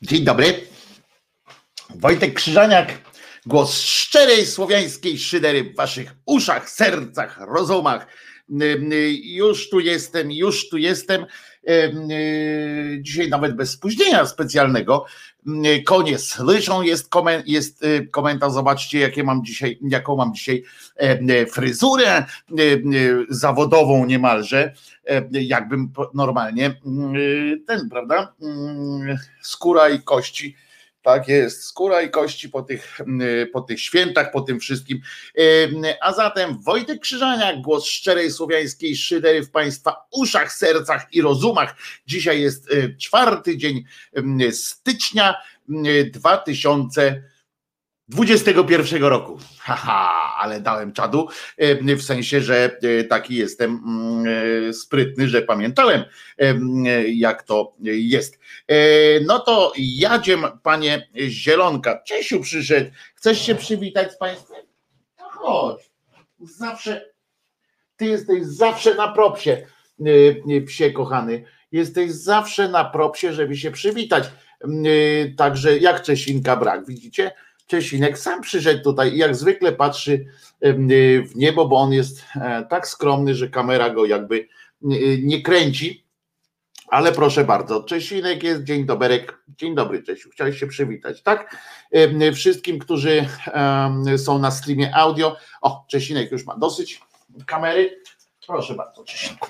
Dzień dobry. Wojtek Krzyżaniak, głos szczerej słowiańskiej szydery w waszych uszach, sercach, rozumach. Już tu jestem. Dzisiaj nawet bez spóźnienia specjalnego. Konie słyszą, jest komentarz. Zobaczcie, jaką mam dzisiaj fryzurę zawodową niemalże, jakbym normalnie prawda? Skóra i kości. Tak jest, skóra i kości po tych świętach, po tym wszystkim. A zatem Wojtek Krzyżaniak, głos szczerej słowiańskiej szydery w państwa uszach, sercach i rozumach. Dzisiaj jest 4 dzień stycznia 2021 roku. Haha, ale dałem czadu, w sensie, że taki jestem sprytny, że pamiętałem, jak to jest. No to jadziem, panie Zielonka. Czesiu przyszedł. Chcesz się przywitać z państwem? No chodź. Ty jesteś zawsze na propsie, psie kochany. Jesteś zawsze na propsie, żeby się przywitać. Także jak Czesinka brak, widzicie? Czesinek sam przyszedł tutaj i jak zwykle patrzy w niebo, bo on jest tak skromny, że kamera go jakby nie kręci. Ale proszę bardzo, Czesinek jest, dzień doberek. Dzień dobry, Czesiu, chciałeś się przywitać, tak? Wszystkim, którzy są na streamie audio. O, Czesinek już ma dosyć kamery. Proszę bardzo, Czesinku.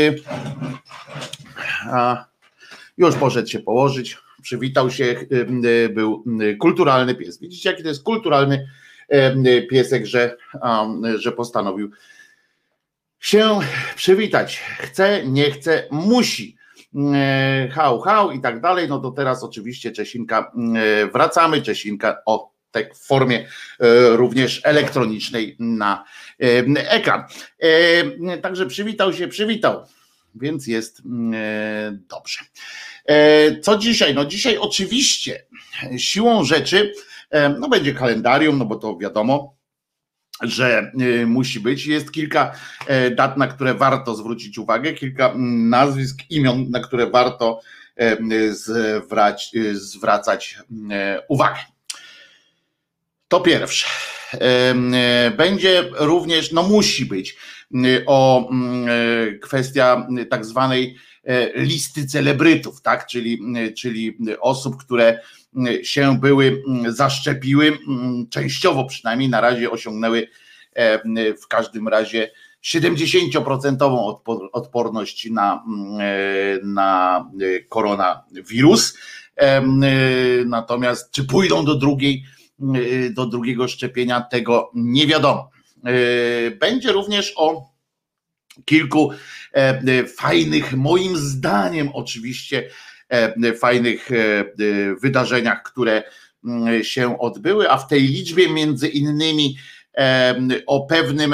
Już poszedł się położyć, przywitał się, był kulturalny pies. Widzicie, jaki to jest kulturalny piesek, że postanowił się przywitać. Chce, nie chce, musi. Hał i tak dalej. No to teraz oczywiście Czesinka, wracamy. Czesinka tak w formie również elektronicznej na ekran. Także przywitał. Więc jest dobrze. Co dzisiaj? No dzisiaj oczywiście siłą rzeczy, no będzie kalendarium, no bo to wiadomo, że musi być. Jest kilka dat, na które warto zwrócić uwagę, kilka nazwisk, imion, na które warto zwracać uwagę. To pierwsze. Będzie również, no musi być, kwestia tak zwanej listy celebrytów, tak? Czyli osób, które się były zaszczepiły, częściowo przynajmniej na razie osiągnęły w każdym razie 70% odporność na koronawirus. Natomiast czy pójdą do drugiego szczepienia, tego nie wiadomo. Będzie również o kilku fajnych, moim zdaniem oczywiście, fajnych wydarzeniach, które się odbyły, a w tej liczbie między innymi o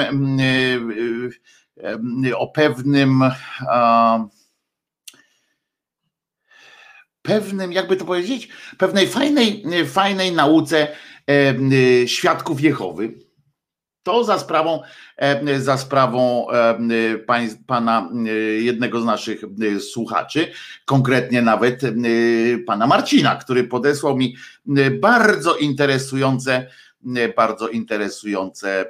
pewnym, jakby to powiedzieć, pewnej fajnej nauce świadków Jehowy. To za sprawą pana jednego z naszych słuchaczy, konkretnie nawet pana Marcina, który podesłał mi bardzo interesujące,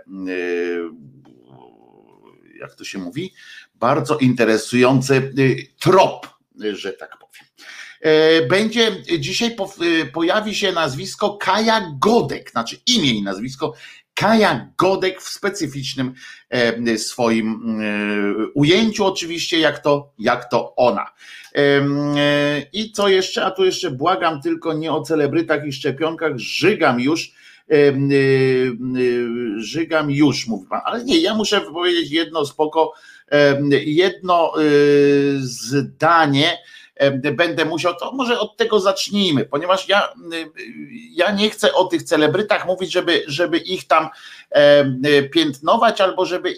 jak to się mówi, bardzo interesujący trop, że tak powiem. Dzisiaj pojawi się nazwisko Kaja Godek, znaczy imię i nazwisko Kaja Godek w specyficznym swoim ujęciu, oczywiście, jak to ona. I co jeszcze? A tu jeszcze błagam tylko nie o celebrytach i szczepionkach, żygam już, mówi pan, ale nie, ja muszę powiedzieć jedno zdanie. Będę musiał, to może od tego zacznijmy, ponieważ ja nie chcę o tych celebrytach mówić, żeby ich tam piętnować albo żeby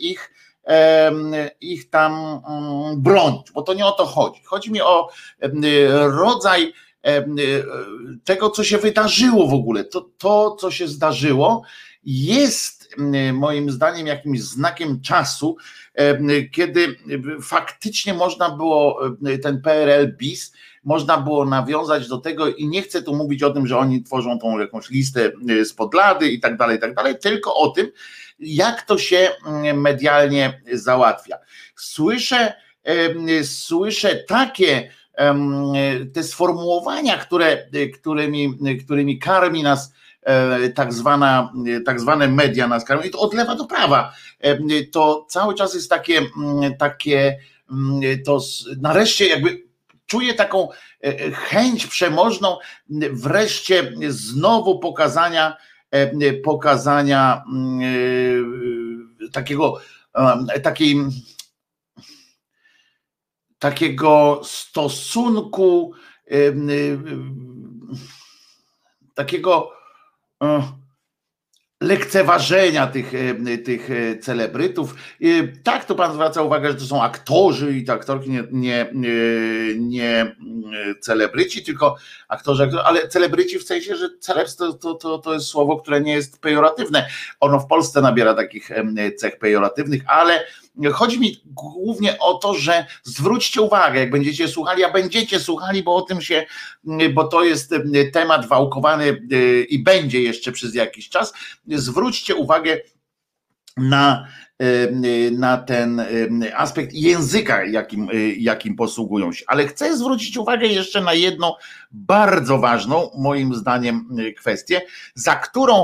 ich tam bronić, bo to nie o to chodzi. Chodzi mi o rodzaj tego, co się wydarzyło w ogóle. To, co się zdarzyło, jest moim zdaniem jakimś znakiem czasu, kiedy faktycznie można było ten PRL bis można było nawiązać do tego i nie chcę tu mówić o tym, że oni tworzą tą jakąś listę z podlady i tak dalej, tylko o tym, jak to się medialnie załatwia. Słyszę takie te sformułowania, którymi karmi nas tak zwane media nas karmią, i to od lewa do prawa. To cały czas jest takie to nareszcie jakby czuję taką chęć przemożną wreszcie znowu pokazania takiego stosunku, takiego lekceważenia tych celebrytów. Tak, to pan zwraca uwagę, że to są aktorzy i aktorki, nie celebryci, tylko aktorzy, ale celebryci w sensie, że celebs to jest słowo, które nie jest pejoratywne. Ono w Polsce nabiera takich cech pejoratywnych, ale chodzi mi głównie o to, że zwróćcie uwagę, jak będziecie słuchali, a będziecie słuchali, bo to jest temat wałkowany i będzie jeszcze przez jakiś czas. Zwróćcie uwagę na ten aspekt języka, jakim posługują się. Ale chcę zwrócić uwagę jeszcze na jedną bardzo ważną, moim zdaniem, kwestię, za którą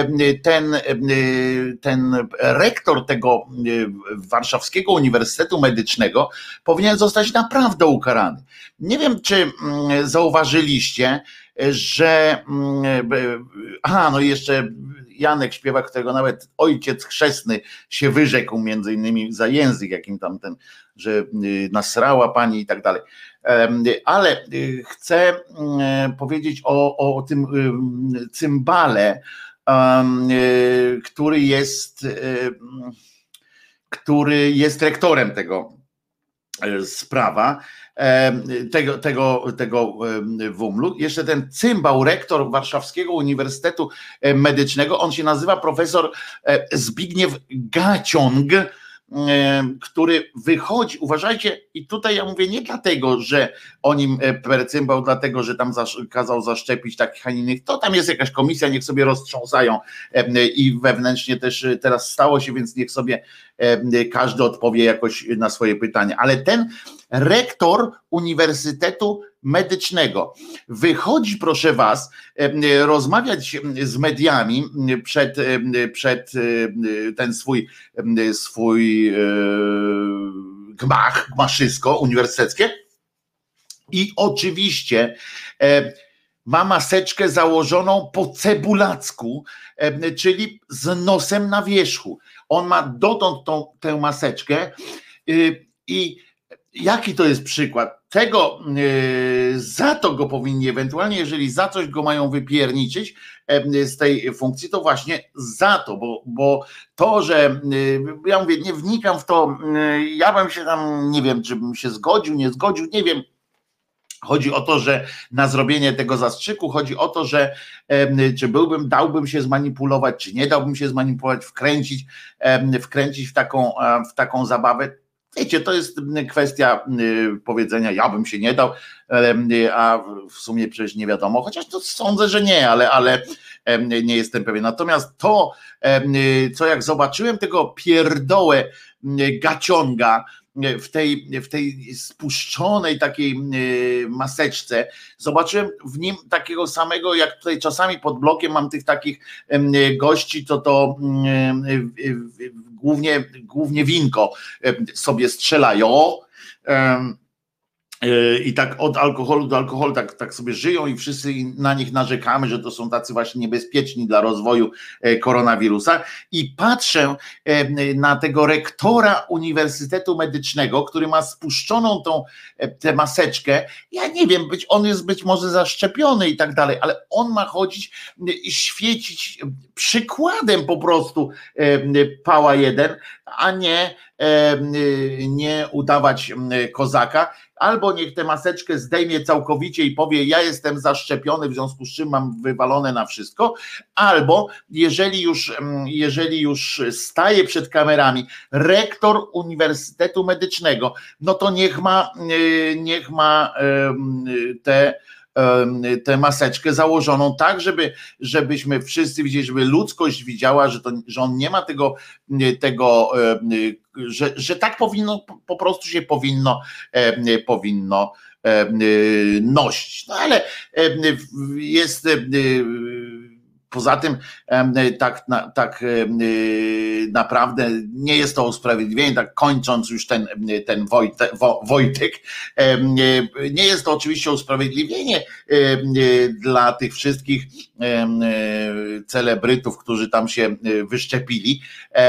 ten rektor tego Warszawskiego Uniwersytetu Medycznego powinien zostać naprawdę ukarany. Nie wiem, czy zauważyliście, że no i jeszcze Janek Śpiewak, którego nawet ojciec chrzestny się wyrzekł między innymi za język, jakim tamten, że nasrała pani i tak dalej. Ale chcę powiedzieć o tym cymbale, który jest rektorem tego sprawa, tego WUML-u. Jeszcze ten cymbał, rektor Warszawskiego Uniwersytetu Medycznego, on się nazywa profesor Zbigniew Gaciąg, który wychodzi, uważajcie, i tutaj ja mówię nie dlatego, że o nim percymbał, dlatego, że tam kazał zaszczepić takich, a innych, to tam jest jakaś komisja, niech sobie roztrząsają i wewnętrznie też teraz stało się, więc niech sobie każdy odpowie jakoś na swoje pytanie, ale ten rektor Uniwersytetu Medycznego wychodzi, proszę was, rozmawiać z mediami przed ten swój gmaszysko uniwersyteckie i oczywiście ma maseczkę założoną po cebulacku, czyli z nosem na wierzchu. On ma dotąd tę maseczkę i jaki to jest przykład? Za to go powinni ewentualnie, jeżeli za coś go mają wypierniczyć z tej funkcji, to właśnie za to, bo to, że ja mówię, nie wnikam w to, ja bym się tam, nie wiem, czy bym się zgodził, nie zgodził, nie wiem. Chodzi o to, że na zrobienie tego zastrzyku, chodzi o to, że czy dałbym się zmanipulować, czy nie dałbym się zmanipulować, wkręcić w taką zabawę. Wiecie, to jest kwestia powiedzenia, ja bym się nie dał, a w sumie przecież nie wiadomo, chociaż to sądzę, że nie, ale nie jestem pewien. Natomiast to, co jak zobaczyłem tego pierdołę Gaciąga w tej spuszczonej takiej maseczce, zobaczyłem w nim takiego samego, jak tutaj czasami pod blokiem mam tych takich gości, to głównie winko sobie strzelają i tak od alkoholu do alkoholu tak sobie żyją i wszyscy na nich narzekamy, że to są tacy właśnie niebezpieczni dla rozwoju koronawirusa i patrzę na tego rektora Uniwersytetu Medycznego, który ma spuszczoną tę maseczkę, ja nie wiem, on jest być może zaszczepiony i tak dalej, ale on ma chodzić i świecić przykładem po prostu pała jeden, a nie udawać kozaka, albo niech tę maseczkę zdejmie całkowicie i powie, ja jestem zaszczepiony, w związku z czym mam wywalone na wszystko, albo jeżeli już staje przed kamerami rektor Uniwersytetu Medycznego, no to niech ma tę maseczkę założoną tak, żebyśmy wszyscy widzieli, żeby ludzkość widziała, że on nie ma tego że tak po prostu się powinno nosić. No ale jest poza tym tak naprawdę nie jest to usprawiedliwienie, tak kończąc już ten Wojtek, nie jest to oczywiście usprawiedliwienie dla tych wszystkich celebrytów, którzy tam się wyszczepili,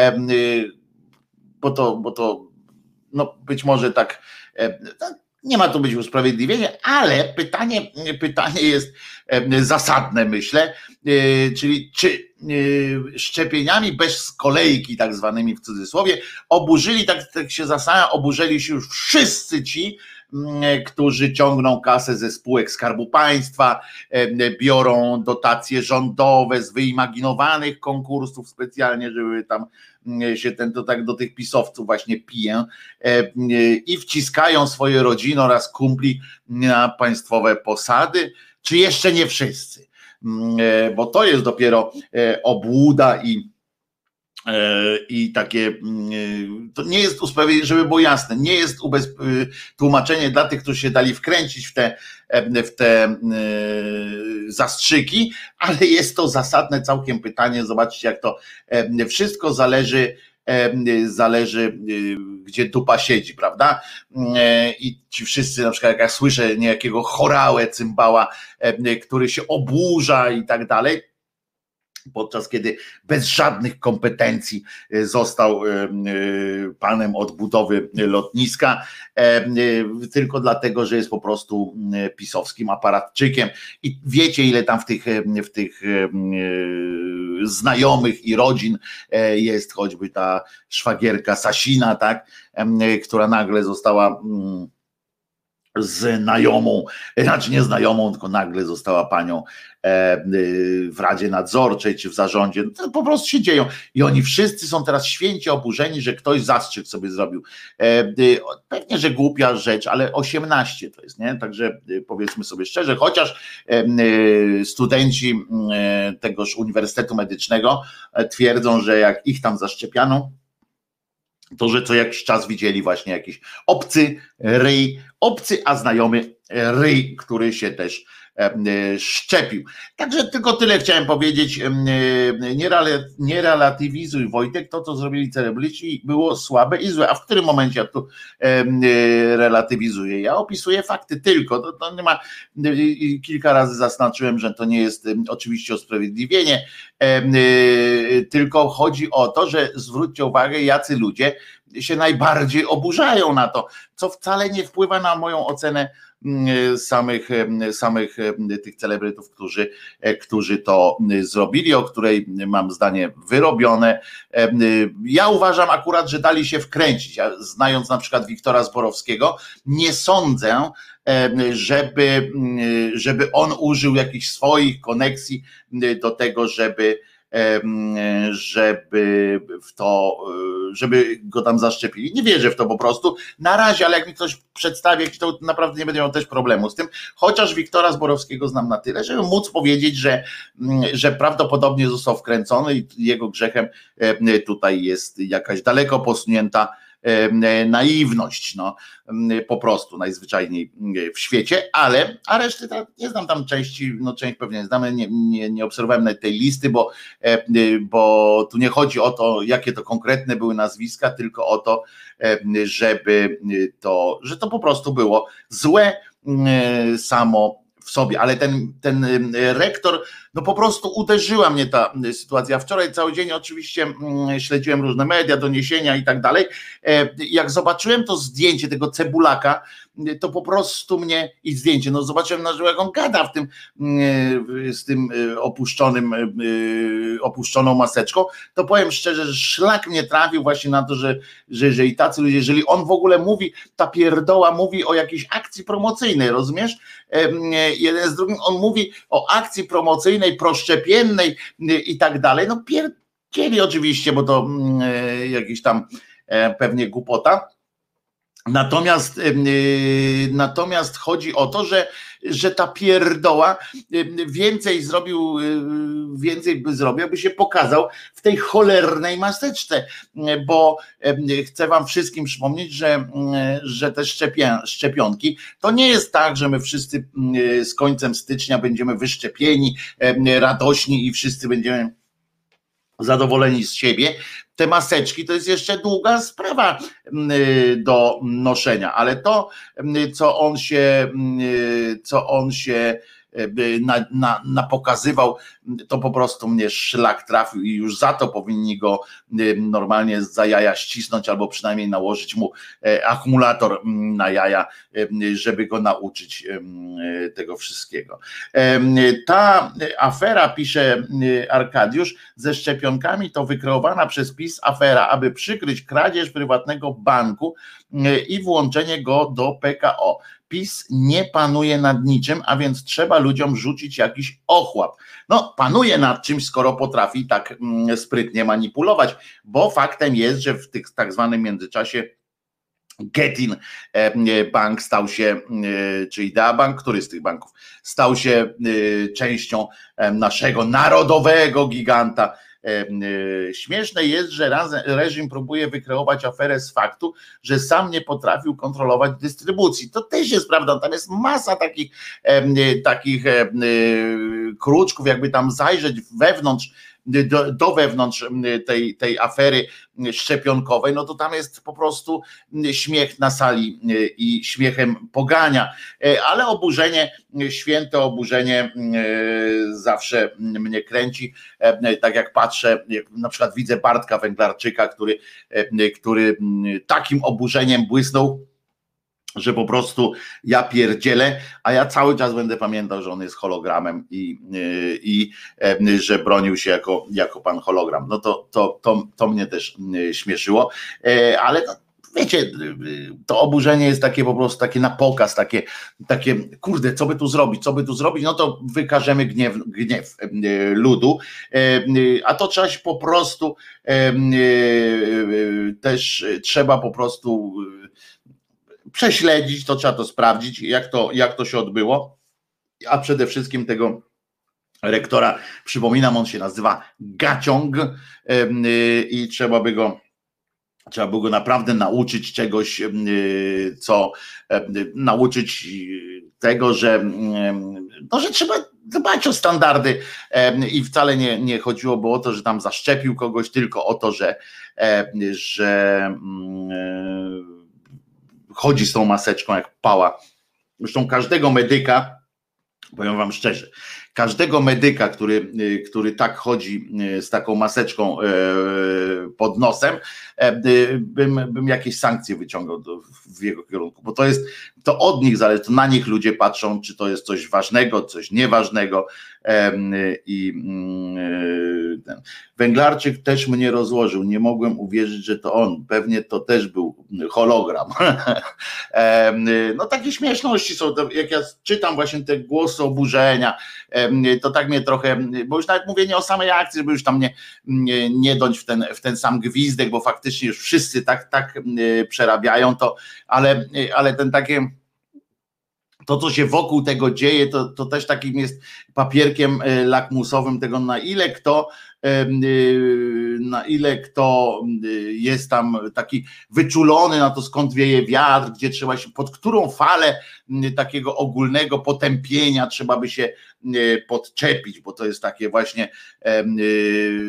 bo to no być może tak nie ma tu być usprawiedliwienie, ale pytanie jest zasadne, myślę, czyli czy szczepieniami bez kolejki, tak zwanymi w cudzysłowie, tak się zastanawiam, oburzyli się już wszyscy ci, którzy ciągną kasę ze spółek Skarbu Państwa, biorą dotacje rządowe z wyimaginowanych konkursów specjalnie, żeby tam się to tak do tych pisowców właśnie piję i wciskają swoje rodziny oraz kumpli na państwowe posady, czy jeszcze nie wszyscy, bo to jest dopiero obłuda i takie, to nie jest usprawiedliwienie, żeby było jasne, nie jest tłumaczenie dla tych, którzy się dali wkręcić w te zastrzyki, ale jest to zasadne całkiem pytanie. Zobaczcie, jak to wszystko zależy, gdzie dupa siedzi, prawda? I ci wszyscy, na przykład jak ja słyszę niejakiego chorałę cymbała, który się oburza i tak dalej, podczas kiedy bez żadnych kompetencji został panem od budowy lotniska, tylko dlatego, że jest po prostu pisowskim aparatczykiem. I wiecie, ile tam w tych znajomych i rodzin jest choćby ta szwagierka Sasina, tak, która nagle została znajomą, znaczy nie znajomą, tylko nagle została panią w Radzie Nadzorczej czy w zarządzie. To po prostu się dzieją i oni wszyscy są teraz święcie oburzeni, że ktoś zastrzyk sobie zrobił. Pewnie, że głupia rzecz, ale 18 to jest, nie? Także powiedzmy sobie szczerze, chociaż studenci tegoż Uniwersytetu Medycznego twierdzą, że jak ich tam zaszczepiano, to, że co jakiś czas widzieli właśnie jakiś obcy, a znajomy ryj, który się też szczepił. Także tylko tyle chciałem powiedzieć. Nie relatywizuj, Wojtek, to co zrobili celebryci było słabe i złe. A w którym momencie ja tu relatywizuję? Ja opisuję fakty tylko. To nie ma, kilka razy zaznaczyłem, że to nie jest oczywiście usprawiedliwienie, tylko chodzi o to, że zwróćcie uwagę, jacy ludzie się najbardziej oburzają na to, co wcale nie wpływa na moją ocenę samych tych celebrytów, którzy to zrobili, o której mam zdanie wyrobione. Ja uważam akurat, że dali się wkręcić. Ja, znając na przykład Wiktora Zborowskiego, nie sądzę, żeby on użył jakichś swoich koneksji do tego, żeby go tam zaszczepili. Nie wierzę w to po prostu. Na razie, ale jak mi ktoś przedstawi, to naprawdę nie będę miał też problemu z tym. Chociaż Wiktora Zborowskiego znam na tyle, żeby móc powiedzieć, że prawdopodobnie został wkręcony i jego grzechem tutaj jest jakaś daleko posunięta naiwność, no po prostu najzwyczajniej w świecie, a reszty nie znam tam części, no część pewnie znam, nie obserwowałem nawet tej listy, bo tu nie chodzi o to, jakie to konkretne były nazwiska, tylko o to, że to po prostu było złe samo w sobie, ale ten rektor, no po prostu uderzyła mnie ta sytuacja. Wczoraj cały dzień oczywiście śledziłem różne media, doniesienia i tak dalej. Jak zobaczyłem to zdjęcie tego cebulaka to po prostu mnie i zdjęcie, no zobaczyłem na żywo, jak on gada z tym opuszczoną maseczką, to powiem szczerze, że szlak mnie trafił właśnie na to, że i tacy ludzie, jeżeli on w ogóle mówi, ta pierdoła mówi o jakiejś akcji promocyjnej, rozumiesz? Jeden z drugim, on mówi o akcji promocyjnej, proszczepiennej i tak dalej, no pierdzieli oczywiście, bo to jakiś tam pewnie głupota. Natomiast chodzi o to, że ta pierdoła więcej by zrobił, jakby się pokazał w tej cholernej maseczce, bo chcę wam wszystkim przypomnieć, że te szczepionki, to nie jest tak, że my wszyscy z końcem stycznia będziemy wyszczepieni, radośni i wszyscy będziemy zadowoleni z siebie. Te maseczki to jest jeszcze długa sprawa do noszenia, ale to, co on się napokazywał, to po prostu mnie szlak trafił i już za to powinni go normalnie za jaja ścisnąć albo przynajmniej nałożyć mu akumulator na jaja, żeby go nauczyć tego wszystkiego. Ta afera, pisze Arkadiusz, ze szczepionkami to wykreowana przez PiS afera, aby przykryć kradzież prywatnego banku i włączenie go do PKO. PiS nie panuje nad niczym, a więc trzeba ludziom rzucić jakiś ochłap. No, panuje nad czymś, skoro potrafi tak sprytnie manipulować, bo faktem jest, że w tych tak zwanym międzyczasie Getin Bank stał się, czy Idea Bank, który z tych banków, stał się częścią naszego narodowego giganta. Śmieszne jest, że reżim próbuje wykreować aferę z faktu, że sam nie potrafił kontrolować dystrybucji. To też jest prawda, tam jest masa takich kruczków, jakby tam zajrzeć wewnątrz, do wewnątrz tej afery szczepionkowej, no to tam jest po prostu śmiech na sali i śmiechem pogania, ale oburzenie, święte oburzenie zawsze mnie kręci, tak jak patrzę, na przykład widzę Bartka Węglarczyka, który takim oburzeniem błysnął, że po prostu ja pierdzielę, a ja cały czas będę pamiętał, że on jest hologramem i że bronił się jako pan hologram. No to mnie też śmieszyło, ale no, wiecie, to oburzenie jest takie po prostu takie na pokaz, takie kurde, co by tu zrobić, no to wykażemy gniew ludu, a to trzeba się po prostu też trzeba po prostu prześledzić, to trzeba to sprawdzić, jak to się odbyło, a przede wszystkim tego rektora, przypominam, on się nazywa Gaciąg i trzeba by go naprawdę nauczyć czegoś, nauczyć tego, że trzeba dbać o standardy i wcale nie chodziłoby o to, że tam zaszczepił kogoś, tylko o to, że chodzi z tą maseczką jak pała. Zresztą każdego medyka, powiem wam szczerze, każdego medyka, który tak chodzi z taką maseczką pod nosem, bym jakieś sankcje wyciągał w jego kierunku, bo to od nich zależy, to na nich ludzie patrzą, czy to jest coś ważnego, coś nieważnego. Węglarczyk też mnie rozłożył, nie mogłem uwierzyć, że to on, pewnie to też był hologram. No takie śmieszności są, jak ja czytam właśnie te głosy oburzenia, to tak mnie trochę, bo już nawet mówię nie o samej akcji, żeby już tam nie dąć w ten sam gwizdek, bo faktycznie już wszyscy tak przerabiają to, ale ten takie to, co się wokół tego dzieje, to też takim jest papierkiem lakmusowym tego, na ile kto jest tam taki wyczulony na to, skąd wieje wiatr, gdzie trzeba się, pod którą falę takiego ogólnego potępienia trzeba by się podczepić, bo to jest takie właśnie,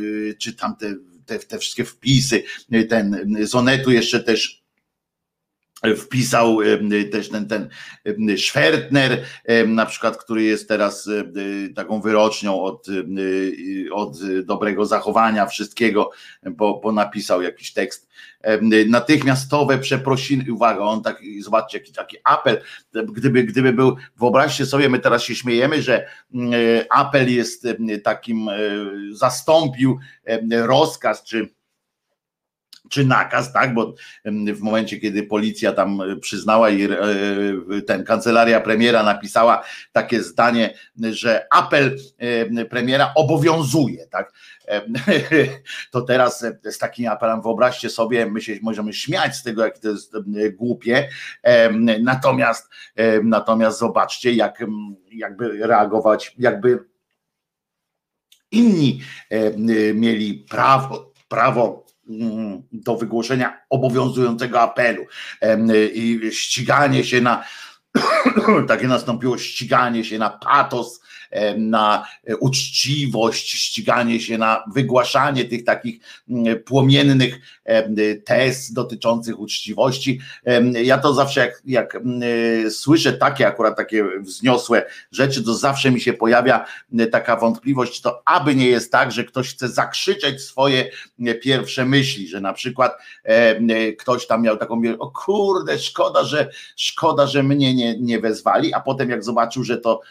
czytam te wszystkie wpisy, ten z Onetu jeszcze też wpisał też ten Schwertner, na przykład, który jest teraz taką wyrocznią od dobrego zachowania wszystkiego, bo napisał jakiś tekst. Natychmiastowe przeprosiny, uwaga, on tak, zobaczcie, taki apel, gdyby był, wyobraźcie sobie, my teraz się śmiejemy, że apel jest takim, zastąpił rozkaz, czy nakaz, tak, bo w momencie, kiedy policja tam przyznała i kancelaria premiera napisała takie zdanie, że apel premiera obowiązuje, tak, to teraz z takim apelem, wyobraźcie sobie, my się możemy śmiać z tego, jak to jest głupie, natomiast zobaczcie, jakby reagować, jakby inni mieli prawo do wygłoszenia obowiązującego apelu i ściganie się takie nastąpiło ściganie się na patos, na uczciwość, ściganie się na wygłaszanie tych takich płomiennych tez dotyczących uczciwości. Ja to zawsze jak słyszę akurat takie wzniosłe rzeczy, to zawsze mi się pojawia taka wątpliwość, to aby nie jest tak, że ktoś chce zakrzyczeć swoje pierwsze myśli, że na przykład ktoś tam miał taką, o kurde, szkoda, że mnie nie wezwali, a potem jak zobaczył,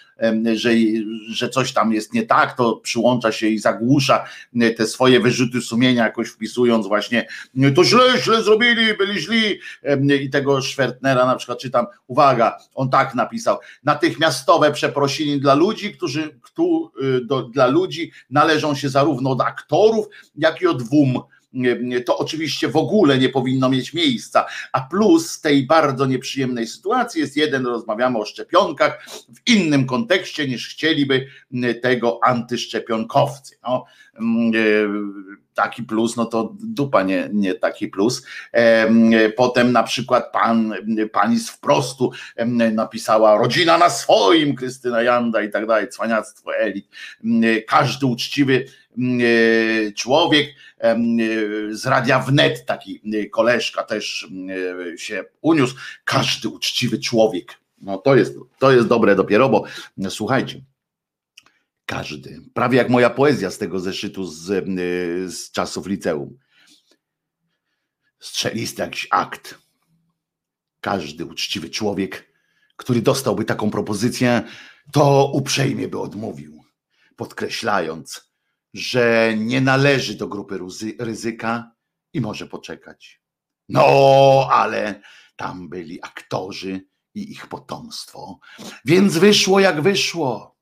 że coś tam jest nie tak, to przyłącza się i zagłusza te swoje wyrzuty sumienia, jakoś wpisując właśnie, to źle zrobili, byli źli, i tego Schwertnera na przykład czytam, uwaga, on tak napisał, natychmiastowe przeprosiny dla ludzi, dla ludzi należą się zarówno od aktorów, jak i od WUM. To oczywiście w ogóle nie powinno mieć miejsca, a plus tej bardzo nieprzyjemnej sytuacji jest rozmawiamy o szczepionkach w innym kontekście niż chcieliby tego antyszczepionkowcy. No, taki plus, no to dupa nie taki plus. Potem na przykład pani z Wprostu napisała rodzina na swoim, Krystyna Janda i tak dalej, cwaniactwo elit. Każdy uczciwy człowiek z Radia Wnet, taki koleżka też się uniósł, każdy uczciwy człowiek. No to jest dobre dopiero, bo słuchajcie, każdy, prawie jak moja poezja z tego zeszytu z czasów liceum. Strzelisty jakiś akt. Każdy uczciwy człowiek, który dostałby taką propozycję, to uprzejmie by odmówił, podkreślając, że nie należy do grupy ryzyka i może poczekać. No, ale tam byli aktorzy i ich potomstwo, więc wyszło jak wyszło.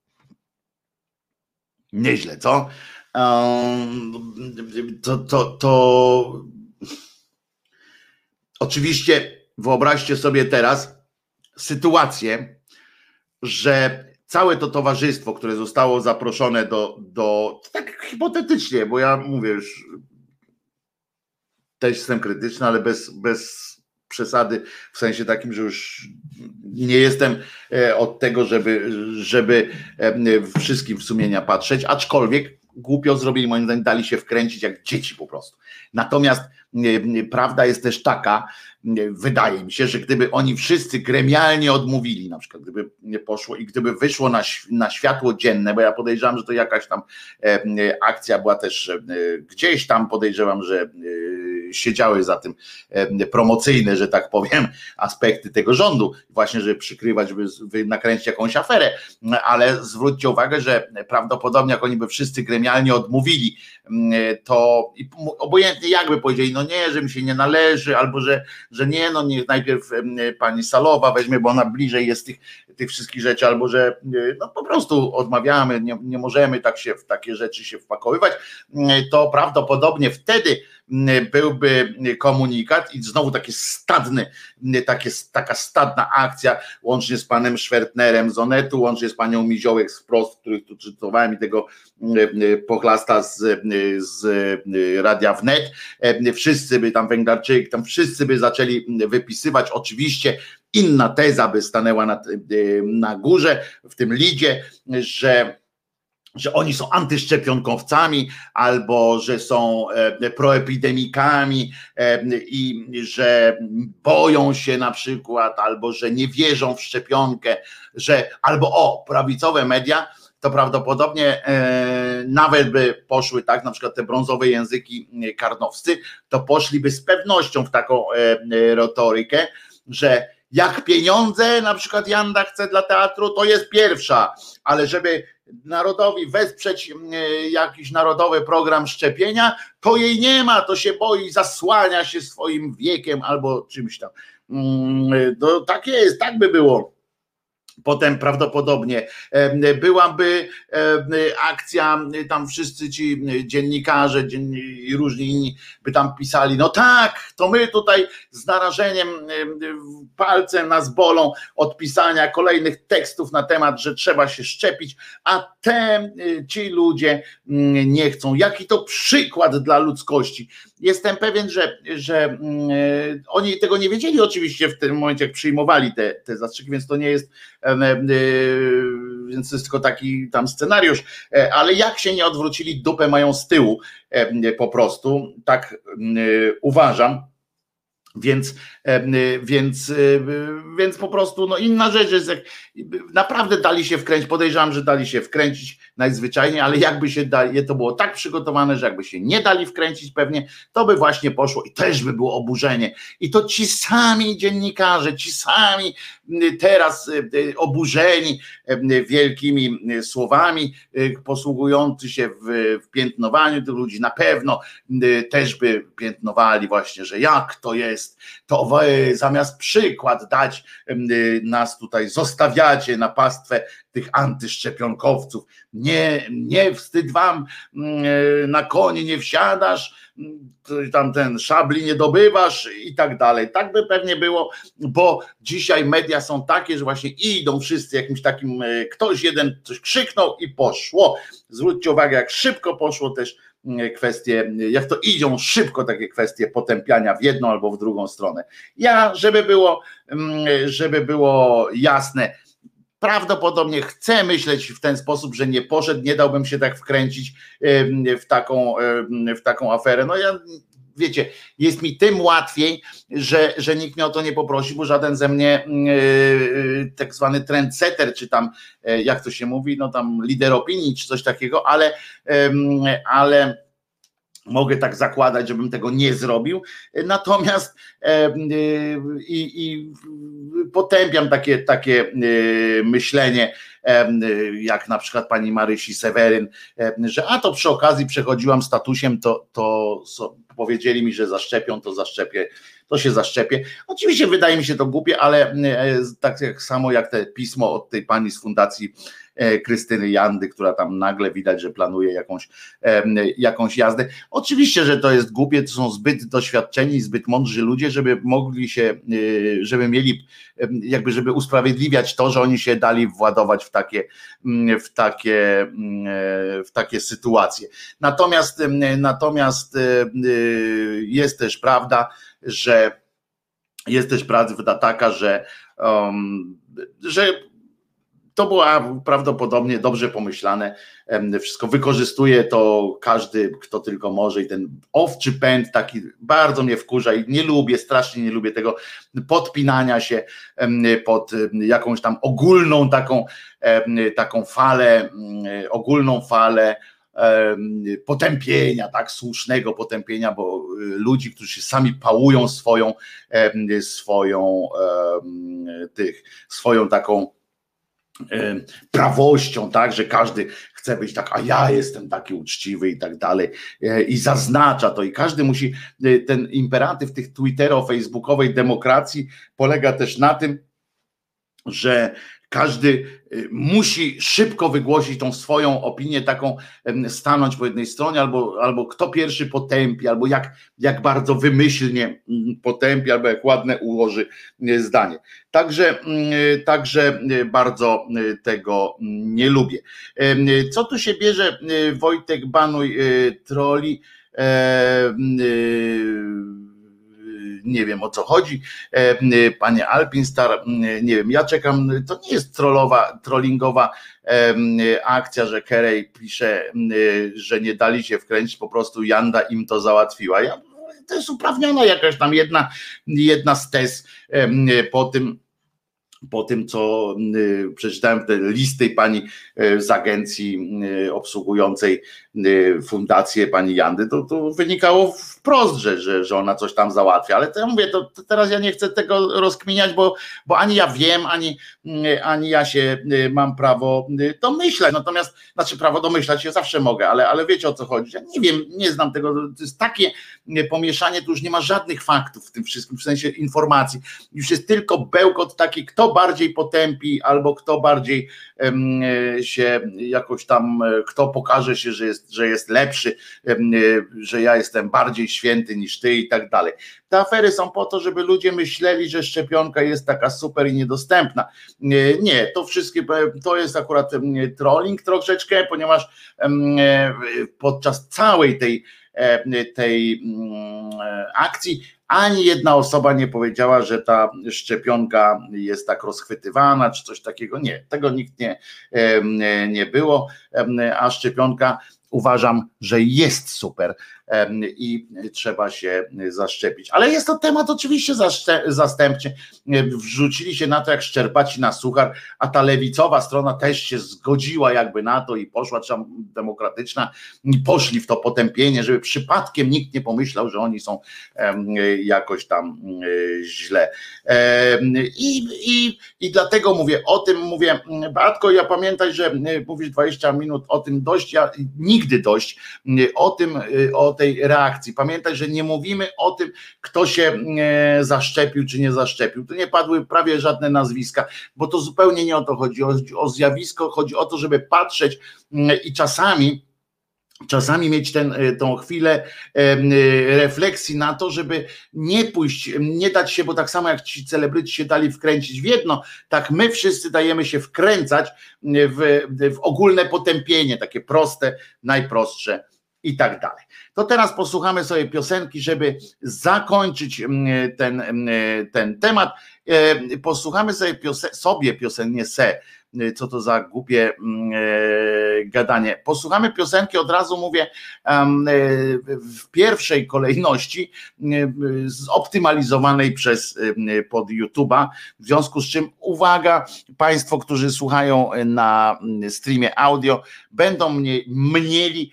Nieźle, co? To oczywiście wyobraźcie sobie teraz sytuację, że całe to towarzystwo, które zostało zaproszone tak hipotetycznie, bo ja mówię już, też jestem krytyczny, ale bez przesady, w sensie takim, że już nie jestem od tego, żeby wszystkim w sumienia patrzeć, aczkolwiek głupio zrobili, moim zdaniem, dali się wkręcić jak dzieci po prostu. Natomiast prawda jest też taka, wydaje mi się, że gdyby oni wszyscy gremialnie odmówili, na przykład gdyby nie poszło i gdyby wyszło na światło dzienne, bo ja podejrzewam, że to jakaś tam akcja była też gdzieś tam, podejrzewam, że siedziały za tym promocyjne, że tak powiem, aspekty tego rządu, właśnie, żeby przykrywać, żeby nakręcić jakąś aferę, ale zwróćcie uwagę, że prawdopodobnie jak oni by wszyscy gremialnie odmówili, to obojętnie jakby powiedzieli, no nie, że mi się nie należy, albo że nie, no niech najpierw pani Salowa weźmie, bo ona bliżej jest tych wszystkich rzeczy, albo że no po prostu odmawiamy, nie możemy tak się w takie rzeczy się wpakowywać, to prawdopodobnie wtedy byłby komunikat i znowu taka stadna akcja, łącznie z panem Schwertnerem z Onetu, łącznie z panią Miziołek z Wprost, których tu cytowałem, i tego pochlasta z Radia Wnet, wszyscy by tam, Węglarczyk, tam wszyscy by zaczęli wypisywać, oczywiście inna teza by stanęła na górze w tym lidzie, że że oni są antyszczepionkowcami, albo że są proepidemikami i że boją się na przykład, albo że nie wierzą w szczepionkę, albo prawicowe media, to prawdopodobnie nawet by poszły tak, na przykład te brązowe języki karnowscy, to poszliby z pewnością w taką retorykę, że jak pieniądze na przykład Janda chce dla teatru, to jest pierwsza, ale żeby narodowi wesprzeć jakiś narodowy program szczepienia, to jej nie ma, to się boi, zasłania się swoim wiekiem albo czymś tam. To tak jest, tak by było. Potem prawdopodobnie byłaby akcja, tam wszyscy ci dziennikarze i różni inni by tam pisali, no tak, to my tutaj z narażeniem palcem nas bolą od pisania kolejnych tekstów na temat, że trzeba się szczepić, a ci ludzie nie chcą. Jaki to przykład dla ludzkości. Jestem pewien, że oni tego nie wiedzieli oczywiście w tym momencie, jak przyjmowali te zastrzyki, więc to nie jest, więc to jest tylko taki tam scenariusz, ale jak się nie odwrócili, dupę mają z tyłu po prostu, tak uważam. Więc po prostu no inna rzecz jest, jak naprawdę dali się wkręcić, podejrzewam, że dali się wkręcić najzwyczajniej, ale jakby się dali, to było tak przygotowane, że jakby się nie dali wkręcić pewnie, to by właśnie poszło i też by było oburzenie. I to ci sami dziennikarze, ci sami teraz oburzeni wielkimi słowami, posługujący się w piętnowaniu tych ludzi, na pewno też by piętnowali właśnie, że jak to jest, to wy zamiast przykład dać, nas tutaj zostawiacie na pastwę tych antyszczepionkowców. Nie wstyd wam, na koni nie wsiadasz, tam ten szabli nie dobywasz i tak dalej. Tak by pewnie było, bo dzisiaj media są takie, że właśnie idą wszyscy jakimś takim, ktoś jeden coś krzyknął i poszło. Zwróćcie uwagę, jak szybko poszło też kwestie, jak to idą szybko takie kwestie potępiania w jedną albo w drugą stronę. Żeby było jasne, prawdopodobnie chcę myśleć w ten sposób, że nie poszedł, nie dałbym się tak wkręcić w taką aferę. No ja, wiecie, jest mi tym łatwiej, że nikt mnie o to nie poprosi, bo żaden ze mnie tak zwany trendsetter, czy tam, jak to się mówi, no tam lider opinii, czy coś takiego, ale mogę tak zakładać, żebym tego nie zrobił, natomiast i potępiam takie myślenie, jak na przykład pani Marysi Seweryn, że to przy okazji przechodziłam statusiem, to powiedzieli mi, że zaszczepią, to się zaszczepię. Oczywiście wydaje mi się to głupie, ale tak samo jak te pismo od tej pani z fundacji Krystyny Jandy, która tam nagle widać, że planuje jakąś jazdę. Oczywiście, że to jest głupie, to są zbyt doświadczeni, zbyt mądrzy ludzie, żeby mogli się, żeby mieli, żeby usprawiedliwiać to, że oni się dali władować w takie sytuacje. Natomiast jest też prawda, taka, że to było prawdopodobnie dobrze pomyślane, wszystko wykorzystuje to każdy, kto tylko może, i ten owczy pęd taki bardzo mnie wkurza i strasznie nie lubię tego podpinania się pod jakąś tam ogólną falę potępienia, tak, słusznego potępienia, bo ludzi, którzy się sami pałują swoją taką prawością, tak, że każdy chce być tak, a ja jestem taki uczciwy i tak dalej, i zaznacza to, i każdy musi, ten imperatyw tych Twittero-facebookowej demokracji polega też na tym, że każdy musi szybko wygłosić tą swoją opinię, taką stanąć po jednej stronie, albo kto pierwszy potępi, albo jak bardzo wymyślnie potępi, albo jak ładne ułoży zdanie. Także bardzo tego nie lubię. Co tu się bierze, Wojtek, banuj troli, nie wiem o co chodzi, panie Alpinstar, nie wiem, ja czekam, to nie jest trollingowa akcja, że Kerej pisze, że nie dali się wkręcić, po prostu Janda im to załatwiła. To jest uprawniona jakaś tam jedna z tez po tym, co przeczytałem te listy pani z agencji obsługującej fundację pani Jandy, to wynikało wprost, że ona coś tam załatwia, ale to ja mówię, to teraz ja nie chcę tego rozkminiać, bo ani ja wiem, ani ja się mam prawo domyślać, natomiast, znaczy prawo domyślać się zawsze mogę, ale wiecie o co chodzi, ja nie wiem, nie znam tego, to jest takie pomieszanie, tu już nie ma żadnych faktów w tym wszystkim, w sensie informacji, już jest tylko bełkot taki, kto bardziej potępi, albo kto bardziej się jakoś tam, kto pokaże się, że jest lepszy, że ja jestem bardziej święty niż ty i tak dalej. Te afery są po to, żeby ludzie myśleli, że szczepionka jest taka super i niedostępna. Nie, to jest akurat trolling troszeczkę, ponieważ podczas całej tej akcji ani jedna osoba nie powiedziała, że ta szczepionka jest tak rozchwytywana, czy coś takiego. Nie, tego nikt nie było, a szczepionka uważam, że jest super i trzeba się zaszczepić. Ale jest to temat oczywiście zastępczy. Wrzucili się na to jak Szczerbaci na suchar, a ta lewicowa strona też się zgodziła jakby na to i poszła demokratyczna i poszli w to potępienie, żeby przypadkiem nikt nie pomyślał, że oni są jakoś tam źle. I dlatego mówię o tym, Beatko, ja pamiętaj, że mówisz 20 minut o tym dość, ja nigdy dość o tej reakcji. Pamiętaj, że nie mówimy o tym, kto się zaszczepił czy nie zaszczepił. Tu nie padły prawie żadne nazwiska, bo to zupełnie nie o to chodzi, o zjawisko, chodzi o to, żeby patrzeć i czasami mieć tą chwilę refleksji na to, żeby nie pójść, nie dać się, bo tak samo jak ci celebryci się dali wkręcić w jedno, tak my wszyscy dajemy się wkręcać w ogólne potępienie, takie proste, najprostsze i tak dalej. To teraz posłuchamy sobie piosenki, żeby zakończyć ten temat. Posłuchamy sobie piosenki, co to za głupie gadanie. Posłuchamy piosenki, od razu mówię, w pierwszej kolejności zoptymalizowanej pod YouTube'a, w związku z czym uwaga, Państwo, którzy słuchają na streamie audio, będą mieli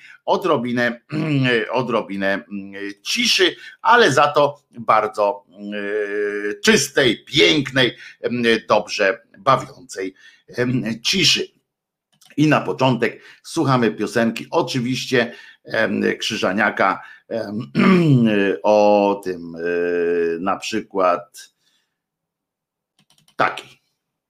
odrobinę ciszy, ale za to bardzo czystej, pięknej, dobrze bawiącej ciszy. I na początek słuchamy piosenki, oczywiście Krzyżaniaka, o tym na przykład taki.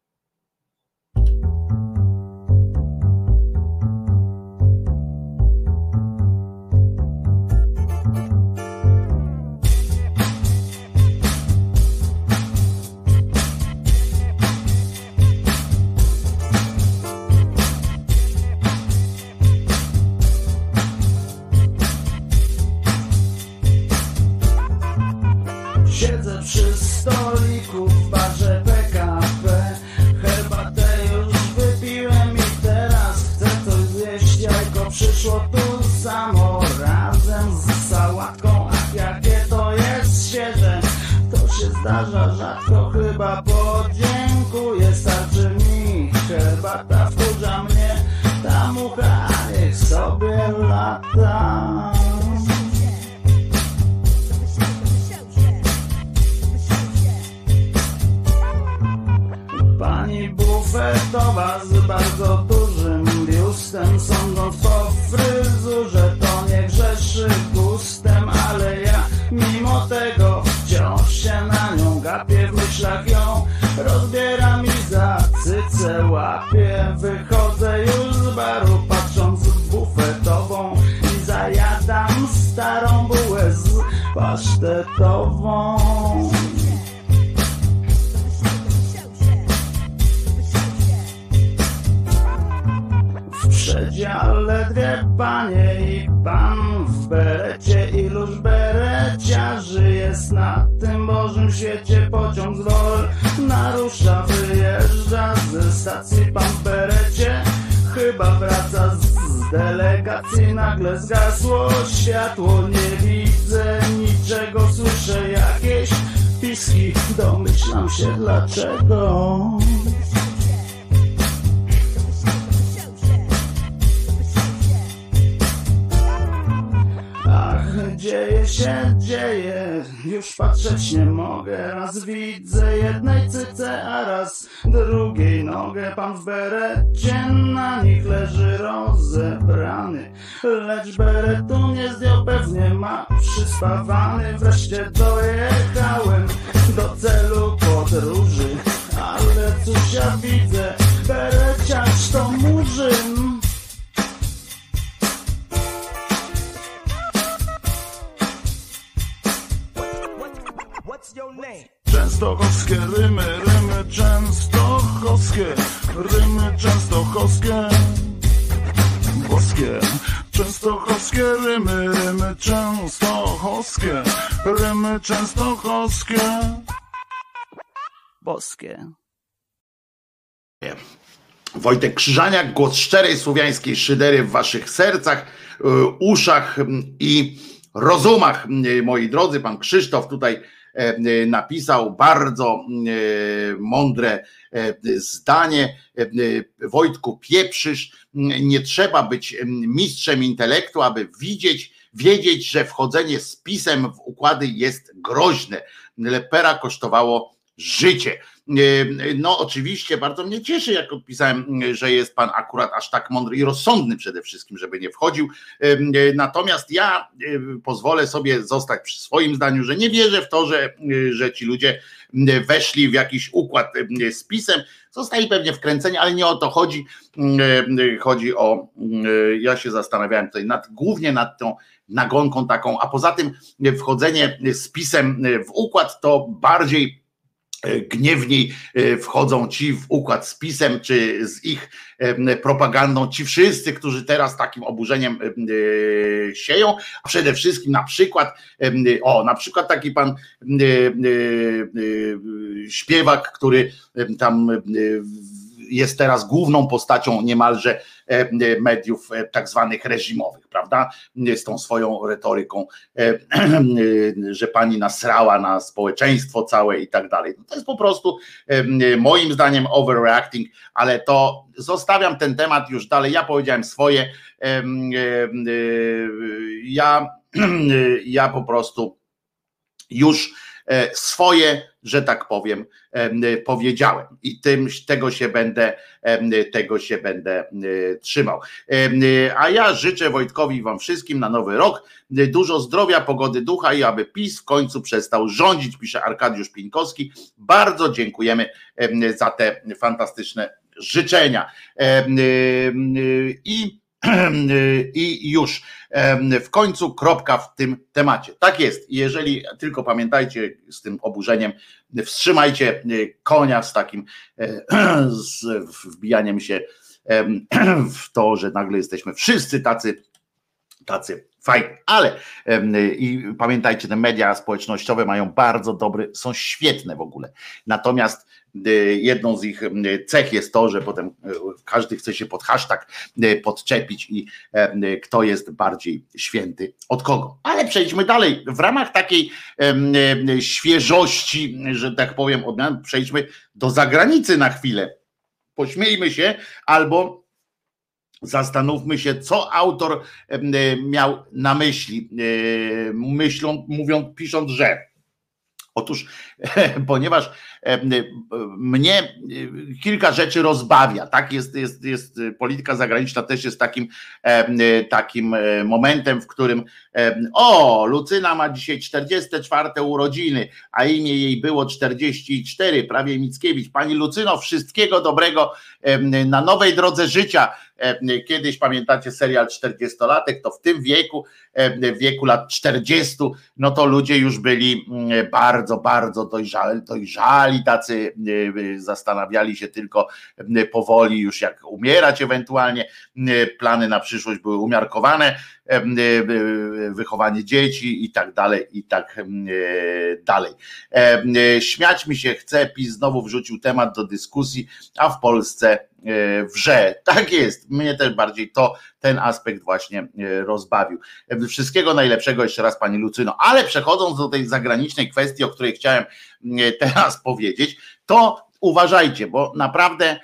Przyszło tu samo razem z sałatką, ach jakie to jest świeże. To się zdarza rzadko, chyba podziękuję. Starczy mi herbata, wkurza mnie ta mucha, niech sobie lata. Pani bufetowa z bardzo dużym biustem, sądząc po fryzurze, to nie grzeszy gustem, ale ja mimo tego wciąż się na nią gapię, w myślach ją rozbieram i za cycę łapię. Wychodzę już z baru, patrząc w bufetową, i zajadam starą bułę z pasztetową. W przedziale dwie panie i pan w berecie, iluż bereciarzy jest jest na tym Bożym świecie pociąg z Wol. Narusza, wyjeżdża ze stacji pan w berecie. Chyba wraca z delegacji, nagle zgasło światło. Nie widzę niczego, słyszę jakieś piski. Domyślam się dlaczego. Dzieje, już patrzeć nie mogę. Raz widzę jednej cyce, a raz drugiej nogę. Pan w berecie, na nich leży rozebrany, lecz beretu nie zdjął, pewnie ma przyspawany. Wreszcie dojechałem do celu podróży, ale cóż ja widzę, bereciarz to murzyn. Częstochowskie rymy, częstochowskie, rymy częstochowskie, boskie. Częstochowskie rymy, częstochowskie, rymy częstochowskie, boskie. Wojtek Krzyżaniak, głos szczerej słowiańskiej szydery w waszych sercach, uszach i rozumach, moi drodzy. Pan Krzysztof tutaj napisał bardzo mądre zdanie. Wojtku, pieprzysz, nie trzeba być mistrzem intelektu, aby wiedzieć, że wchodzenie z PiS-em w układy jest groźne. Lepera kosztowało życie. No oczywiście bardzo mnie cieszy, jak odpisałem, że jest pan akurat aż tak mądry i rozsądny przede wszystkim, żeby nie wchodził. Natomiast ja pozwolę sobie zostać przy swoim zdaniu, że nie wierzę w to, że ci ludzie weszli w jakiś układ z PiS-em. Zostali pewnie wkręceni, ale nie o to chodzi. Chodzi o, ja się zastanawiałem tutaj głównie nad tą nagonką taką, a poza tym wchodzenie z PiS-em w układ to bardziej gniewniej wchodzą ci w układ z PiS-em, czy z ich propagandą, ci wszyscy, którzy teraz takim oburzeniem sieją, a przede wszystkim na przykład taki pan śpiewak, który tam jest teraz główną postacią niemalże mediów tak zwanych reżimowych, prawda? Z tą swoją retoryką, że pani nasrała na społeczeństwo całe i tak dalej. To jest po prostu moim zdaniem overreacting, ale to zostawiam ten temat już dalej. Ja powiedziałem swoje. Ja po prostu już swoje, że tak powiem, powiedziałem i tego się będę trzymał. A ja życzę Wojtkowi i wam wszystkim na nowy rok dużo zdrowia, pogody ducha i aby PiS w końcu przestał rządzić, pisze Arkadiusz Pińkowski. Bardzo dziękujemy za te fantastyczne życzenia. I już w końcu kropka w tym temacie. Tak jest. Jeżeli tylko pamiętajcie z tym oburzeniem, wstrzymajcie konia z takim wbijaniem się w to, że nagle jesteśmy wszyscy tacy fajni. Ale i pamiętajcie, te media społecznościowe mają bardzo są świetne w ogóle. Natomiast jedną z ich cech jest to, że potem każdy chce się pod hashtag podczepić i kto jest bardziej święty od kogo. Ale przejdźmy dalej. W ramach takiej świeżości, że tak powiem, przejdźmy do zagranicy na chwilę. Pośmiejmy się albo zastanówmy się, co autor miał na myśli, pisząc, że otóż, ponieważ mnie kilka rzeczy rozbawia, tak? Jest polityka zagraniczna też jest takim momentem, w którym Lucyna ma dzisiaj 44 urodziny, a imię jej było 44, prawie Mickiewicz. Pani Lucyno, wszystkiego dobrego na nowej drodze życia. Kiedyś pamiętacie serial 40-latek, to w tym wieku, w wieku lat 40, no to ludzie już byli bardzo, bardzo dojrzali, tacy zastanawiali się tylko powoli już jak umierać ewentualnie, plany na przyszłość były umiarkowane, wychowanie dzieci i tak dalej, i tak dalej. Śmiać mi się chce, PiS znowu wrzucił temat do dyskusji, a w Polsce wrze. Tak jest, mnie też bardziej ten aspekt właśnie rozbawił. Wszystkiego najlepszego jeszcze raz pani Lucyno, ale przechodząc do tej zagranicznej kwestii, o której chciałem teraz powiedzieć, to uważajcie, bo naprawdę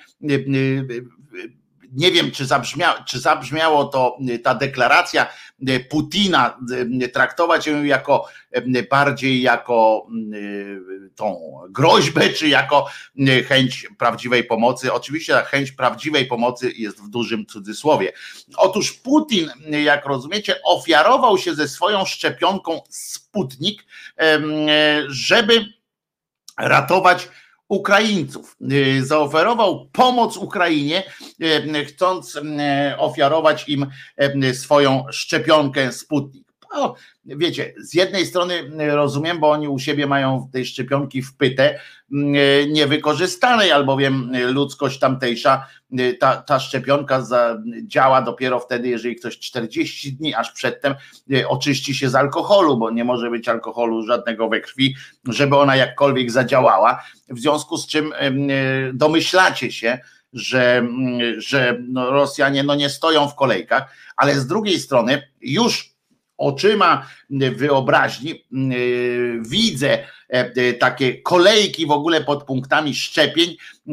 nie wiem, czy zabrzmiało to, ta deklaracja Putina, traktować ją jako bardziej jako tą groźbę, czy jako chęć prawdziwej pomocy. Oczywiście ta chęć prawdziwej pomocy jest w dużym cudzysłowie. Otóż Putin, jak rozumiecie, ofiarował się ze swoją szczepionką Sputnik, żeby ratować Ukraińców. Zaoferował pomoc Ukrainie, chcąc ofiarować im swoją szczepionkę Sputnik. No, wiecie, z jednej strony rozumiem, bo oni u siebie mają tej szczepionki wpyte, niewykorzystanej, albowiem ludzkość tamtejsza, ta szczepionka działa dopiero wtedy, jeżeli ktoś 40 dni aż przedtem oczyści się z alkoholu, bo nie może być alkoholu żadnego we krwi, żeby ona jakkolwiek zadziałała, w związku z czym domyślacie się, że no Rosjanie nie stoją w kolejkach, ale z drugiej strony już oczyma wyobraźni widzę takie kolejki w ogóle pod punktami szczepień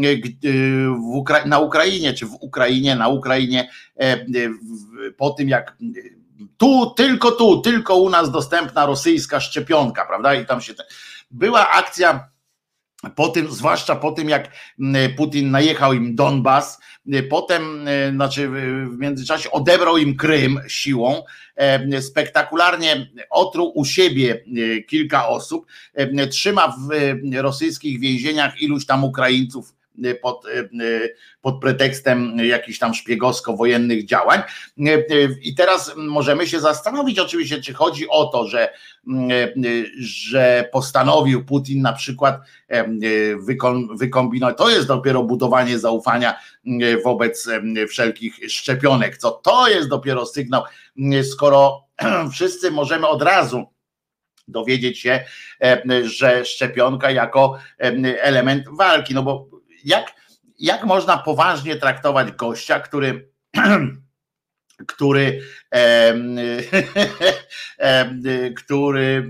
na Ukrainie, czy w Ukrainie, na Ukrainie, po tym jak tylko u nas dostępna rosyjska szczepionka, prawda? I tam się była akcja po tym, zwłaszcza po tym, jak Putin najechał im Donbas, potem, znaczy w międzyczasie odebrał im Krym siłą, spektakularnie otruł u siebie kilka osób, trzyma w rosyjskich więzieniach iluś tam Ukraińców pod pretekstem jakichś tam szpiegowsko-wojennych działań. I teraz możemy się zastanowić oczywiście, czy chodzi o to, że postanowił Putin na przykład wykombinować, to jest dopiero budowanie zaufania wobec wszelkich szczepionek, co to jest dopiero sygnał, skoro wszyscy możemy od razu dowiedzieć się, że szczepionka jako element walki, no bo jak można poważnie traktować gościa, który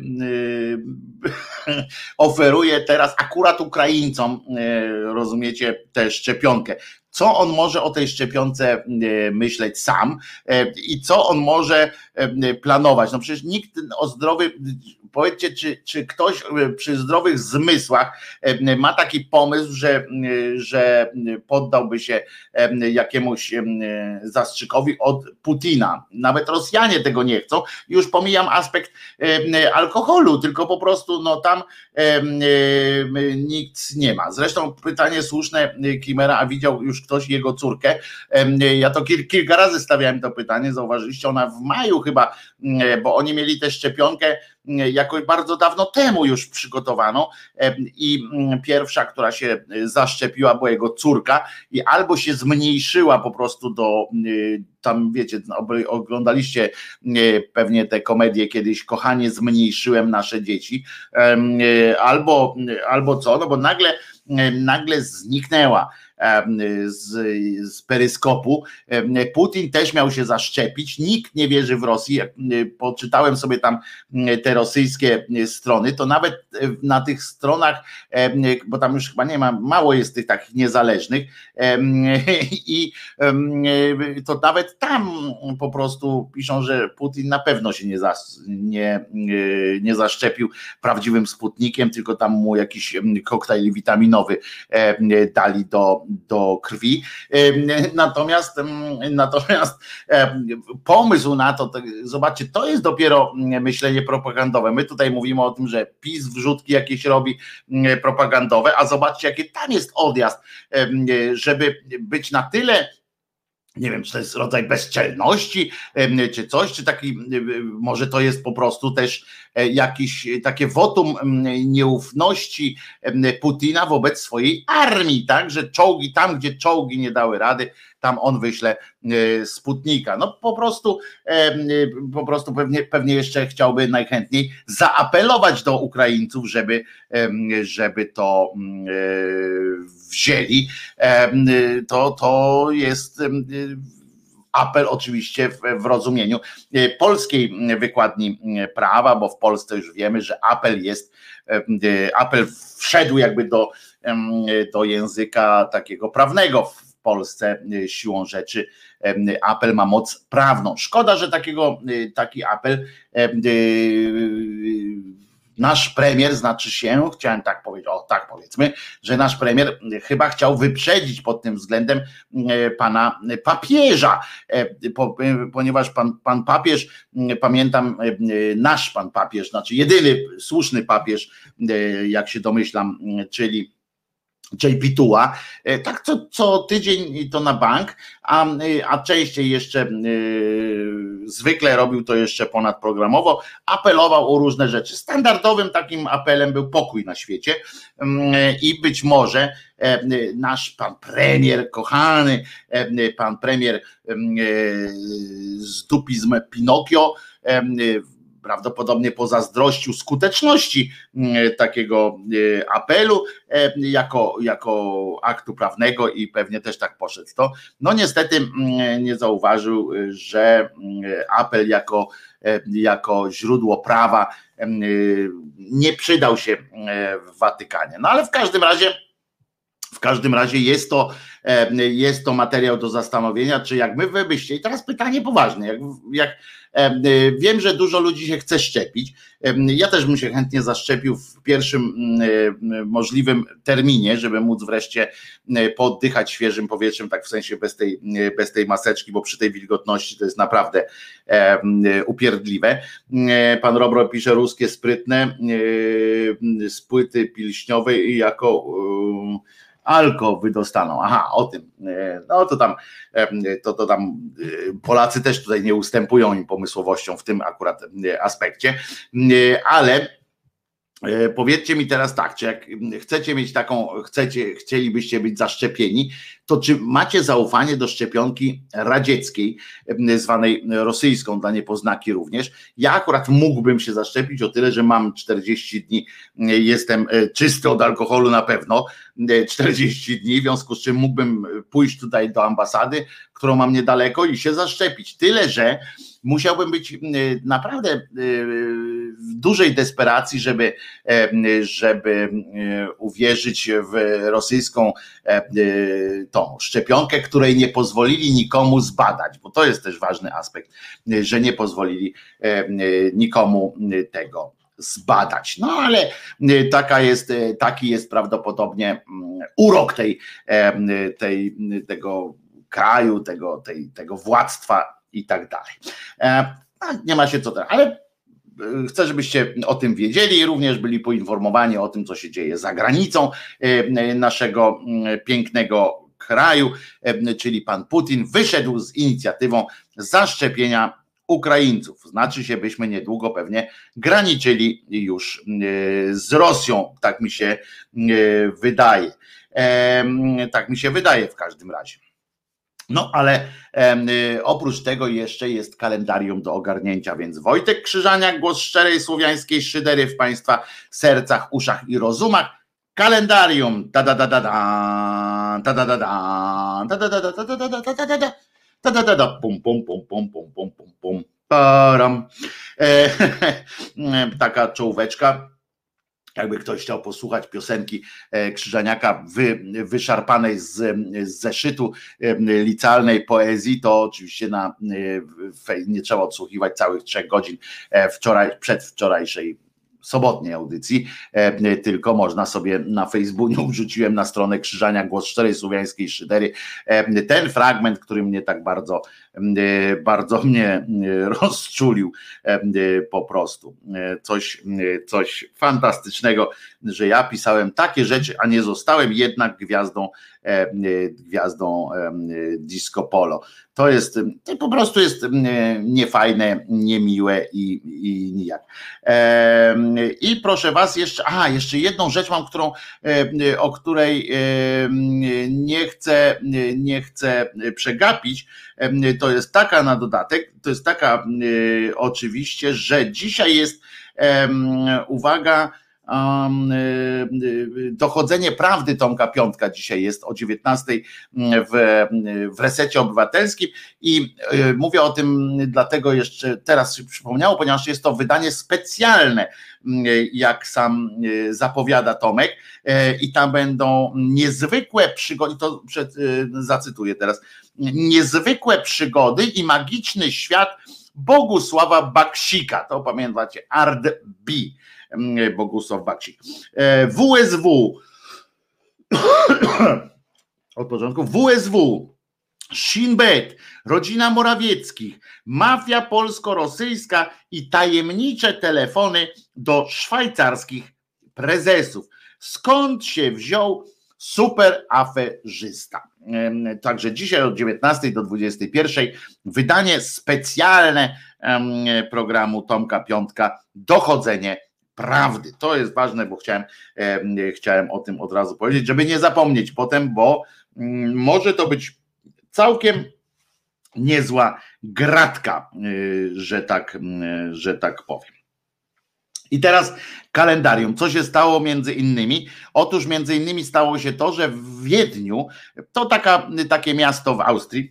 oferuje teraz akurat Ukraińcom, rozumiecie, tę szczepionkę. Co on może o tej szczepionce myśleć sam i co on może planować? No przecież nikt o powiedzcie, czy ktoś przy zdrowych zmysłach ma taki pomysł, że poddałby się jakiemuś zastrzykowi od Putina. Nawet Rosjanie tego nie chcą. Już pomijam aspekt alkoholu, tylko po prostu tam nikt nie ma. Zresztą pytanie słuszne Kimera, a widział już ktoś jego córkę? Ja to kilka razy stawiałem to pytanie, zauważyliście, ona w maju chyba, bo oni mieli tę szczepionkę jakoś bardzo dawno temu już przygotowaną i pierwsza, która się zaszczepiła, była jego córka i albo się zmniejszyła po prostu tam wiecie, oglądaliście pewnie te komedie kiedyś, kochanie zmniejszyłem nasze dzieci, albo co, no bo nagle zniknęła z peryskopu. Putin też miał się zaszczepić, nikt nie wierzy w Rosję. Poczytałem sobie tam te rosyjskie strony, to nawet na tych stronach, bo tam już chyba nie ma, mało jest tych takich niezależnych i to nawet tam po prostu piszą, że Putin na pewno się nie zaszczepił prawdziwym Sputnikiem, tylko tam mu jakiś koktajl witaminowy dali do krwi. Natomiast pomysł na to, zobaczcie, to jest dopiero myślenie propagandowe. My tutaj mówimy o tym, że PiS wrzutki jakieś robi propagandowe, a zobaczcie, jaki tam jest odjazd, żeby być na tyle Nie wiem, czy to jest rodzaj bezczelności, czy coś, czy taki, może to jest po prostu też jakieś takie wotum nieufności Putina wobec swojej armii, tak, że czołgi, tam gdzie czołgi nie dały rady, tam on wyśle Sputnika. No po prostu pewnie jeszcze chciałby najchętniej zaapelować do Ukraińców, żeby to wzięli. To jest apel oczywiście w rozumieniu polskiej wykładni prawa, bo w Polsce już wiemy, że apel wszedł jakby do języka takiego prawnego w Polsce siłą rzeczy. Apel ma moc prawną. Szkoda, że taki apel nasz premier, chciałem tak powiedzieć, tak powiedzmy, że nasz premier chyba chciał wyprzedzić pod tym względem pana papieża, ponieważ pan papież, pamiętam, nasz pan papież, znaczy jedyny słuszny papież, jak się domyślam, czyli Tuła, tak co tydzień to na bank, a częściej jeszcze zwykle robił to jeszcze ponadprogramowo, apelował o różne rzeczy. Standardowym takim apelem był pokój na świecie i być może nasz pan premier, kochany pan premier z dupizm Pinokio, prawdopodobnie pozazdrościł skuteczności takiego apelu jako aktu prawnego i pewnie też tak poszedł to. No niestety nie zauważył, że apel jako źródło prawa nie przydał się w Watykanie. No ale w każdym razie jest to materiał do zastanowienia, czy jak wy byście, i teraz pytanie poważne, wiem, że dużo ludzi się chce szczepić, ja też bym się chętnie zaszczepił w pierwszym możliwym terminie, żeby móc wreszcie pooddychać świeżym powietrzem, tak w sensie bez tej maseczki, bo przy tej wilgotności to jest naprawdę upierdliwe. Pan Robro pisze, ruskie sprytne z płyty pilśniowej jako alko wydostaną. Aha, o tym. No to tam Polacy też tutaj nie ustępują im pomysłowością w tym akurat aspekcie, ale powiedzcie mi teraz tak, czy jak chcecie mieć chcielibyście być zaszczepieni, to czy macie zaufanie do szczepionki radzieckiej, zwanej rosyjską, dla niepoznaki również? Ja akurat mógłbym się zaszczepić o tyle, że mam 40 dni, jestem czysty od alkoholu na pewno, 40 dni, w związku z czym mógłbym pójść tutaj do ambasady, którą mam niedaleko i się zaszczepić. Tyle, że musiałbym być naprawdę w dużej desperacji, żeby uwierzyć w rosyjską tą szczepionkę, której nie pozwolili nikomu zbadać, bo to jest też ważny aspekt, że nie pozwolili nikomu tego zbadać. No ale taki jest prawdopodobnie urok tego kraju, tego władztwa i tak dalej. Nie ma się co teraz, ale chcę, żebyście o tym wiedzieli, również byli poinformowani o tym, co się dzieje za granicą naszego pięknego kraju, czyli pan Putin wyszedł z inicjatywą zaszczepienia Ukraińców. Znaczy się, byśmy niedługo pewnie graniczyli już z Rosją, tak mi się wydaje. Tak mi się wydaje w każdym razie. No ale oprócz tego jeszcze jest kalendarium do ogarnięcia, więc Wojtek Krzyżaniak, głos szczerej słowiańskiej szydery w Państwa sercach, uszach i rozumach. Kalendarium. Pum pum pum pum pum pum pum pum. Param. Taka czołóweczka. Jakby ktoś chciał posłuchać piosenki Krzyżaniaka wyszarpanej z zeszytu licealnej poezji, to oczywiście nie trzeba odsłuchiwać całych 3 godzin przedwczorajszej sobotniej audycji, tylko można sobie na Facebooku, wrzuciłem na stronę Krzyżania Głos Szczerej Słowiańskiej Szydery ten fragment, który mnie tak bardzo mnie rozczulił po prostu. Coś fantastycznego, że ja pisałem takie rzeczy, a nie zostałem jednak gwiazdą disco polo. to po prostu jest niefajne, niemiłe i nijak. I proszę was jeszcze jedną rzecz mam, o której nie chcę przegapić. To jest taka na dodatek, to jest taka oczywiście, że dzisiaj jest uwaga, dochodzenie prawdy Tomka Piątka dzisiaj jest o 19:00 w Resecie Obywatelskim i mówię o tym dlatego jeszcze teraz się przypomniało, ponieważ jest to wydanie specjalne, jak sam zapowiada Tomek, i tam będą niezwykłe przygody, to zacytuję teraz, niezwykłe przygody i magiczny świat Bogusława Baksika, to pamiętacie, Art B. Bogusław Baksik. WSW od początku. WSW, Shin Bet, rodzina Morawieckich, mafia polsko-rosyjska i tajemnicze telefony do szwajcarskich prezesów. Skąd się wziął superaferzysta? Także dzisiaj od 19:00 do 21:00 wydanie specjalne programu Tomka Piątka, dochodzenie prawdy. To jest ważne, bo chciałem o tym od razu powiedzieć, żeby nie zapomnieć potem, bo może to być całkiem niezła gratka, że tak powiem. I teraz kalendarium. Co się stało między innymi? Otóż między innymi stało się to, że w Wiedniu, to takie miasto w Austrii,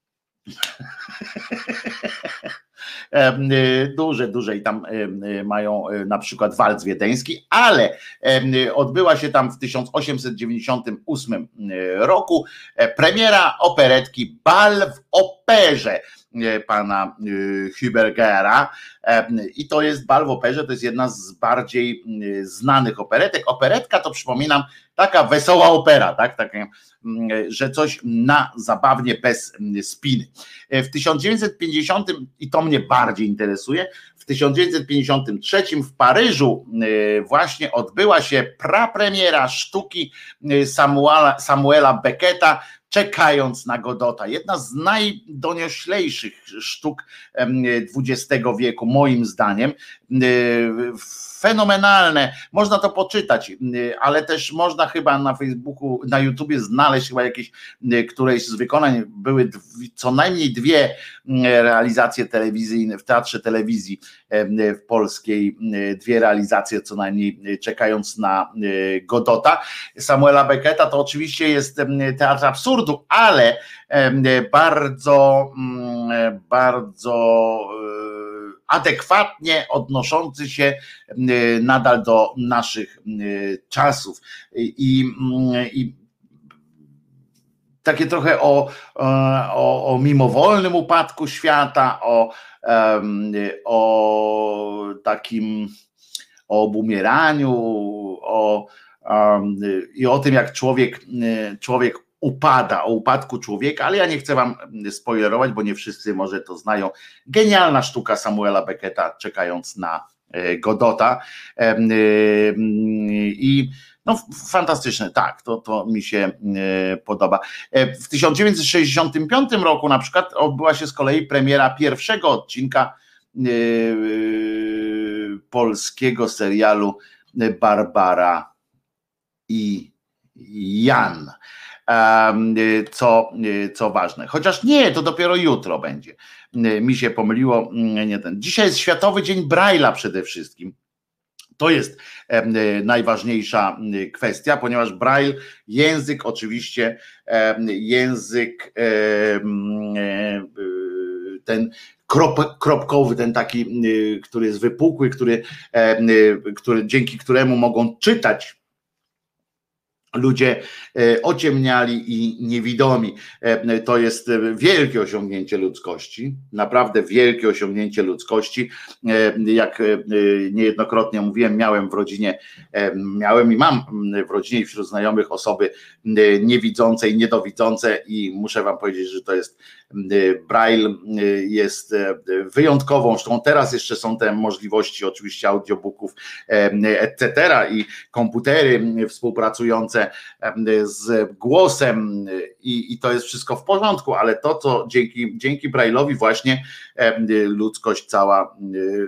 duże i tam mają na przykład walc wiedeński, ale odbyła się tam w 1898 roku premiera operetki Bal w operze pana Hübergera, i to jest Bal w operze, to jest jedna z bardziej znanych operetek. Operetka to, przypominam, taka wesoła opera, tak? Takie, że coś na zabawnie, bez spiny. W 1950, i to mnie bardziej interesuje, w 1953 w Paryżu właśnie odbyła się prapremiera sztuki Samuela Becketa Czekając na Godota. Jedna z najdonioślejszych sztuk XX wieku, moim zdaniem. Fenomenalne, można to poczytać, ale też można chyba na Facebooku, na YouTubie znaleźć chyba któreś z wykonań. Były co najmniej 2 realizacje telewizyjne w Teatrze Telewizji w polskiej, 2 realizacje co najmniej Czekając na Godota. Samuela Becketa to oczywiście jest teatr absurdu, ale bardzo adekwatnie odnoszący się nadal do naszych czasów i takie trochę o mimowolnym upadku świata, o takim obumieraniu, i o tym, jak człowiek upada, o upadku człowieka, ale ja nie chcę wam spoilerować, bo nie wszyscy może to znają. Genialna sztuka Samuela Becketa Czekając na Godota, i no fantastyczne, tak, to mi się podoba. W 1965 roku na przykład odbyła się z kolei premiera pierwszego odcinka polskiego serialu Barbara i Jan. Co ważne, chociaż nie, to dopiero jutro będzie. Mi się pomyliło, nie ten. Dzisiaj jest Światowy Dzień Braille'a przede wszystkim. To jest najważniejsza kwestia, ponieważ Braille, język oczywiście, język ten kropkowy, ten taki, który jest wypukły, dzięki któremu mogą czytać ludzie ociemniali i niewidomi. To jest wielkie osiągnięcie ludzkości, naprawdę wielkie osiągnięcie ludzkości. Jak niejednokrotnie mówiłem, miałem i mam w rodzinie i wśród znajomych osoby niewidzące i niedowidzące, i muszę wam powiedzieć, że to jest Braille jest wyjątkową sztuką. Teraz jeszcze są te możliwości oczywiście audiobooków, etc. i komputery współpracujące ręce z głosem i to jest wszystko w porządku, ale to, co dzięki Braille'owi właśnie ludzkość cała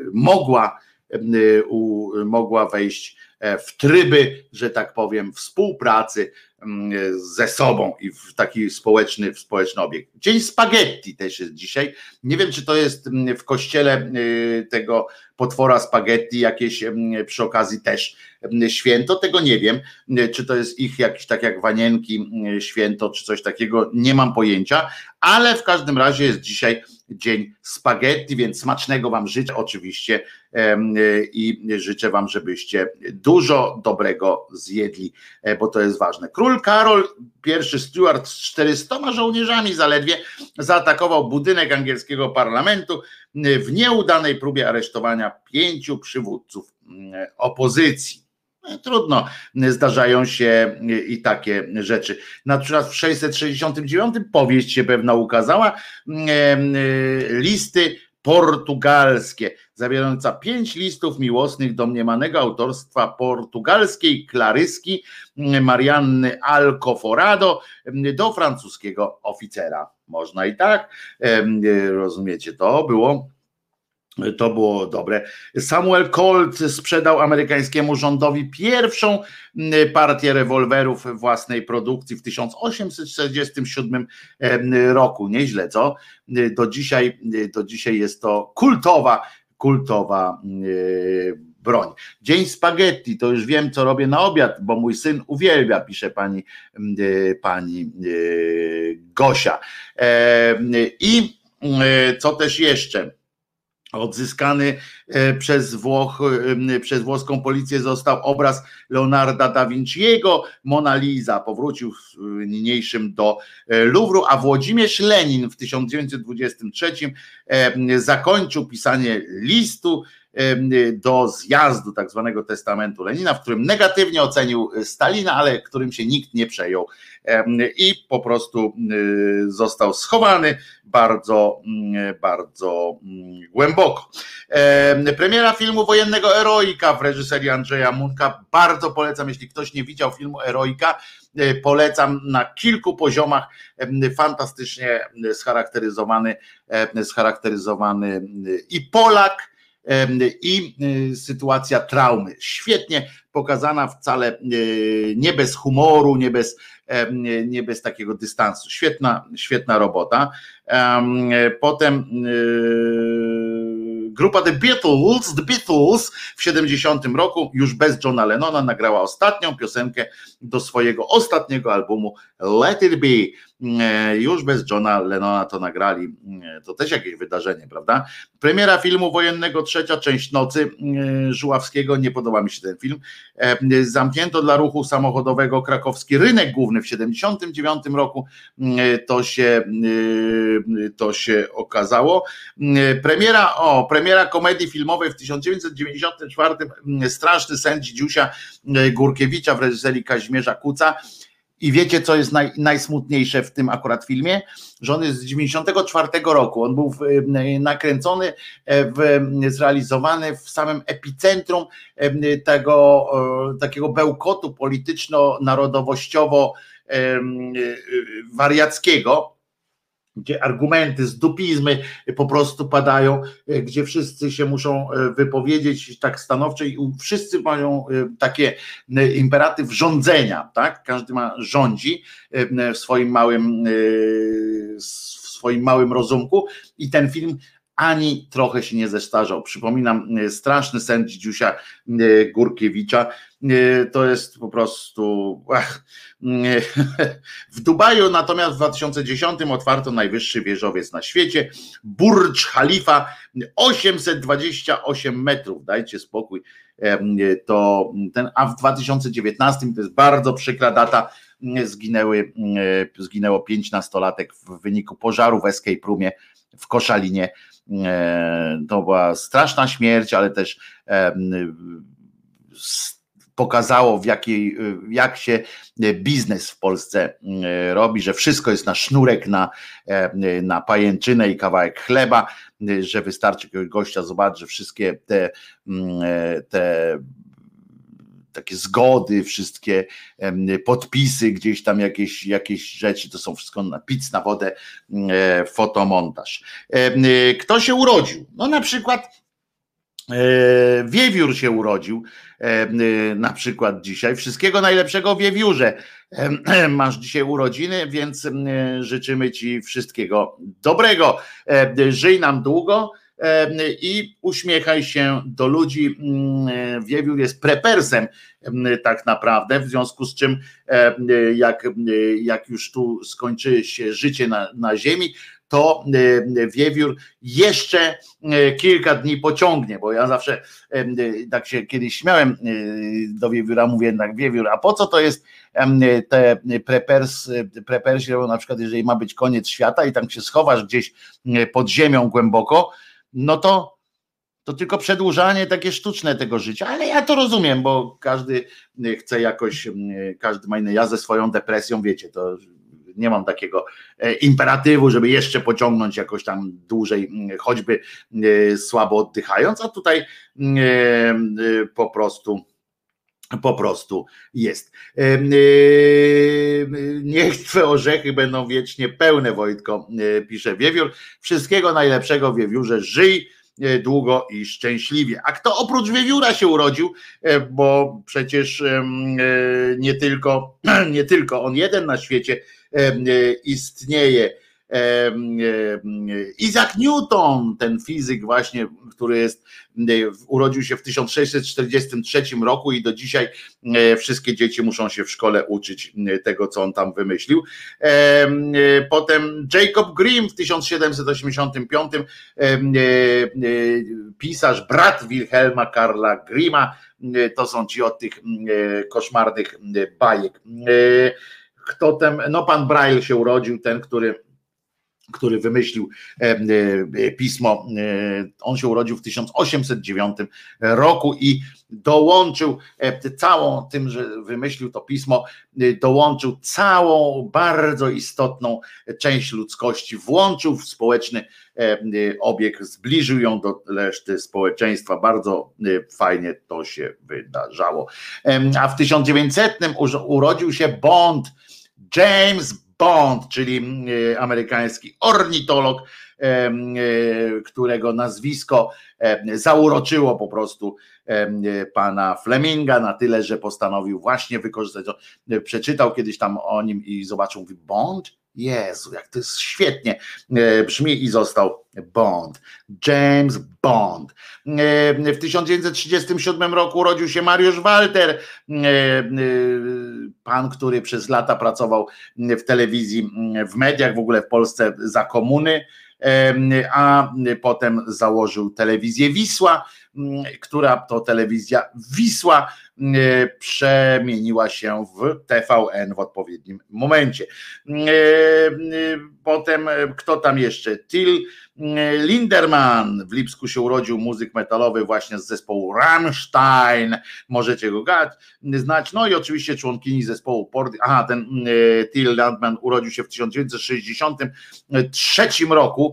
mogła wejść w tryby, że tak powiem, współpracy ze sobą i w taki społeczny obiekt. Dzień spaghetti też jest dzisiaj. Nie wiem, czy to jest w kościele tego potwora spaghetti jakieś przy okazji też święto, tego nie wiem, czy to jest ich jakiś tak jak wanienki święto, czy coś takiego, nie mam pojęcia, ale w każdym razie jest dzisiaj dzień spaghetti, więc smacznego wam życzę oczywiście i życzę wam, żebyście dużo dobrego zjedli, bo to jest ważne. Król Karol I Stuart z 400 żołnierzami zaledwie zaatakował budynek angielskiego parlamentu w nieudanej próbie aresztowania 5 przywódców opozycji. Trudno, zdarzają się i takie rzeczy. Na przykład w 669 powieść się pewna ukazała, listy portugalskie, zawierająca 5 listów miłosnych domniemanego autorstwa portugalskiej klaryski Marianny Alcoforado do francuskiego oficera. Można i tak, rozumiecie, to było dobre. Samuel Colt sprzedał amerykańskiemu rządowi pierwszą partię rewolwerów własnej produkcji w 1847 roku. Nieźle, co? Do dzisiaj jest to kultowa broń. Dzień spaghetti, to już wiem, co robię na obiad, bo mój syn uwielbia, pisze pani Gosia. I co też jeszcze? Odzyskany przez włoską policję został obraz Leonarda da Vinciego, Mona Lisa, powrócił niniejszym do Luwru, a Włodzimierz Lenin w 1923 zakończył pisanie listu do zjazdu tak zwanego testamentu Lenina, w którym negatywnie ocenił Stalina, ale którym się nikt nie przejął i po prostu został schowany bardzo głęboko. Premiera filmu wojennego Eroika w reżyserii Andrzeja Munka. Bardzo polecam, jeśli ktoś nie widział filmu Eroika, polecam na kilku poziomach, fantastycznie scharakteryzowany i Polak, i sytuacja traumy. Świetnie pokazana, wcale nie bez humoru, nie bez takiego dystansu. Świetna robota. Potem grupa The Beatles w 70 roku już bez Johna Lennona nagrała ostatnią piosenkę do swojego ostatniego albumu Let It Be. Już bez Johna Lennona to nagrali. To też jakieś wydarzenie, prawda? Premiera filmu wojennego Trzecia część Nocy Żuławskiego. Nie podoba mi się ten film. Zamknięto dla ruchu samochodowego krakowski rynek główny w 79 roku. To się okazało. Premiera komedii filmowej w 1994 Straszny sen Dzidziusia Górkiewicza w reżyserii Kazimierza Kuca. I wiecie, co jest najsmutniejsze w tym akurat filmie? Że on jest z 94 roku. On był nakręcony, zrealizowany w samym epicentrum tego takiego bełkotu polityczno-narodowościowo wariackiego, gdzie argumenty, zdupizmy po prostu padają, gdzie wszyscy się muszą wypowiedzieć tak stanowczo i wszyscy mają takie imperatyw rządzenia, tak? Każdy rządzi w swoim małym rozumku i ten film ani trochę się nie zestarzał. Przypominam, Straszny sen Dzidziusia Górkiewicza. To jest po prostu... W Dubaju natomiast w 2010 otwarto najwyższy wieżowiec na świecie, Burdż Khalifa, 828 metrów, dajcie spokój. A w 2019, to jest bardzo przykra data, zginęło 5 nastolatek w wyniku pożaru w escape roomie w Koszalinie. To była straszna śmierć, ale też pokazało, jak się biznes w Polsce robi, że wszystko jest na sznurek, na pajęczynę i kawałek chleba, że wystarczy jakiegoś gościa zobaczyć, że wszystkie te takie zgody, wszystkie podpisy, gdzieś tam jakieś rzeczy, to są wszystko na pic, na wodę, fotomontaż. Kto się urodził? No na przykład Wiewiór się urodził na przykład dzisiaj. Wszystkiego najlepszego, Wiewiórze. Masz dzisiaj urodziny, więc życzymy ci wszystkiego dobrego. Żyj nam długo i uśmiechaj się do ludzi. Wiewiór jest prepersem tak naprawdę, w związku z czym jak już tu skończy się życie na ziemi, to Wiewiór jeszcze kilka dni pociągnie, bo ja zawsze tak się kiedyś śmiałem do Wiewióra, mówię tak, Wiewiór, a po co to jest te prepersi, bo na przykład jeżeli ma być koniec świata i tam się schowasz gdzieś pod ziemią głęboko, no to tylko przedłużanie takie sztuczne tego życia, ale ja to rozumiem, bo każdy chce jakoś, każdy ma inny, ja ze swoją depresją, wiecie, to nie mam takiego imperatywu, żeby jeszcze pociągnąć jakoś tam dłużej, choćby słabo oddychając, a tutaj po prostu jest. Niech twe orzechy będą wiecznie pełne, Wojtko, pisze Wiewiór. Wszystkiego najlepszego, Wiewiórze, żyj długo i szczęśliwie. A kto oprócz Wiewióra się urodził, bo przecież nie tylko on jeden na świecie istnieje. Isaac Newton, ten fizyk właśnie, który urodził się w 1643 roku i do dzisiaj wszystkie dzieci muszą się w szkole uczyć tego, co on tam wymyślił. Potem Jacob Grimm w 1785, pisarz, brat Wilhelma Karla Grimma, to są ci od tych koszmarnych bajek. Kto tam, no pan Braille się urodził, ten, który wymyślił pismo, on się urodził w 1809 roku i dołączył całą tym, że wymyślił to pismo, dołączył całą bardzo istotną część ludzkości, włączył w społeczny obieg, zbliżył ją do reszty społeczeństwa, bardzo fajnie to się wydarzało. A w 1900 urodził się James Bond, czyli amerykański ornitolog, którego nazwisko zauroczyło po prostu pana Fleminga na tyle, że postanowił właśnie wykorzystać to. Przeczytał kiedyś tam o nim i zobaczył, mówi Bond? Jezu, jak to jest świetnie brzmi i został Bond. James Bond. W 1937 roku urodził się Mariusz Walter, pan, który przez lata pracował w telewizji, w mediach, w ogóle w Polsce za komuny, a potem założył telewizję Wisła, która to telewizja Wisła przemieniła się w TVN w odpowiednim momencie. Potem kto tam jeszcze? Till Lindemann w Lipsku się urodził, muzyk metalowy właśnie z zespołu Rammstein, możecie go znać, no i oczywiście członkini zespołu Pordy. Aha, ten Till Lindemann urodził się w 1963 roku,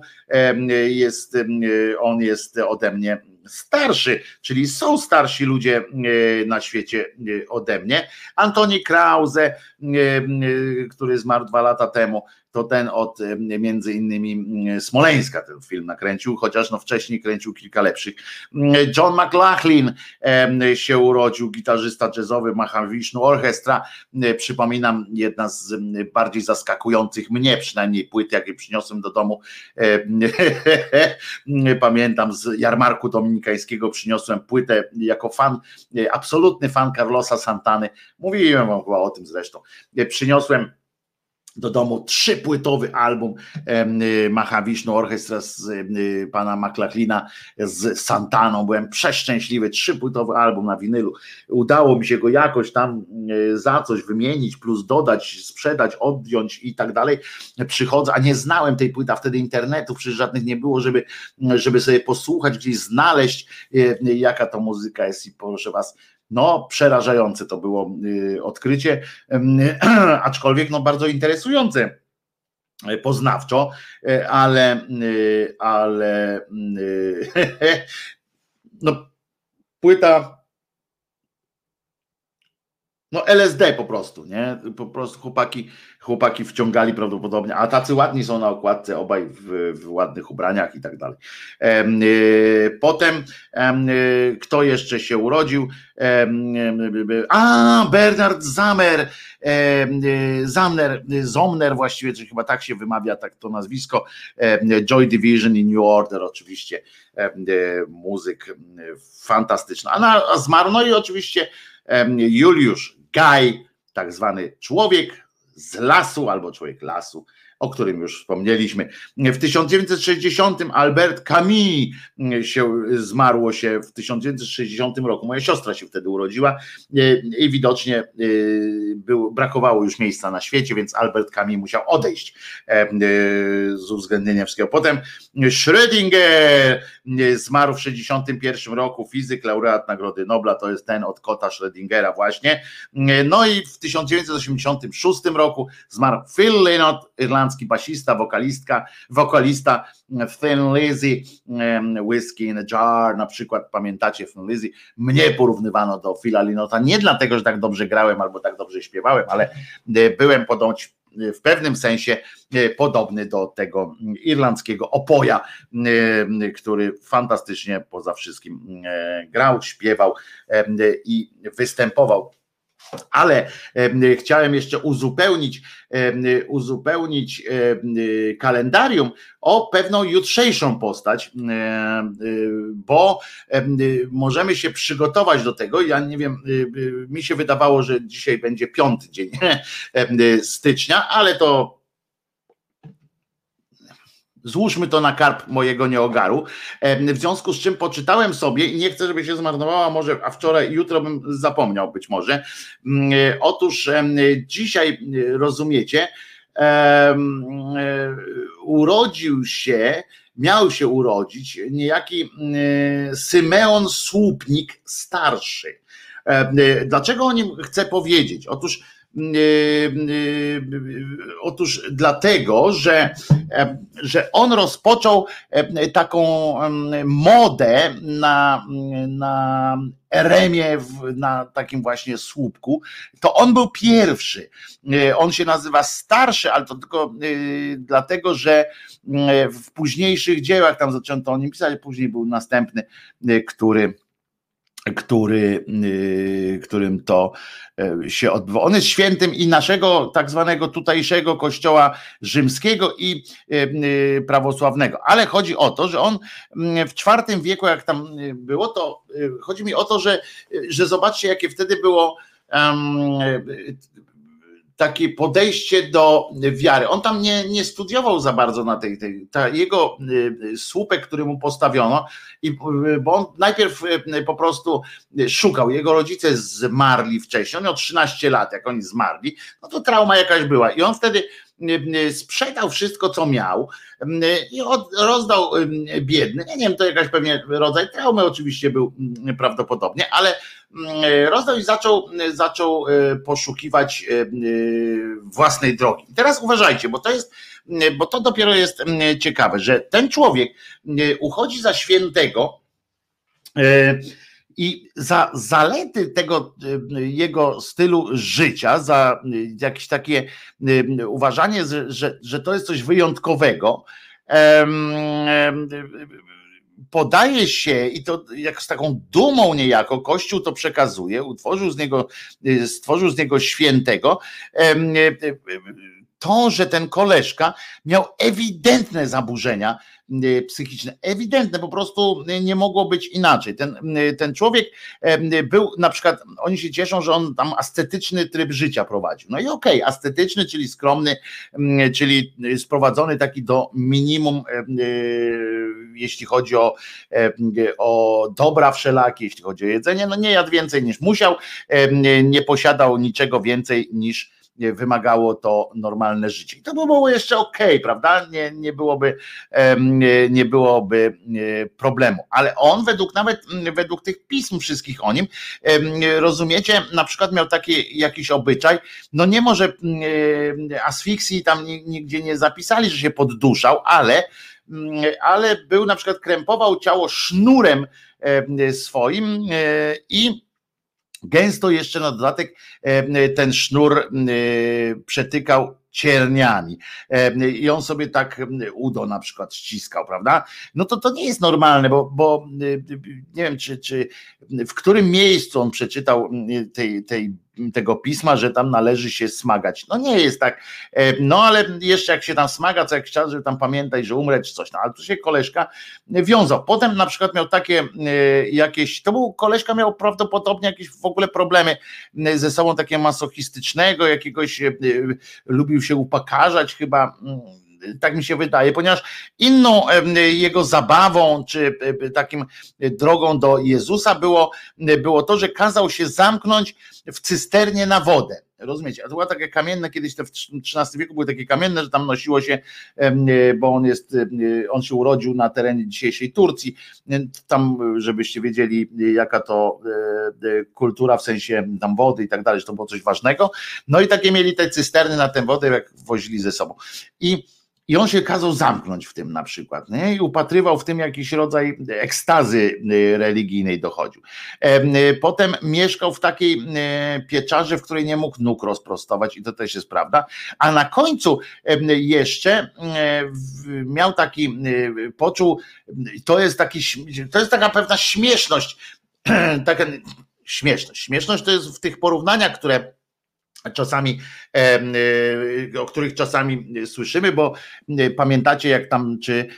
on jest ode mnie starszy, czyli są starsi ludzie na świecie ode mnie. Antoni Krause, który zmarł 2 lata temu, to ten od między innymi Smoleńska ten film nakręcił, chociaż no wcześniej kręcił kilka lepszych. John McLaughlin się urodził, gitarzysta jazzowy Mahavishnu Orchestra. Przypominam, jedna z bardziej zaskakujących mnie przynajmniej płyt, jakie przyniosłem do domu. Pamiętam, z jarmarku dominikańskiego przyniosłem płytę jako fan, absolutny fan Carlosa Santany. Mówiłem wam chyba o tym zresztą. Przyniosłem do domu 3-płytowy album Mahavishnu Orchestra z pana McLaughlina z Santaną. Byłem przeszczęśliwy, 3-płytowy album na winylu. Udało mi się go jakoś tam za coś wymienić, plus dodać, sprzedać, odjąć i tak dalej. Przychodzę, a nie znałem tej płyty, a wtedy internetu przecież żadnych nie było, żeby sobie posłuchać, gdzieś znaleźć, jaka to muzyka jest i proszę was, no przerażające to było odkrycie, aczkolwiek no bardzo interesujące poznawczo, ale no płyta No LSD po prostu, nie? Po prostu chłopaki wciągali prawdopodobnie, a tacy ładni są na okładce, obaj w ładnych ubraniach i tak dalej. Potem kto jeszcze się urodził? Bernard Zomner właściwie, czy chyba tak się wymawia tak to nazwisko. Joy Division i New Order oczywiście, muzyk fantastyczny. A zmarł, no i oczywiście Juliusz Gaj, tak zwany człowiek z lasu albo człowiek lasu, o którym już wspomnieliśmy. W 1960 Albert Camus zmarło się w 1960 roku. Moja siostra się wtedy urodziła i widocznie brakowało już miejsca na świecie, więc Albert Camus musiał odejść z uwzględnieniem wszystkiego. Potem Schrödinger zmarł w 1961 roku, fizyk, laureat Nagrody Nobla, to jest ten od kota Schrödingera właśnie. No i w 1986 roku zmarł Phil Lynott, irlandzki basista, wokalista Thin Lizzy, Whiskey in a Jar, na przykład pamiętacie Thin Lizzy, mnie porównywano do Phila Lynotta, nie dlatego, że tak dobrze grałem albo tak dobrze śpiewałem, ale byłem ponoć w pewnym sensie podobny do tego irlandzkiego opoja, który fantastycznie poza wszystkim grał, śpiewał i występował. Ale chciałem jeszcze uzupełnić kalendarium o pewną jutrzejszą postać, bo możemy się przygotować do tego. Ja nie wiem, mi się wydawało, że dzisiaj będzie 5. dzień stycznia, ale to złóżmy to na karb mojego nieogaru, w związku z czym poczytałem sobie i nie chcę, żeby się zmarnowała, może, a wczoraj, jutro bym zapomniał być może. Otóż dzisiaj, rozumiecie, miał się urodzić niejaki Symeon Słupnik starszy. Dlaczego o nim chcę powiedzieć? Otóż dlatego, że on rozpoczął taką modę na eremię, na takim właśnie słupku. To on był pierwszy. On się nazywa starszy, ale to tylko dlatego, że w późniejszych dziełach tam zaczęto o nim pisać, później był następny, którym to się odbywa. On jest świętym i naszego tak zwanego tutejszego kościoła rzymskiego i prawosławnego. Ale chodzi o to, że on w IV wieku, jak tam było, to chodzi mi o to, że zobaczcie, jakie wtedy było takie podejście do wiary. On tam nie studiował za bardzo na jego słupek, który mu postawiono, bo on najpierw po prostu szukał. Jego rodzice zmarli wcześniej, on miał 13 lat, jak oni zmarli, no to trauma jakaś była. I on wtedy sprzedał wszystko, co miał i rozdał biedny. Ja nie wiem, to jakaś pewnie rodzaj traumy oczywiście był prawdopodobnie, ale rozdał i zaczął poszukiwać własnej drogi. Teraz uważajcie, bo to dopiero jest ciekawe, że ten człowiek uchodzi za świętego i za zalety tego jego stylu życia, za jakieś takie uważanie, że to jest coś wyjątkowego, podaje się i to jak z taką dumą niejako Kościół to przekazuje, stworzył z niego świętego, to, że ten koleżka miał ewidentne zaburzenia psychiczne, ewidentne, po prostu nie mogło być inaczej. Ten człowiek był, na przykład, oni się cieszą, że on tam ascetyczny tryb życia prowadził. No i okej, ascetyczny, czyli skromny, czyli sprowadzony taki do minimum, jeśli chodzi o dobra wszelakie, jeśli chodzi o jedzenie, no nie jadł więcej niż musiał, nie posiadał niczego więcej niż wymagało to normalne życie. I to by było jeszcze okej, prawda? Nie byłoby problemu. Ale on według tych pism wszystkich o nim, rozumiecie, na przykład miał taki jakiś obyczaj, no nie może asfiksji tam nigdzie nie zapisali, że się podduszał, ale był na przykład, krępował ciało sznurem swoim i Gęsto jeszcze na dodatek ten sznur przetykał cierniami i on sobie tak udo na przykład ściskał, prawda? No to nie jest normalne, bo nie wiem, czy w którym miejscu on przeczytał tego pisma, że tam należy się smagać. No nie jest tak, no ale jeszcze jak się tam smaga co jakiś czas, żeby tam pamiętać, że umrę czy coś, no ale tu się koleżka wiązał. Potem na przykład miał takie jakieś, koleżka miał prawdopodobnie jakieś w ogóle problemy ze sobą, takie masochistycznego, jakiegoś lubił się upokarzać chyba, tak mi się wydaje, ponieważ inną jego zabawą, czy takim drogą do Jezusa było to, że kazał się zamknąć w cysternie na wodę. Rozumiecie? A to była takie kamienne, kiedyś w XIII wieku były takie kamienne, że tam nosiło się, bo on się urodził na terenie dzisiejszej Turcji, tam żebyście wiedzieli jaka to kultura w sensie tam wody i tak dalej, że to było coś ważnego, no i takie mieli te cysterny na tę wodę, jak wozili ze sobą. I on się kazał zamknąć w tym na przykład, nie? I upatrywał w tym jakiś rodzaj ekstazy religijnej dochodził. Potem mieszkał w takiej pieczarze, w której nie mógł nóg rozprostować i to też jest prawda, a na końcu jeszcze miał taki, poczuł, to jest taka pewna śmieszność, taka śmieszność to jest w tych porównaniach, które czasami, o których czasami słyszymy, bo pamiętacie jak tam, czy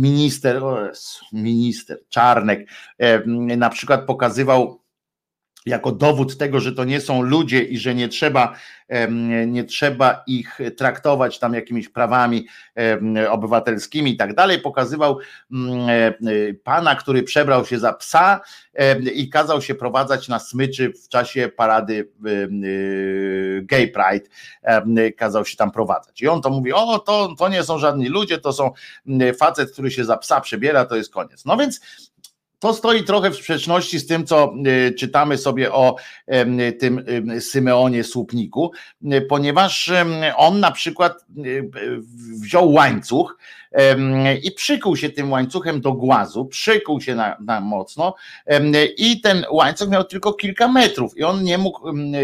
minister Czarnek na przykład pokazywał jako dowód tego, że to nie są ludzie i że nie trzeba ich traktować tam jakimiś prawami obywatelskimi i tak dalej, pokazywał pana, który przebrał się za psa i kazał się prowadzać na smyczy w czasie parady Gay Pride, kazał się tam prowadzać. I on to mówi, to nie są żadni ludzie, to są facet, który się za psa przebiera, to jest koniec. No więc to stoi trochę w sprzeczności z tym, co czytamy sobie o tym Symeonie Słupniku, ponieważ on na przykład wziął łańcuch i przykuł się tym łańcuchem do głazu, przykuł się na mocno i ten łańcuch miał tylko kilka metrów i on nie mógł,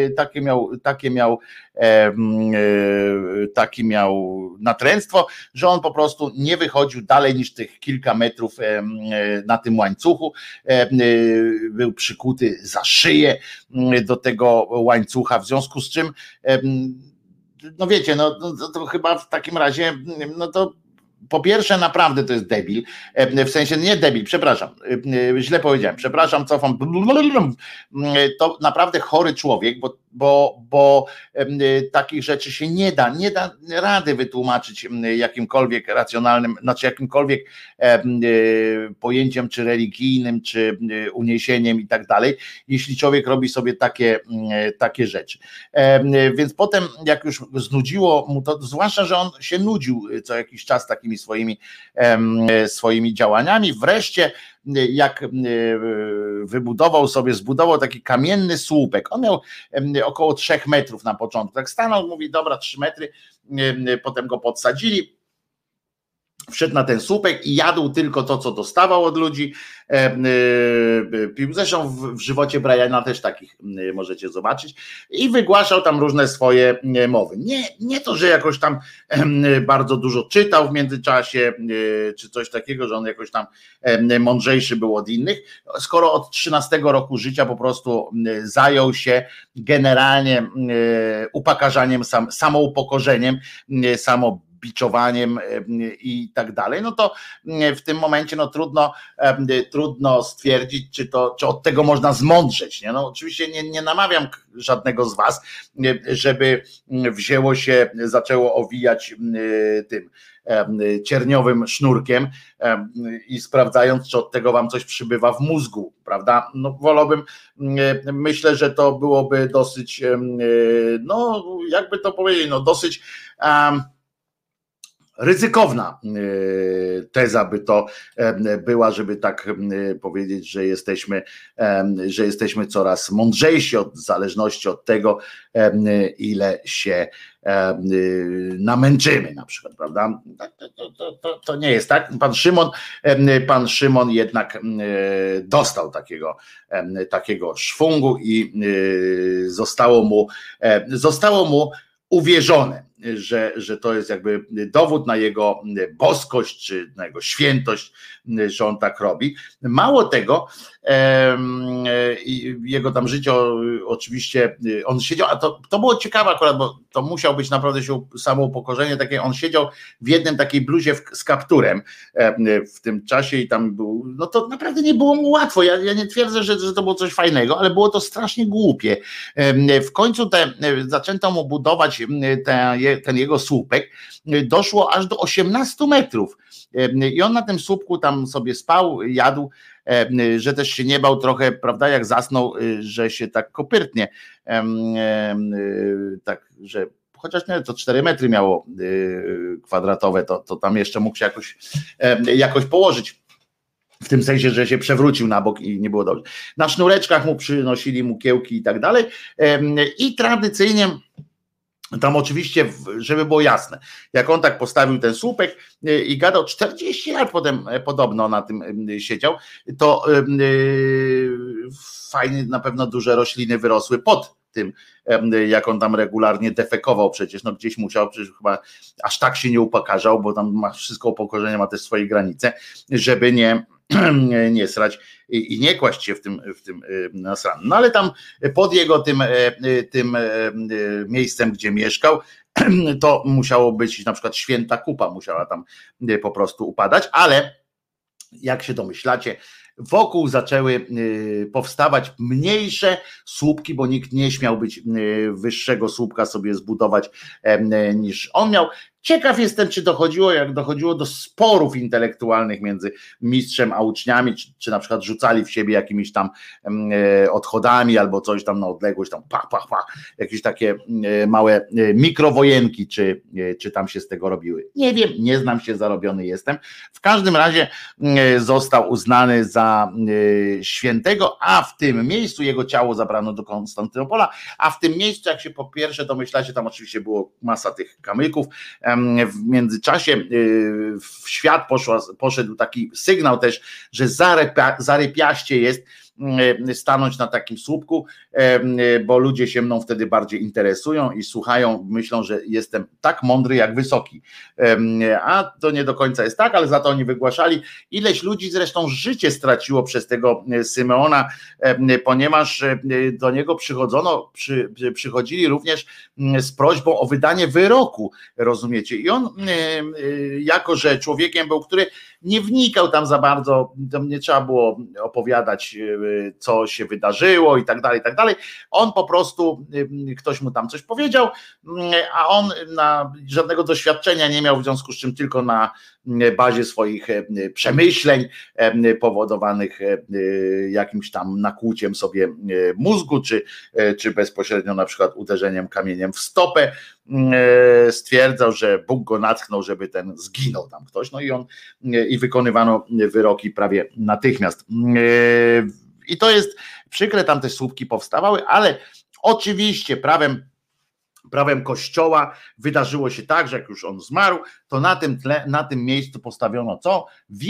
takie miał natręctwo, że on po prostu nie wychodził dalej niż tych kilka metrów na tym łańcuchu, był przykuty za szyję do tego łańcucha, w związku z czym no wiecie, to chyba w takim razie, no to po pierwsze naprawdę to jest debil, w sensie nie debil, przepraszam, źle powiedziałem, przepraszam, cofam, to naprawdę chory człowiek, bo takich rzeczy się nie da rady wytłumaczyć jakimkolwiek racjonalnym, znaczy jakimkolwiek pojęciem, czy religijnym, czy uniesieniem i tak dalej, jeśli człowiek robi sobie takie rzeczy. Więc potem jak już znudziło mu to, zwłaszcza, że on się nudził co jakiś czas takimi swoimi działaniami, wreszcie jak zbudował taki kamienny słupek. On miał około 3 metrów na początku. Tak stanął, mówi, dobra, 3 metry, potem go podsadzili, wszedł na ten słupek i jadł tylko to, co dostawał od ludzi. Zresztą w żywocie Briana też takich możecie zobaczyć i wygłaszał tam różne swoje mowy. Nie to, że jakoś tam bardzo dużo czytał w międzyczasie, czy coś takiego, że on jakoś tam mądrzejszy był od innych, skoro od 13 roku życia po prostu zajął się generalnie upokarzaniem, samoupokorzeniem, biczowaniem i tak dalej, no to w tym momencie trudno stwierdzić, czy od tego można zmądrzeć. Nie? No oczywiście nie namawiam żadnego z was, żeby zaczęło owijać tym cierniowym sznurkiem i sprawdzając, czy od tego wam coś przybywa w mózgu, prawda? No wolałbym, myślę, że to byłoby dosyć, no jakby to powiedzieć, no dosyć ryzykowna teza by to była, żeby tak powiedzieć, że jesteśmy coraz mądrzejsi w zależności od tego, ile się namęczymy na przykład, prawda? To nie jest tak. Pan Szymon jednak dostał takiego szwungu i zostało mu uwierzone, że to jest jakby dowód na jego boskość, czy na jego świętość, że on tak robi. Mało tego, jego tam życie oczywiście, on siedział, a to było ciekawe akurat, bo to musiał być naprawdę samo upokorzenie takie, on siedział w jednym takiej bluzie z kapturem w tym czasie i tam był, no to naprawdę nie było mu łatwo, ja nie twierdzę, że to było coś fajnego, ale było to strasznie głupie. W końcu zaczęto mu budować ten jego słupek, doszło aż do 18 metrów i on na tym słupku tam sobie spał, jadł, że też się nie bał trochę, prawda, jak zasnął, że się tak kopyrtnie, tak, że chociaż nie, to 4 metry miało kwadratowe, to tam jeszcze mógł się jakoś położyć. W tym sensie, że się przewrócił na bok i nie było dobrze. Na sznureczkach mu przynosili mukiełki i tak dalej. I tradycyjnie tam oczywiście, żeby było jasne, jak on tak postawił ten słupek i gadał, 40 lat potem podobno na tym siedział, to fajnie, na pewno duże rośliny wyrosły pod tym, jak on tam regularnie defekował przecież, no gdzieś musiał, przecież chyba aż tak się nie upakarzał, bo tam ma wszystko upokorzenie, ma też swoje granice, żeby nie srać i nie kłaść się w tym nasran. No ale tam pod jego tym miejscem, gdzie mieszkał, to musiało być na przykład święta kupa, musiała tam po prostu upadać, ale jak się domyślacie, wokół zaczęły powstawać mniejsze słupki, bo nikt nie śmiał być wyższego słupka sobie zbudować niż on miał. Ciekaw jestem, czy dochodziło do sporów intelektualnych między mistrzem a uczniami, czy na przykład rzucali w siebie jakimiś tam odchodami albo coś tam na odległość, tam jakieś takie małe mikrowojenki, czy tam się z tego robiły. Nie wiem, nie znam się, zarobiony jestem. W każdym razie został uznany za świętego, a w tym miejscu jego ciało zabrano do Konstantynopola, a w tym miejscu, jak się po pierwsze domyślacie, tam oczywiście było masa tych kamyków. W międzyczasie w świat poszedł taki sygnał też, że zarypiaście jest stanąć na takim słupku, bo ludzie się mną wtedy bardziej interesują i słuchają, myślą, że jestem tak mądry jak wysoki, a to nie do końca jest tak, ale za to oni wygłaszali. Ileś ludzi zresztą życie straciło przez tego Symeona, ponieważ do niego przychodzili również z prośbą o wydanie wyroku, rozumiecie, i on jako, że człowiekiem był, który nie wnikał tam za bardzo, tam nie trzeba było opowiadać, co się wydarzyło i tak dalej, on po prostu, ktoś mu tam coś powiedział, a on żadnego doświadczenia nie miał, w związku z czym tylko na bazie swoich przemyśleń powodowanych jakimś tam nakłuciem sobie mózgu, czy bezpośrednio na przykład uderzeniem kamieniem w stopę, stwierdzał, że Bóg go natchnął, żeby ten zginął tam ktoś, no i wykonywano wyroki prawie natychmiast. I to jest przykre, tam te słupki powstawały, ale oczywiście prawem Kościoła wydarzyło się tak, że jak już on zmarł, to na tym miejscu postawiono co?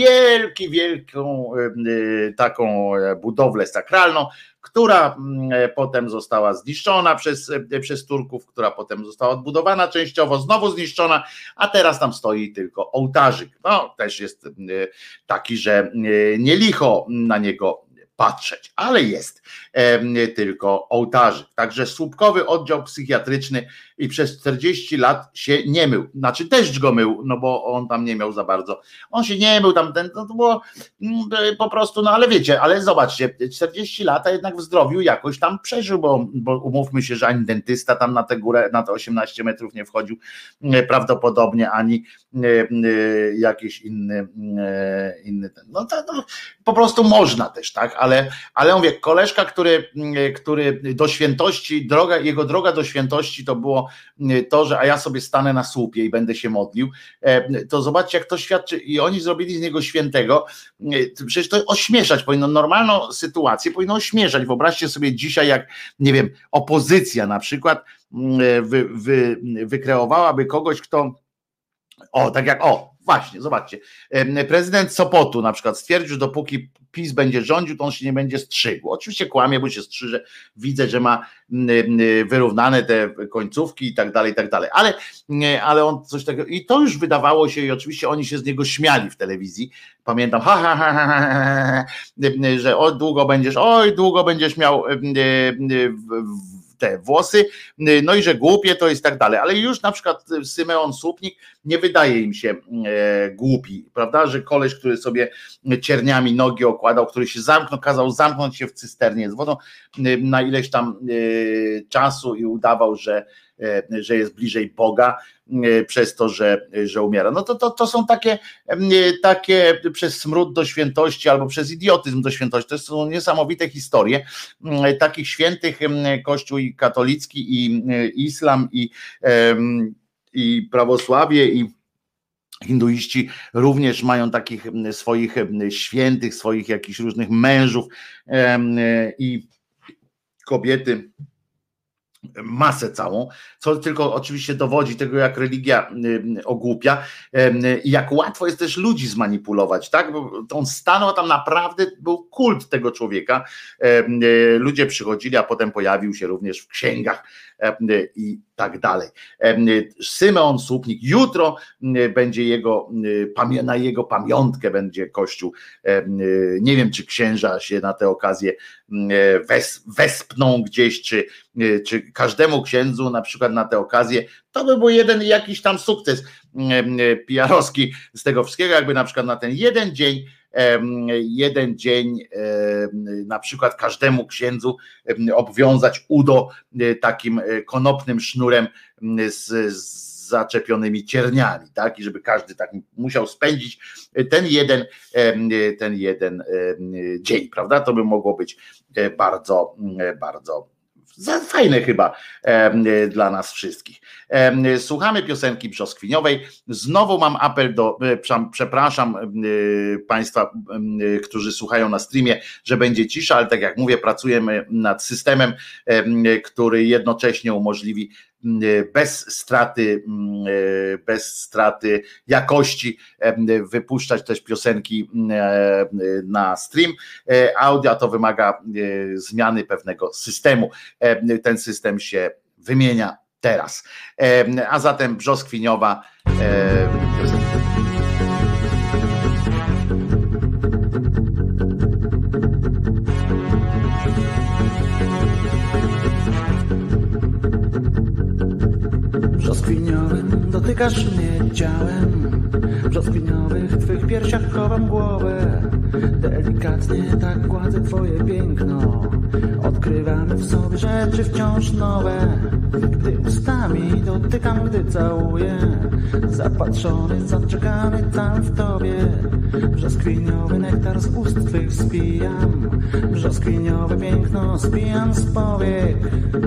Wielką taką budowlę sakralną, która potem została zniszczona przez Turków, która potem została odbudowana częściowo, znowu zniszczona, a teraz tam stoi tylko ołtarzyk. No też jest taki, że nie licho na niego patrzeć, ale jest tylko ołtarzyk. Także słupkowy oddział psychiatryczny i przez 40 lat się nie mył. Znaczy deszcz go mył, no bo on tam nie miał za bardzo. On się nie mył, to było po prostu, no ale wiecie, ale zobaczcie, 40 lat, a jednak w zdrowiu jakoś tam przeżył, bo umówmy się, że ani dentysta tam na tę górę, na te 18 metrów nie wchodził prawdopodobnie, ani jakiś inny no po prostu można też, tak, ale mówię, koleżka, który do świętości, jego droga do świętości to było to, że a ja sobie stanę na słupie i będę się modlił, to zobaczcie, jak to świadczy, i oni zrobili z niego świętego. Przecież to ośmieszać powinno, normalną sytuację powinno ośmieszać. Wyobraźcie sobie dzisiaj, jak, nie wiem, opozycja na przykład wykreowałaby kogoś, kto, właśnie, zobaczcie, prezydent Sopotu na przykład stwierdził, że dopóki PiS będzie rządził, to on się nie będzie strzygł. Oczywiście kłamie, bo się strzyże, widzę, że ma wyrównane te końcówki i tak dalej, ale on coś takiego, i to już wydawało się, i oczywiście oni się z niego śmiali w telewizji, pamiętam, że długo będziesz miał te włosy, no i że głupie to jest tak dalej, ale już na przykład Symeon Słupnik nie wydaje im się głupi, prawda, że koleś, który sobie cierniami nogi okładał, który się kazał zamknąć się w cysternie z wodą na ileś tam czasu i udawał, że jest bliżej Boga przez to, że umiera. No to są takie przez smród do świętości albo przez idiotyzm do świętości. To są niesamowite historie takich świętych. Kościół i katolicki, i islam, i prawosławie, i hinduiści również mają takich swoich świętych, swoich jakichś różnych mężów i kobiety, masę całą, co tylko oczywiście dowodzi tego, jak religia ogłupia i jak łatwo jest też ludzi zmanipulować, tak? Bo on stanął, tam naprawdę był kult tego człowieka, ludzie przychodzili, a potem pojawił się również w księgach i tak dalej. Symeon Słupnik, jutro będzie na jego pamiątkę będzie Kościół, nie wiem, czy księża się na tę okazję wespną gdzieś, czy każdemu księdzu na przykład na tę okazję, to by był jakiś tam sukces PR-owski z tego wszystkiego, jakby na przykład na ten jeden dzień na przykład każdemu księdzu obwiązać udo takim konopnym sznurem z zaczepionymi cierniami, tak? I żeby każdy tak musiał spędzić ten jeden dzień, prawda? To by mogło być bardzo, bardzo fajne chyba dla nas wszystkich. Słuchamy piosenki brzoskwiniowej. Znowu mam apel przepraszam Państwa, którzy słuchają na streamie, że będzie cisza, ale tak jak mówię, pracujemy nad systemem, który jednocześnie umożliwi bez straty jakości wypuszczać też piosenki na stream. Audio to wymaga zmiany pewnego systemu. Ten system się wymienia teraz. A zatem brzoskwiniowa Brzoskwiniowym dotykasz mnie ciałem, w brzoskwiniowych twych piersiach chowam głowę. Delikatnie tak gładzę twoje piękno, odkrywamy w sobie rzeczy wciąż nowe. Gdy ustami dotykam, gdy całuję, zapatrzony, zaczekany tam w tobie. Brzoskwiniowy nektar z ust twych spijam, brzoskwiniowe piękno spijam z powiek.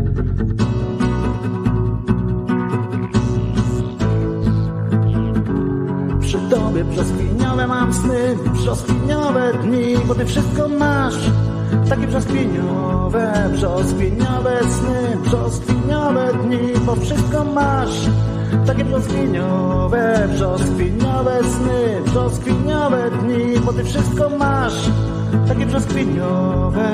Przy tobie brzoskwiniowe mam sny, brzoskwiniowe dni, bo ty wszystko masz. Takie brzoskwiniowe sny, brzoskwiniowe dni, bo wszystko masz. Takie brzoskwiniowe sny, brzoskwiniowe dni, bo ty wszystko masz. Takie brzoskwiniowe.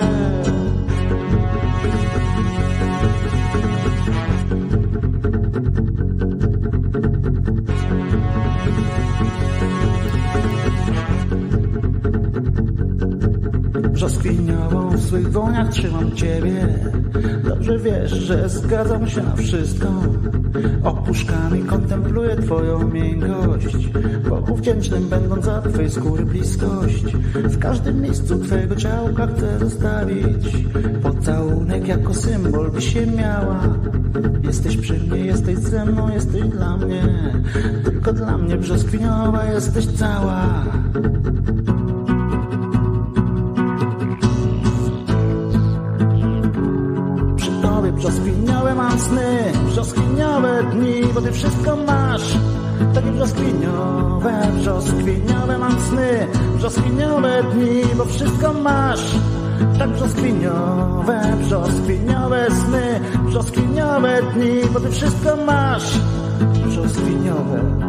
Brzoskwiniową w swych dłoniach trzymam ciebie. Dobrze wiesz, że zgadzam się na wszystko. Opuszkami kontempluję twoją miękkość, wokół wdzięcznym będąc za twej skóry bliskość. W każdym miejscu twojego ciałka chcę zostawić pocałunek jako symbol, by się miała. Jesteś przy mnie, jesteś ze mną, jesteś dla mnie, tylko dla mnie brzoskwiniowa jesteś cała. Brzoskwiniowe mam sny, brzoskwiniowe dni, bo ty wszystko masz. Takie brzoskwiniowe mam sny, brzoskwiniowe dni, bo wszystko masz. Tak brzoskwiniowe sny, brzoskwiniowe dni, bo ty wszystko masz. Brzoskwiniowe.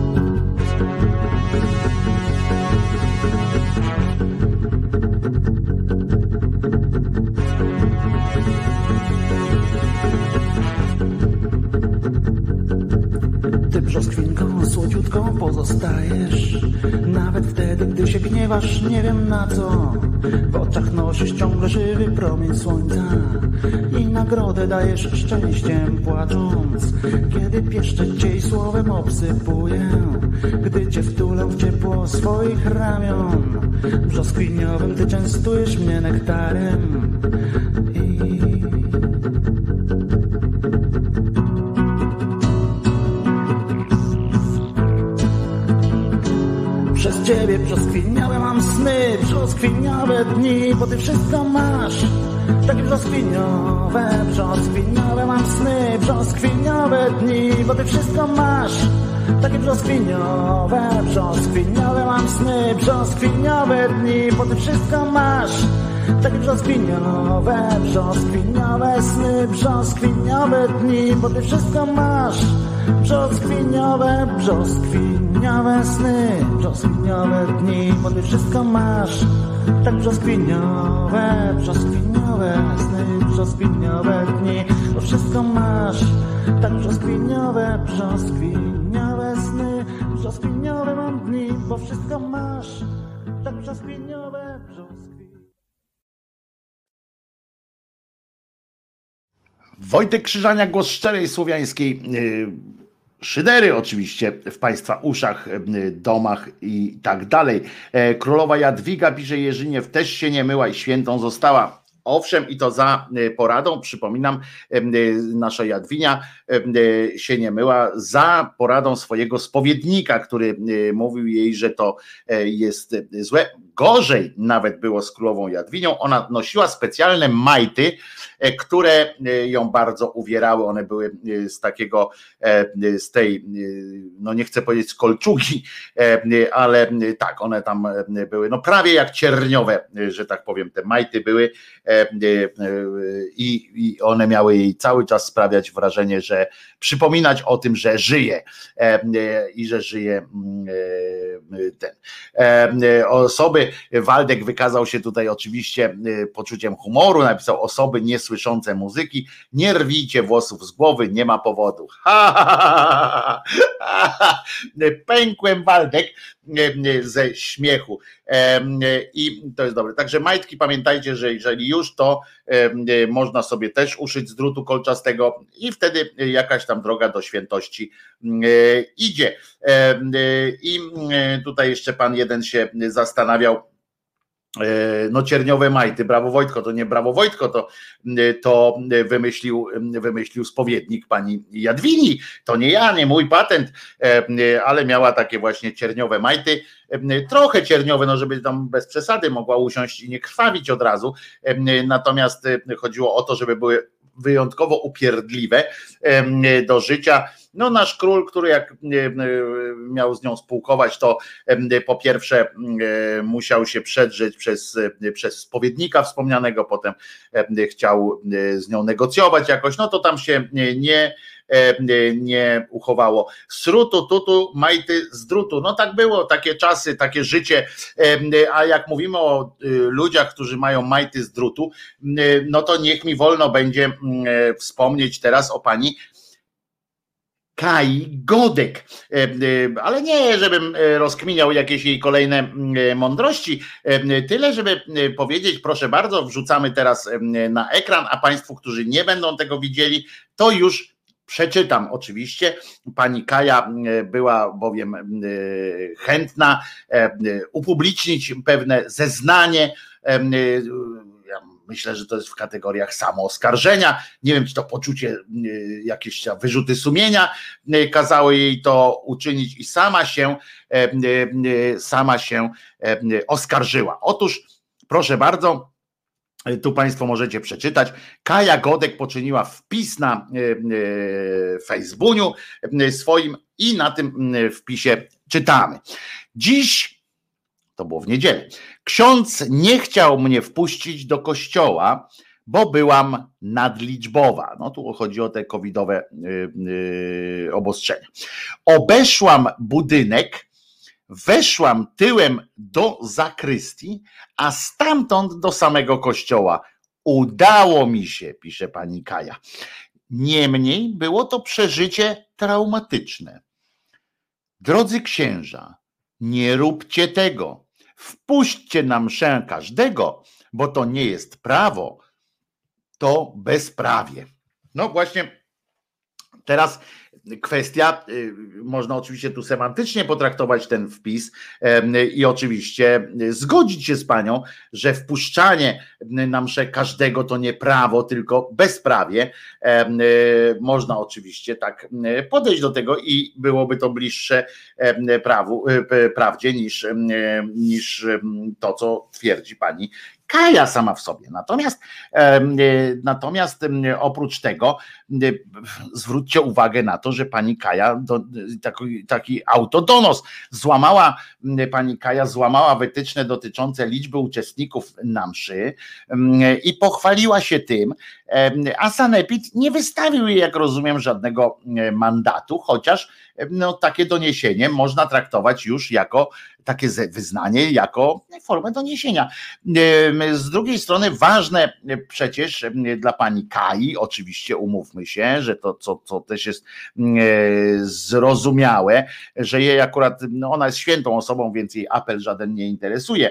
Ty brzoskwinką słodziutką pozostajesz, nawet wtedy, gdy się gniewasz, nie wiem na co. W oczach nosisz ciągle żywy promień słońca i nagrodę dajesz szczęściem płacząc. Kiedy pieszczę cię i słowem obsypuję, gdy cię wtulę w ciepło swoich ramion. Brzoskwiniowym ty częstujesz mnie nektarem przez ciebie brzoskwiniowe mam sny, brzoskwiniowe dni, bo ty wszystko masz. Takie brzoskwiniowe mam sny, brzoskwiniowe dni, bo ty wszystko masz. Takie brzoskwiniowe mam sny, brzoskwiniowe dni, bo ty wszystko masz. Takie brzoskwiniowe sny, brzoskwiniowe dni, bo ty wszystko masz. Brzoskwiniowe sny, brzoskwiniowe dni, bo ty wszystko masz. Tak brzoskwiniowe sny, brzoskwiniowe dni, bo wszystko masz. Tak brzoskwiniowe sny, brzoskwiniowe mam dni, bo wszystko masz. Tak brzoskwiniowe Wojtek Krzyżania, głos szczerej słowiańskiej szydery oczywiście w Państwa uszach, domach i tak dalej. Królowa Jadwiga pisze: Jerzyniew też się nie myła i świętą została. Owszem, i to za poradą, przypominam, nasza Jadwinia się nie myła za poradą swojego spowiednika, który mówił jej, że to jest złe. Gorzej nawet było z królową Jadwinią. Ona nosiła specjalne majty, które ją bardzo uwierały. One były z tej, no nie chcę powiedzieć z kolczugi, ale tak, one tam były, no prawie jak cierniowe, że tak powiem, te majty były i one miały jej cały czas sprawiać wrażenie, że przypominać o tym, że żyje i że żyje ten. Osoby, Waldek wykazał się tutaj oczywiście poczuciem humoru, napisał: osoby niesłyszące muzyki, nie rwijcie włosów z głowy, nie ma powodu. Pękłem, Waldek, ze śmiechu. I to jest dobre. Także majtki, pamiętajcie, że jeżeli już, to można sobie też uszyć z drutu kolczastego i wtedy jakaś tam droga do świętości idzie. I tutaj jeszcze pan jeden się zastanawiał, no cierniowe majty, brawo Wojtko, to nie brawo Wojtko, to wymyślił spowiednik pani Jadwini, to nie ja, nie mój patent, ale miała takie właśnie cierniowe majty, trochę cierniowe, no żeby tam bez przesady mogła usiąść i nie krwawić od razu, natomiast chodziło o to, żeby były wyjątkowo upierdliwe do życia. No nasz król, który jak miał z nią spółkować, to po pierwsze musiał się przedrzeć przez spowiednika wspomnianego, potem chciał z nią negocjować jakoś, no to tam się nie uchowało. Srutu, tutu, majty z drutu. No tak było, takie czasy, takie życie, a jak mówimy o ludziach, którzy mają majty z drutu, no to niech mi wolno będzie wspomnieć teraz o pani Kai Godek, ale nie, żebym rozkminiał jakieś jej kolejne mądrości, tyle, żeby powiedzieć, proszę bardzo, wrzucamy teraz na ekran, a Państwu, którzy nie będą tego widzieli, to już przeczytam oczywiście. Pani Kaja była bowiem chętna upublicznić pewne zeznanie. Myślę, że to jest w kategoriach samooskarżenia. Nie wiem, czy to poczucie, jakieś wyrzuty sumienia kazało jej to uczynić i sama się oskarżyła. Otóż, proszę bardzo, Tu Państwo możecie przeczytać. Kaja Godek poczyniła wpis na Facebooku swoim i na tym wpisie czytamy. Dziś, to było w niedzielę, ksiądz nie chciał mnie wpuścić do kościoła, bo byłam nadliczbowa. No tu chodzi o te covidowe obostrzenia. Obeszłam budynek, weszłam tyłem do zakrystii, a stamtąd do samego kościoła. Udało mi się, pisze pani Kaja. Niemniej było to przeżycie traumatyczne. Drodzy księża, nie róbcie tego. Wpuśćcie na mszę każdego, bo to nie jest prawo, to bezprawie. No właśnie teraz kwestia, można oczywiście tu semantycznie potraktować ten wpis i oczywiście zgodzić się z panią, że wpuszczanie na mszę każdego to nie prawo, tylko bezprawie. Można oczywiście tak podejść do tego i byłoby to bliższe prawdzie niż to, co twierdzi pani Kaja sama w sobie. Natomiast oprócz tego zwróćcie uwagę na to, że pani Kaja taki autodonos pani Kaja złamała wytyczne dotyczące liczby uczestników na mszy i pochwaliła się tym, a sanepid nie wystawił jej, jak rozumiem, żadnego mandatu, chociaż takie doniesienie można traktować już jako takie wyznanie, jako formę doniesienia. Z drugiej strony ważne przecież dla pani Kai, oczywiście umówmy się, że to co też jest zrozumiałe, że jej akurat, ona jest świętą osobą, więc jej apel żaden nie interesuje.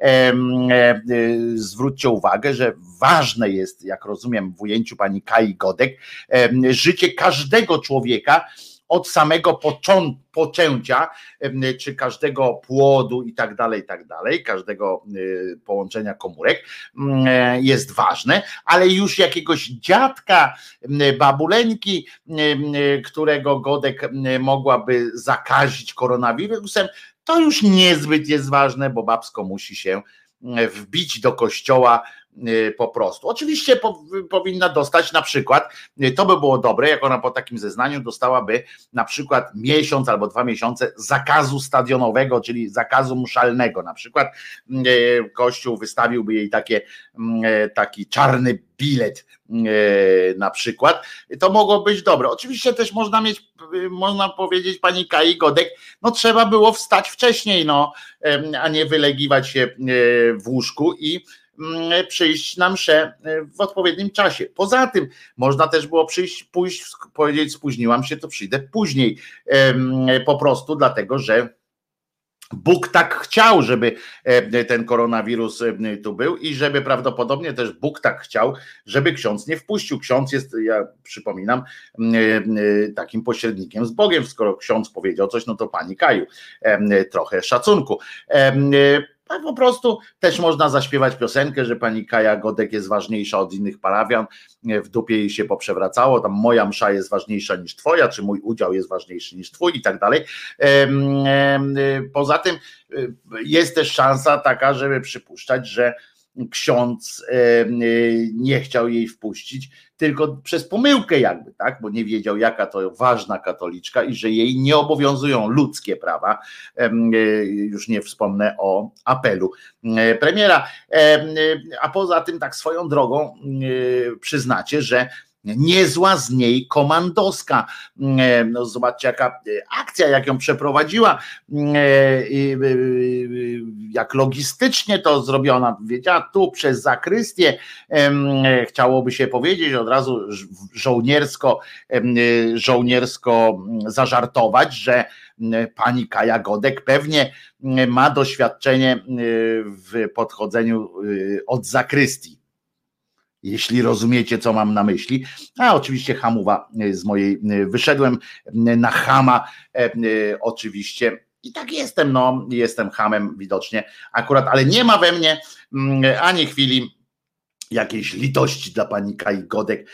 Zwróćcie uwagę, że ważne jest, jak rozumiem, w ujęciu pani Kai Godek, życie każdego człowieka od samego poczęcia, czy każdego płodu i tak dalej, każdego połączenia komórek jest ważne, ale już jakiegoś dziadka, babuleńki, którego Godek mogłaby zakazić koronawirusem, to już niezbyt jest ważne, bo babsko musi się wbić do kościoła po prostu. Oczywiście powinna dostać na przykład, to by było dobre, jak ona po takim zeznaniu dostałaby na przykład miesiąc albo 2 miesiące zakazu stadionowego, czyli zakazu mszalnego. Na przykład Kościół wystawiłby jej taki czarny bilet na przykład. To mogło być dobre. Oczywiście też można powiedzieć pani Kai Godek, trzeba było wstać wcześniej, a nie wylegiwać się w łóżku i przyjść na mszę w odpowiednim czasie. Poza tym można też było powiedzieć, spóźniłam się, to przyjdę później, po prostu dlatego, że Bóg tak chciał, żeby ten koronawirus tu był i żeby prawdopodobnie też Bóg tak chciał, żeby ksiądz nie wpuścił. Ksiądz jest, ja przypominam, takim pośrednikiem z Bogiem. Skoro ksiądz powiedział coś, to pani Kaju, trochę szacunku. A po prostu też można zaśpiewać piosenkę, że pani Kaja Godek jest ważniejsza od innych parafian, w dupie jej się poprzewracało, tam moja msza jest ważniejsza niż twoja, czy mój udział jest ważniejszy niż twój i tak dalej. Poza tym jest też szansa taka, żeby przypuszczać, że ksiądz nie chciał jej wpuścić, tylko przez pomyłkę jakby, tak, bo nie wiedział, jaka to ważna katoliczka i że jej nie obowiązują ludzkie prawa, już nie wspomnę o apelu premiera, a poza tym tak swoją drogą przyznacie, że niezła z niej komandowska. Zobaczcie, jaka akcja, jak ją przeprowadziła, jak logistycznie to zrobiona. Wiedziała, tu przez zakrystię, chciałoby się powiedzieć od razu żołniersko zażartować, że pani Kaja Godek pewnie ma doświadczenie w podchodzeniu od zakrystii. Jeśli rozumiecie, co mam na myśli. A oczywiście hamowa z mojej, wyszedłem na chama oczywiście i tak jestem, jestem chamem widocznie akurat, ale nie ma we mnie ani chwili jakiejś litości dla pani Kai Godek.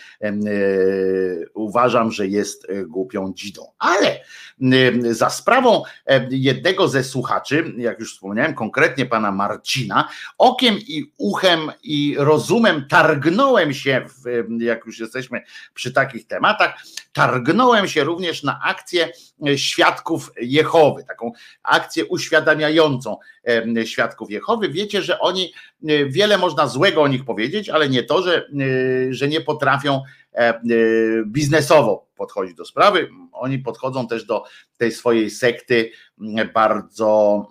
Uważam, że jest głupią dzidą. Ale za sprawą jednego ze słuchaczy, jak już wspomniałem, konkretnie pana Marcina, okiem i uchem i rozumem targnąłem się, jak już jesteśmy przy takich tematach, targnąłem się również na akcję Świadków Jehowy, taką akcję uświadamiającą Świadków Jehowy. Wiecie, że oni, wiele można złego o nich powiedzieć, ale nie to, że nie potrafią biznesowo podchodzić do sprawy. Oni podchodzą też do tej swojej sekty bardzo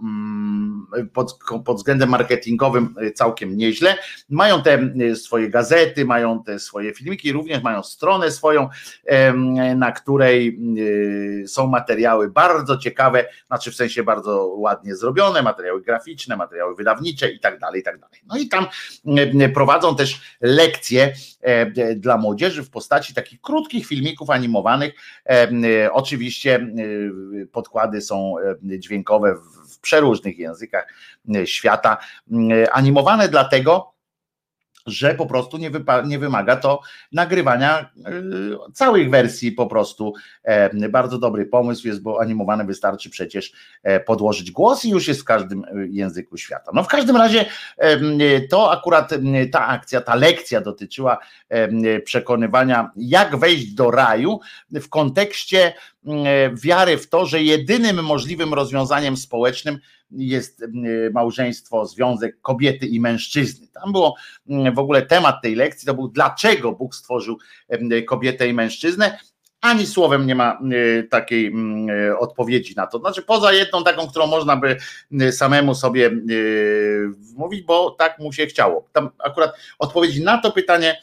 pod względem marketingowym całkiem nieźle. Mają te swoje gazety, mają te swoje filmiki, również mają stronę swoją, na której są materiały bardzo ciekawe, znaczy w sensie bardzo ładnie zrobione, materiały graficzne, materiały wydawnicze i tak dalej, i tak dalej. No i tam prowadzą też lekcje dla młodzieży w postaci takich krótkich filmików animowanych. Oczywiście podkłady są dźwiękowe w przeróżnych językach świata, animowane dlatego, że po prostu nie wymaga to nagrywania całych wersji po prostu. Bardzo dobry pomysł jest, bo animowane wystarczy przecież podłożyć głos i już jest w każdym języku świata. No w każdym razie to akurat ta akcja, ta lekcja dotyczyła przekonywania, jak wejść do raju w kontekście wiary w to, że jedynym możliwym rozwiązaniem społecznym jest małżeństwo, związek kobiety i mężczyzny. Tam było w ogóle temat tej lekcji, to był dlaczego Bóg stworzył kobietę i mężczyznę. Ani słowem nie ma takiej odpowiedzi na to. Znaczy poza jedną taką, którą można by samemu sobie mówić, bo tak mu się chciało. Tam akurat odpowiedzi na to pytanie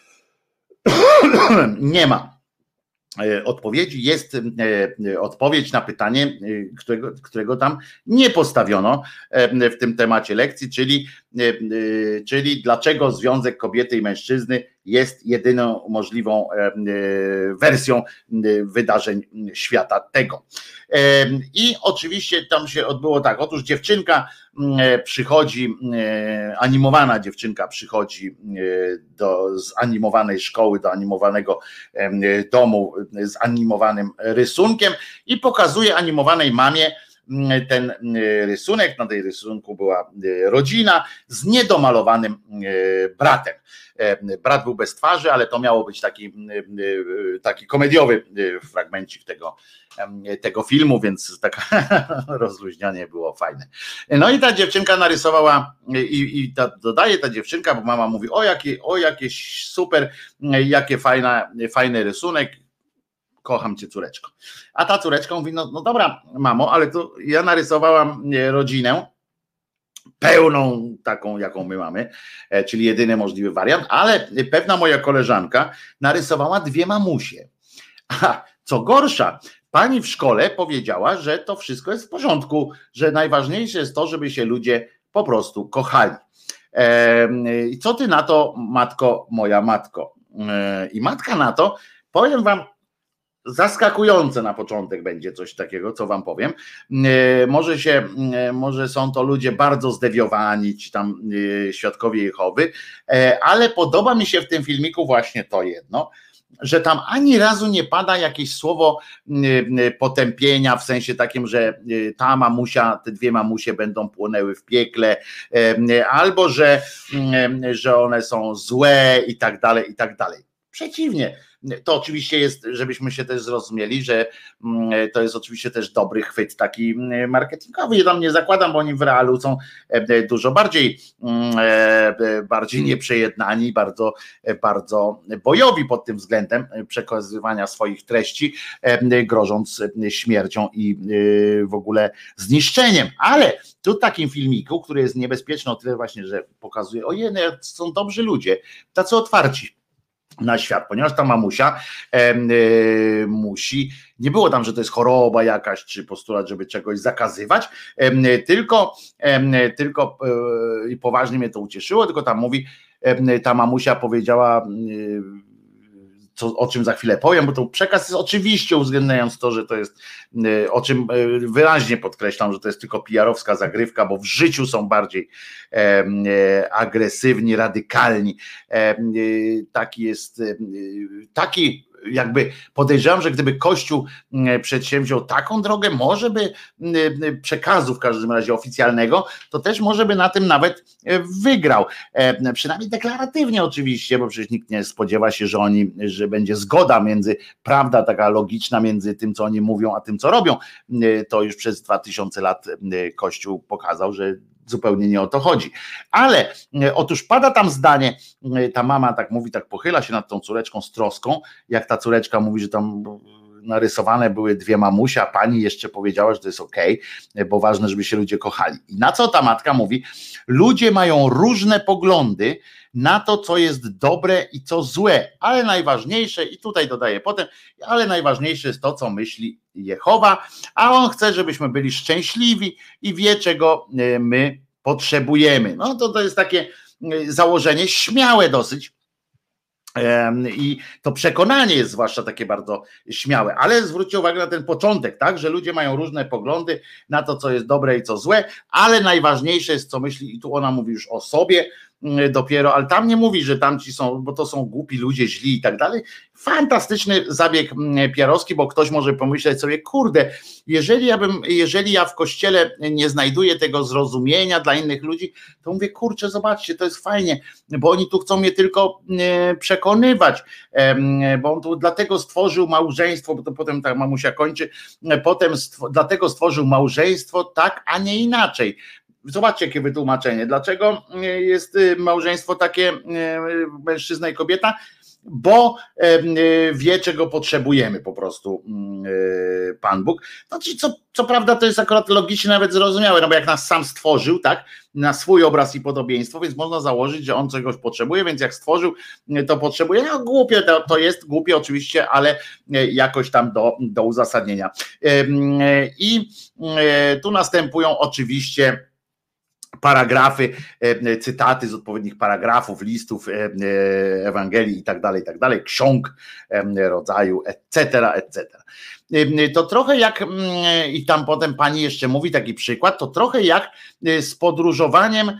nie ma. Odpowiedzi jest odpowiedź na pytanie, którego tam nie postawiono w tym temacie lekcji, czyli dlaczego związek kobiety i mężczyzny jest jedyną możliwą wersją wydarzeń świata tego. I oczywiście tam się odbyło tak, otóż dziewczynka przychodzi, animowana dziewczynka przychodzi z animowanej szkoły, do animowanego domu z animowanym rysunkiem i pokazuje animowanej mamie ten rysunek. Na tej rysunku była rodzina z niedomalowanym bratem. Brat był bez twarzy, ale to miało być taki komediowy fragmencik tego filmu, więc takie rozluźnianie było fajne. No i ta dziewczynka narysowała i dodaje ta dziewczynka, bo mama mówi, o jakieś super, jakie fajny rysunek, kocham cię, córeczko. A ta córeczka mówi, no dobra mamo, ale to ja narysowałam rodzinę pełną taką, jaką my mamy, czyli jedyny możliwy wariant, ale pewna moja koleżanka narysowała 2 mamusie. A co gorsza, pani w szkole powiedziała, że to wszystko jest w porządku, że najważniejsze jest to, żeby się ludzie po prostu kochali. I co ty na to, matko, moja matko? I matka na to, powiem wam, zaskakujące na początek będzie coś takiego, co wam powiem. Może są to ludzie bardzo zdewiowani, ci tam świadkowie Jehowy, ale podoba mi się w tym filmiku właśnie to jedno, że tam ani razu nie pada jakieś słowo potępienia, w sensie takim, że ta mamusia, te 2 mamusie będą płonęły w piekle, albo że one są złe i tak dalej, i tak dalej. Przeciwnie. To oczywiście jest, żebyśmy się też zrozumieli, że to jest oczywiście też dobry chwyt taki marketingowy. Ja tam nie zakładam, bo oni w realu są dużo bardziej nieprzejednani, bardzo, bardzo bojowi pod tym względem przekazywania swoich treści, grożąc śmiercią i w ogóle zniszczeniem. Ale tu w takim filmiku, który jest niebezpieczny o tyle właśnie, że pokazuje, ojej, są dobrzy ludzie, tacy otwarci na świat, ponieważ ta mamusia musi, nie było tam, że to jest choroba jakaś, czy postulat, żeby czegoś zakazywać, tylko i poważnie mnie to ucieszyło, tylko tam mówi, ta mamusia powiedziała o czym za chwilę powiem, bo to przekaz jest oczywiście, uwzględniając to, że to jest, o czym wyraźnie podkreślam, że to jest tylko PR-owska zagrywka, bo w życiu są bardziej agresywni, radykalni. Taki jest, taki jakby podejrzewam, że gdyby Kościół przedsięwziął taką drogę, może by przekazu w każdym razie oficjalnego, to też może by na tym nawet wygrał. Przynajmniej deklaratywnie oczywiście, bo przecież nikt nie spodziewa się, że będzie zgoda prawda taka logiczna między tym, co oni mówią, a tym, co robią. To już przez 2000 lat Kościół pokazał, że zupełnie nie o to chodzi. Ale otóż pada tam zdanie, ta mama tak mówi, tak pochyla się nad tą córeczką z troską, jak ta córeczka mówi, że tam narysowane były dwie mamusie, a pani jeszcze powiedziała, że to jest okej, bo ważne, żeby się ludzie kochali. I na co ta matka mówi? Ludzie mają różne poglądy na to, co jest dobre i co złe, ale najważniejsze, i tutaj dodaję potem, ale najważniejsze jest to, co myśli Jehowa, a on chce, żebyśmy byli szczęśliwi i wie, czego my potrzebujemy. No to jest takie założenie śmiałe dosyć. I to przekonanie jest zwłaszcza takie bardzo śmiałe, ale zwróćcie uwagę na ten początek, tak, że ludzie mają różne poglądy na to, co jest dobre i co złe, ale najważniejsze jest, co myśli, i tu ona mówi już o sobie dopiero, ale tam nie mówi, że tamci są, bo to są głupi ludzie, źli i tak dalej. Fantastyczny zabieg PR-owski, bo ktoś może pomyśleć sobie, kurde, jeżeli ja w kościele nie znajduję tego zrozumienia dla innych ludzi, to mówię, kurczę, zobaczcie, to jest fajnie, bo oni tu chcą mnie tylko przekonywać, bo on tu dlatego stworzył małżeństwo, bo to potem ta mamusia kończy, dlatego stworzył małżeństwo tak, a nie inaczej. Zobaczcie, jakie wytłumaczenie. Dlaczego jest małżeństwo takie, mężczyzna i kobieta? Bo wie, czego potrzebujemy po prostu Pan Bóg. Znaczy, co prawda to jest akurat logicznie nawet zrozumiałe, no bo jak nas sam stworzył, tak, na swój obraz i podobieństwo, więc można założyć, że on czegoś potrzebuje, więc jak stworzył, to potrzebuje. No głupie to jest, głupie oczywiście, ale jakoś tam do uzasadnienia. I tu następują oczywiście paragrafy, cytaty z odpowiednich paragrafów, listów, Ewangelii i tak dalej, ksiąg rodzaju, etc. To trochę jak, i tam potem pani jeszcze mówi taki przykład, to trochę jak z podróżowaniem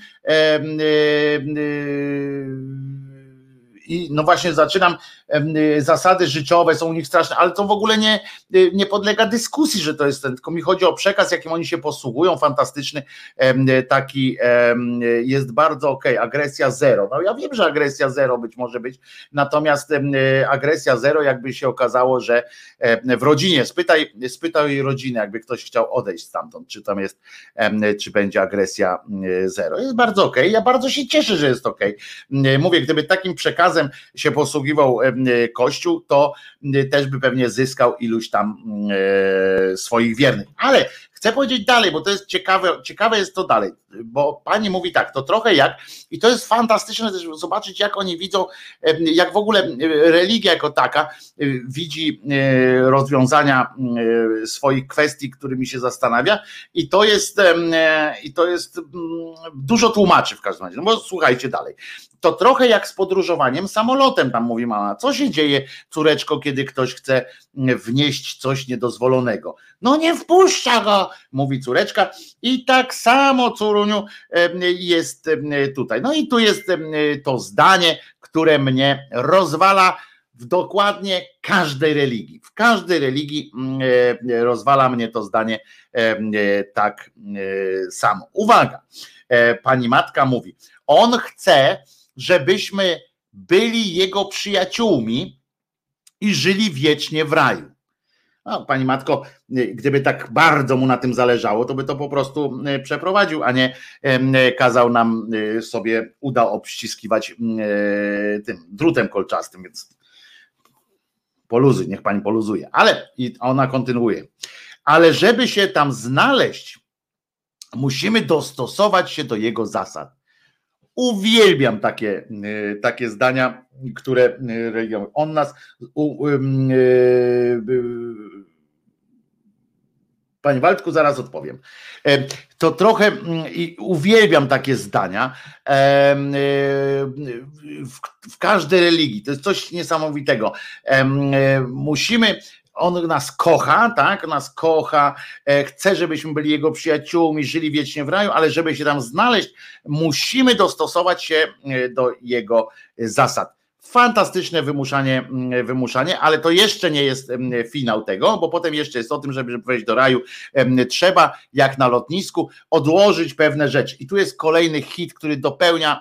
i no właśnie zaczynam, zasady życiowe są u nich straszne, ale to w ogóle nie podlega dyskusji, że to jest ten, tylko mi chodzi o przekaz, jakim oni się posługują, fantastyczny, taki jest bardzo okej, agresja zero. No ja wiem, że agresja zero może być, natomiast agresja zero, jakby się okazało, że w rodzinie, spytaj jej rodzinę, jakby ktoś chciał odejść stamtąd, czy tam jest, czy będzie agresja zero. Jest bardzo okej, ja bardzo się cieszę, że jest okej. Mówię, gdyby takim przekazem się posługiwał Kościół, to też by pewnie zyskał iluś tam swoich wiernych. Ale chcę powiedzieć dalej, bo to jest ciekawe jest to dalej, bo pani mówi tak, to trochę jak, i to jest fantastyczne też zobaczyć, jak oni widzą, jak w ogóle religia jako taka widzi rozwiązania swoich kwestii, którymi się zastanawia, i to jest dużo tłumaczy w każdym razie, no bo słuchajcie dalej. To trochę jak z podróżowaniem samolotem, tam mówi mama, co się dzieje, córeczko, kiedy ktoś chce wnieść coś niedozwolonego? No nie wpuszcza go, mówi córeczka, i tak samo, córuniu, jest tutaj. No i tu jest to zdanie, które mnie rozwala w dokładnie każdej religii. W każdej religii rozwala mnie to zdanie tak samo. Uwaga, pani matka mówi, on chce, żebyśmy byli jego przyjaciółmi i żyli wiecznie w raju. No, pani matko, gdyby tak bardzo mu na tym zależało, to by to po prostu przeprowadził, a nie kazał nam sobie uda obściskiwać tym drutem kolczastym, więc poluzuj, niech pani poluzuje. Ale i ona kontynuuje. Ale żeby się tam znaleźć, musimy dostosować się do jego zasad. Uwielbiam takie zdania, które on nas Panie Waldku, zaraz odpowiem. To trochę i uwielbiam takie zdania w każdej religii. To jest coś niesamowitego. Musimy. On nas kocha, tak? Nas kocha, chce, żebyśmy byli jego przyjaciółmi, żyli wiecznie w raju, ale żeby się tam znaleźć, musimy dostosować się do jego zasad. Fantastyczne wymuszanie, ale to jeszcze nie jest finał tego, bo potem jeszcze jest o tym, żeby wejść do raju, trzeba jak na lotnisku odłożyć pewne rzeczy. I tu jest kolejny hit, który dopełnia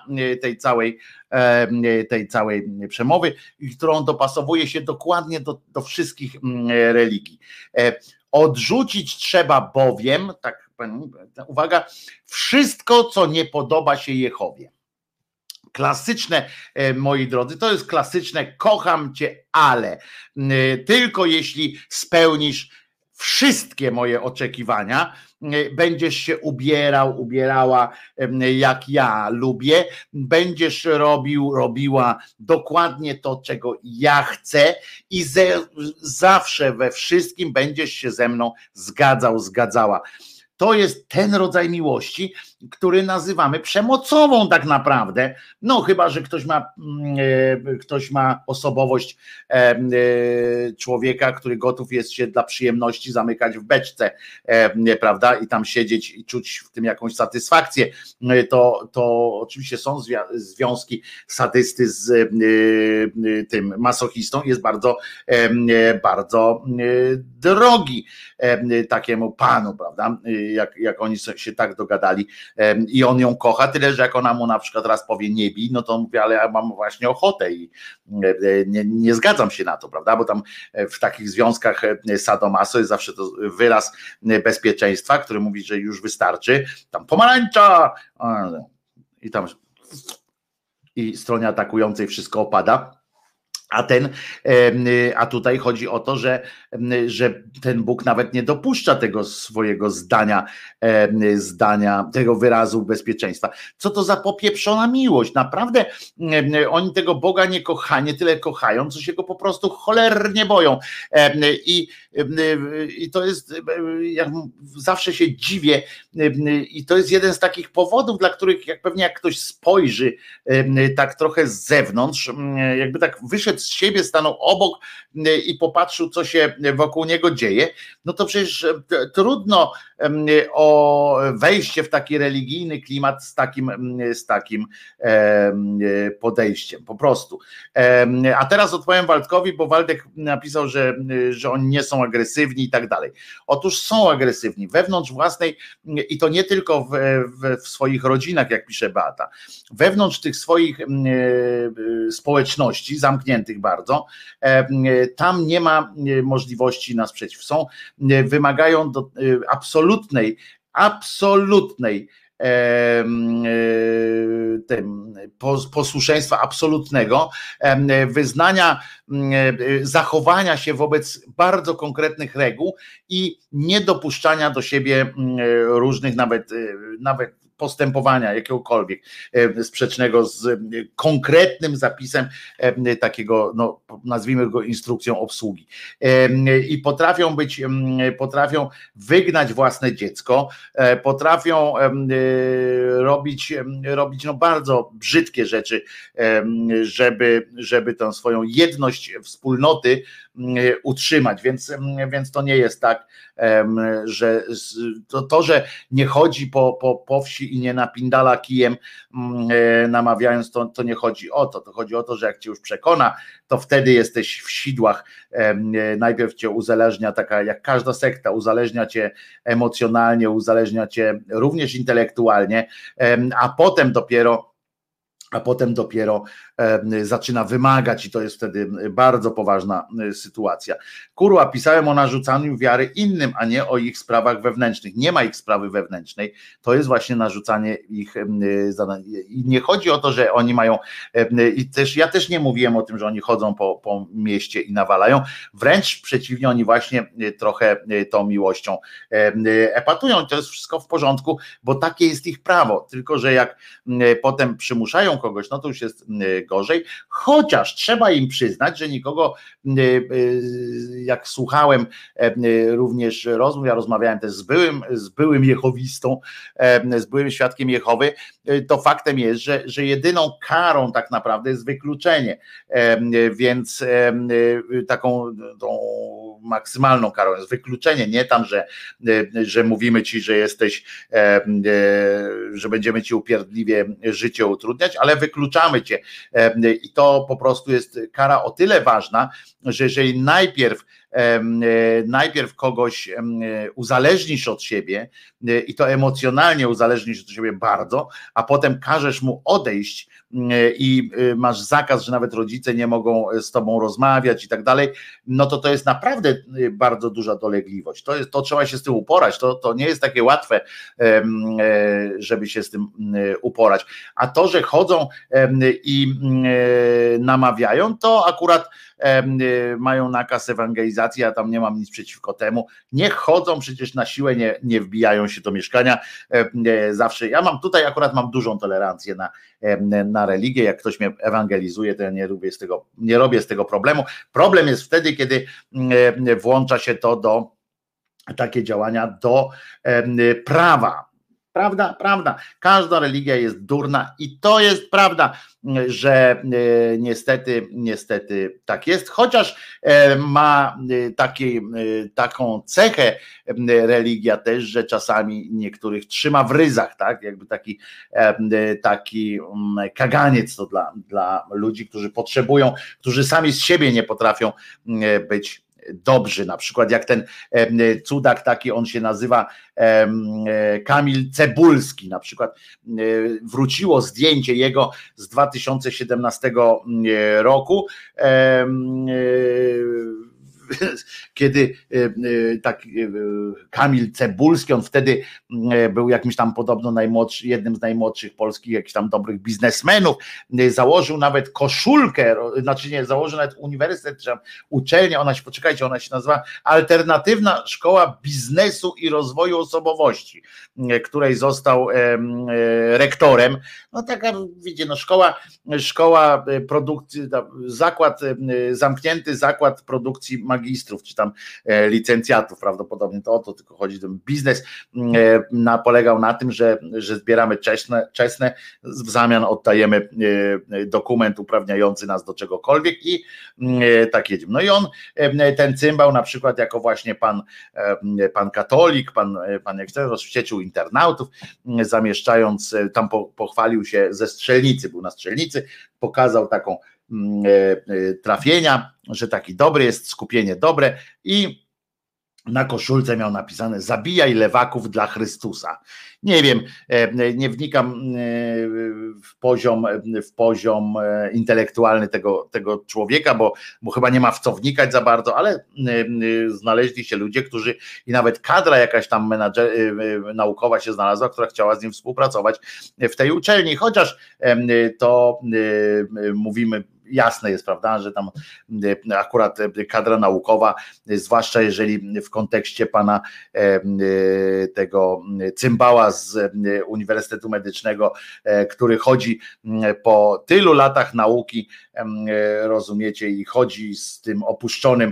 tej całej przemowy, którą dopasowuje się dokładnie do wszystkich religii. Odrzucić trzeba bowiem, tak, uwaga, wszystko, co nie podoba się Jehowie. Klasyczne, moi drodzy, to jest klasyczne, kocham cię, ale tylko jeśli spełnisz wszystkie moje oczekiwania, będziesz się ubierała jak ja lubię, będziesz robiła dokładnie to, czego ja chcę i zawsze we wszystkim będziesz się ze mną zgadzała. To jest ten rodzaj miłości, który nazywamy przemocową tak naprawdę. No chyba, że ktoś ma osobowość człowieka, który gotów jest się dla przyjemności zamykać w beczce, prawda, i tam siedzieć i czuć w tym jakąś satysfakcję. To oczywiście są związki sadysty z tym masochistą, jest bardzo, bardzo drogi takiemu panu, prawda, jak oni się tak dogadali i on ją kocha, tyle że jak ona mu na przykład raz powie nie bij, no to mówię, ale ja mam właśnie ochotę i nie zgadzam się na to, prawda, bo tam w takich związkach sadomaso jest zawsze to wyraz bezpieczeństwa, który mówi, że już wystarczy, tam pomarańcza i tam i stronie atakującej wszystko opada. A tutaj chodzi o to, że ten Bóg nawet nie dopuszcza tego swojego zdania, tego wyrazu bezpieczeństwa. Co to za popieprzona miłość? Naprawdę oni tego Boga nie tyle kochają, co się go po prostu cholernie boją. I to jest, ja zawsze się dziwię, i to jest jeden z takich powodów, dla których jak ktoś spojrzy tak trochę z zewnątrz, jakby tak wyszedł z siebie, stanął obok i popatrzył, co się wokół niego dzieje, no to przecież trudno o wejście w taki religijny klimat z takim podejściem, po prostu. A teraz odpowiem Waldkowi, bo Waldek napisał, że oni nie są agresywni i tak dalej. Otóż są agresywni wewnątrz własnej i to nie tylko w swoich rodzinach, jak pisze Beata, wewnątrz tych swoich społeczności, zamkniętych bardzo, tam nie ma możliwości na sprzeciw. Wymagają absolutnej posłuszeństwa absolutnego, wyznania, zachowania się wobec bardzo konkretnych reguł i niedopuszczania do siebie różnych nawet postępowania jakiegokolwiek sprzecznego z konkretnym zapisem takiego, no nazwijmy go instrukcją obsługi. I potrafią wygnać własne dziecko, potrafią robić no bardzo brzydkie rzeczy, żeby tę swoją jedność wspólnoty utrzymać, więc to nie jest tak, że że nie chodzi po wsi i nie napindala kijem namawiając, to nie chodzi o to chodzi o to, że jak cię już przekona, to wtedy jesteś w sidłach, najpierw cię uzależnia, taka jak każda sekta, uzależnia cię emocjonalnie, uzależnia cię również intelektualnie, a potem dopiero zaczyna wymagać i to jest wtedy bardzo poważna sytuacja. Kurwa, pisałem o narzucaniu wiary innym, a nie o ich sprawach wewnętrznych. Nie ma ich sprawy wewnętrznej, to jest właśnie narzucanie ich zadań. I nie chodzi o to, że oni mają, i też ja też nie mówiłem o tym, że oni chodzą po mieście i nawalają, wręcz przeciwnie, oni właśnie trochę tą miłością epatują. To jest wszystko w porządku, bo takie jest ich prawo, tylko że jak potem przymuszają kogoś, no to już jest gorzej, chociaż trzeba im przyznać, że nikogo, jak słuchałem również rozmów, ja rozmawiałem też z byłym jehowistą, z byłym świadkiem Jehowy, to faktem jest, że jedyną karą tak naprawdę jest wykluczenie, więc taką tą maksymalną karą jest wykluczenie, nie tam, że mówimy ci, że jesteś, że będziemy ci upierdliwie życie utrudniać, ale wykluczamy cię i to po prostu jest kara o tyle ważna, że jeżeli najpierw kogoś uzależnisz od siebie i to emocjonalnie uzależnisz od siebie bardzo, a potem każesz mu odejść i masz zakaz, że nawet rodzice nie mogą z tobą rozmawiać i tak dalej, no to jest naprawdę bardzo duża dolegliwość. To trzeba się z tym uporać, to nie jest takie łatwe, żeby się z tym uporać. A to, że chodzą i namawiają, to akurat mają nakaz ewangelizacji, ja tam nie mam nic przeciwko temu, niech chodzą, przecież na siłę nie wbijają się do mieszkania, zawsze, ja mam tutaj akurat mam dużą tolerancję na religię, jak ktoś mnie ewangelizuje, to ja nie robię z tego problemu. Problem jest wtedy, kiedy włącza się to takie działania do prawa. Prawda. Każda religia jest durna i to jest prawda, że niestety tak jest, chociaż ma taką cechę religia też, że czasami niektórych trzyma w ryzach, tak? Jakby taki kaganiec to dla ludzi, którzy potrzebują, którzy sami z siebie nie potrafią być dobrzy, na przykład jak ten cudak taki, on się nazywa Kamil Cebulski, na przykład wróciło zdjęcie jego z 2017 roku, kiedy tak Kamil Cebulski, on wtedy był jakimś tam podobno jednym z najmłodszych polskich jakichś tam dobrych biznesmenów, założył nawet koszulkę, znaczy nie, założył nawet uniwersytet, czy uczelnię, ona się nazywa Alternatywna Szkoła Biznesu i Rozwoju Osobowości, której został rektorem. No taka, widzicie, no szkoła produkcji, zamknięty zakład produkcji magistrów, czy tam licencjatów, prawdopodobnie to o to tylko chodzi. Ten biznes polegał na tym, że zbieramy czesne, w zamian oddajemy dokument uprawniający nas do czegokolwiek i tak jedziemy. No i on, ten cymbał na przykład jako właśnie pan katolik, pan jak chce, rozwścieczył internautów, zamieszczając, tam pochwalił się ze strzelnicy, był na strzelnicy, pokazał taką trafienia, że taki dobry jest, skupienie dobre i na koszulce miał napisane: zabijaj lewaków dla Chrystusa. Nie wiem, nie wnikam w poziom intelektualny tego człowieka, bo chyba nie ma w co wnikać za bardzo, ale znaleźli się ludzie, którzy i nawet kadra jakaś tam naukowa się znalazła, która chciała z nim współpracować w tej uczelni, chociaż to mówimy, jasne jest, prawda, że tam akurat kadra naukowa, zwłaszcza jeżeli w kontekście pana tego cymbała z Uniwersytetu Medycznego, który chodzi po tylu latach nauki, rozumiecie, i chodzi z tym opuszczonym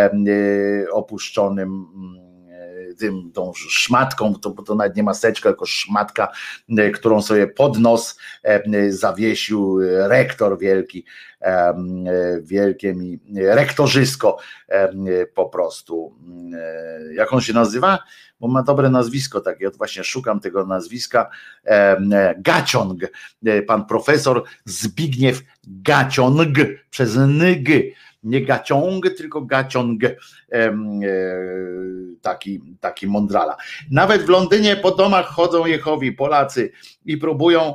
tą szmatką, to nawet nie maseczka, tylko szmatka, którą sobie pod nos zawiesił rektor wielkie mi rektorzysko po prostu. Jak on się nazywa? Bo ma dobre nazwisko takie, ja właśnie szukam tego nazwiska. Gaciąg, pan profesor Zbigniew Gaciąg, przez NG, nie Gaciąg, tylko Gaciąg, taki mądrala. Nawet w Londynie po domach chodzą Jehowi Polacy i próbują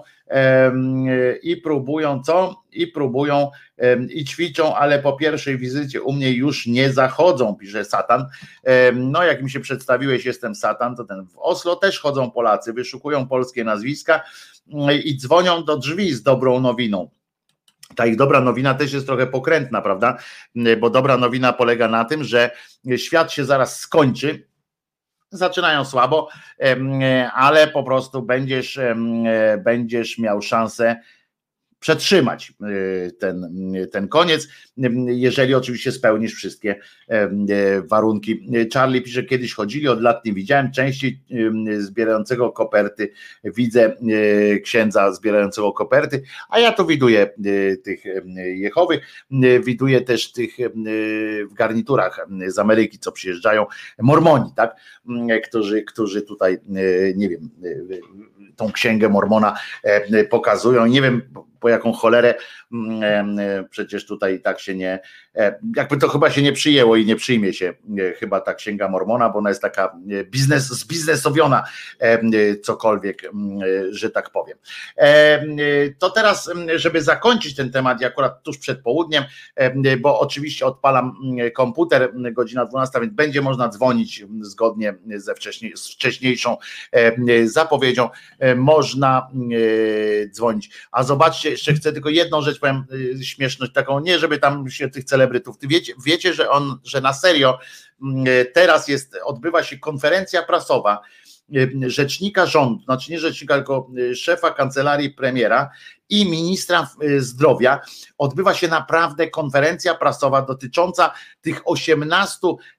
i ćwiczą, ale po pierwszej wizycie u mnie już nie zachodzą, pisze Satan. No jak mi się przedstawiłeś, jestem Satan, to w Oslo też chodzą Polacy, wyszukują polskie nazwiska i dzwonią do drzwi z dobrą nowiną. Ta ich dobra nowina też jest trochę pokrętna, prawda? Bo dobra nowina polega na tym, że świat się zaraz skończy. Zaczynają słabo, ale po prostu będziesz miał szansę przetrzymać ten koniec, jeżeli oczywiście spełnisz wszystkie warunki. Charlie pisze, kiedyś chodzili, od lat nie widziałem, częściej zbierającego koperty widzę księdza zbierającego koperty, a ja to widuję tych Jehowych, widuję też tych w garniturach z Ameryki, co przyjeżdżają, Mormoni, tak, którzy tutaj, nie wiem, tą księgę Mormona pokazują, nie wiem po jaką cholerę, przecież tutaj tak się nie, jakby to chyba się nie przyjęło i nie przyjmie się chyba ta księga Mormona, bo ona jest taka zbiznesowiona, cokolwiek, że tak powiem. To teraz, żeby zakończyć ten temat, akurat tuż przed południem, bo oczywiście odpalam komputer, godzina 12, więc będzie można dzwonić zgodnie z wcześniejszą zapowiedzią, można dzwonić. A zobaczcie, jeszcze chcę tylko jedną rzecz powiem, śmieszność taką, nie żeby tam się tych celebrytów, wiecie, że na serio teraz odbywa się konferencja prasowa rzecznika rządu, znaczy nie rzecznika, tylko szefa kancelarii premiera i ministra zdrowia. Odbywa się naprawdę konferencja prasowa dotycząca tych 18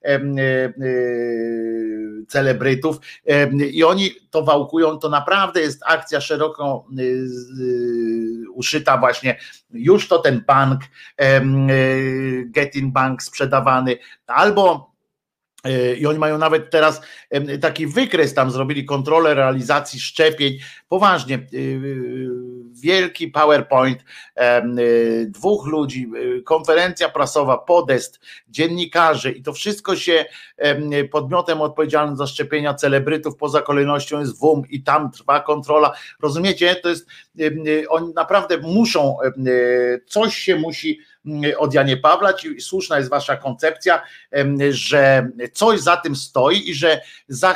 celebrytów i oni to wałkują, to naprawdę jest akcja szeroko uszyta właśnie, już to ten bank, Getin Bank sprzedawany, albo i oni mają nawet teraz taki wykres, tam zrobili kontrolę realizacji szczepień, poważnie, wielki PowerPoint, 2 ludzi, konferencja prasowa, podest, dziennikarze i to wszystko się podmiotem odpowiedzialnym za szczepienia celebrytów poza kolejnością jest WUM i tam trwa kontrola, rozumiecie, to jest, oni naprawdę muszą, coś się musi od Janie Pawlać i słuszna jest wasza koncepcja, że coś za tym stoi i że za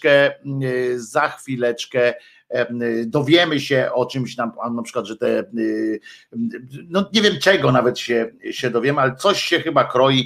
chwileczkę dowiemy się o czymś, na przykład, że te, no nie wiem czego nawet się dowiemy, ale coś się chyba kroi,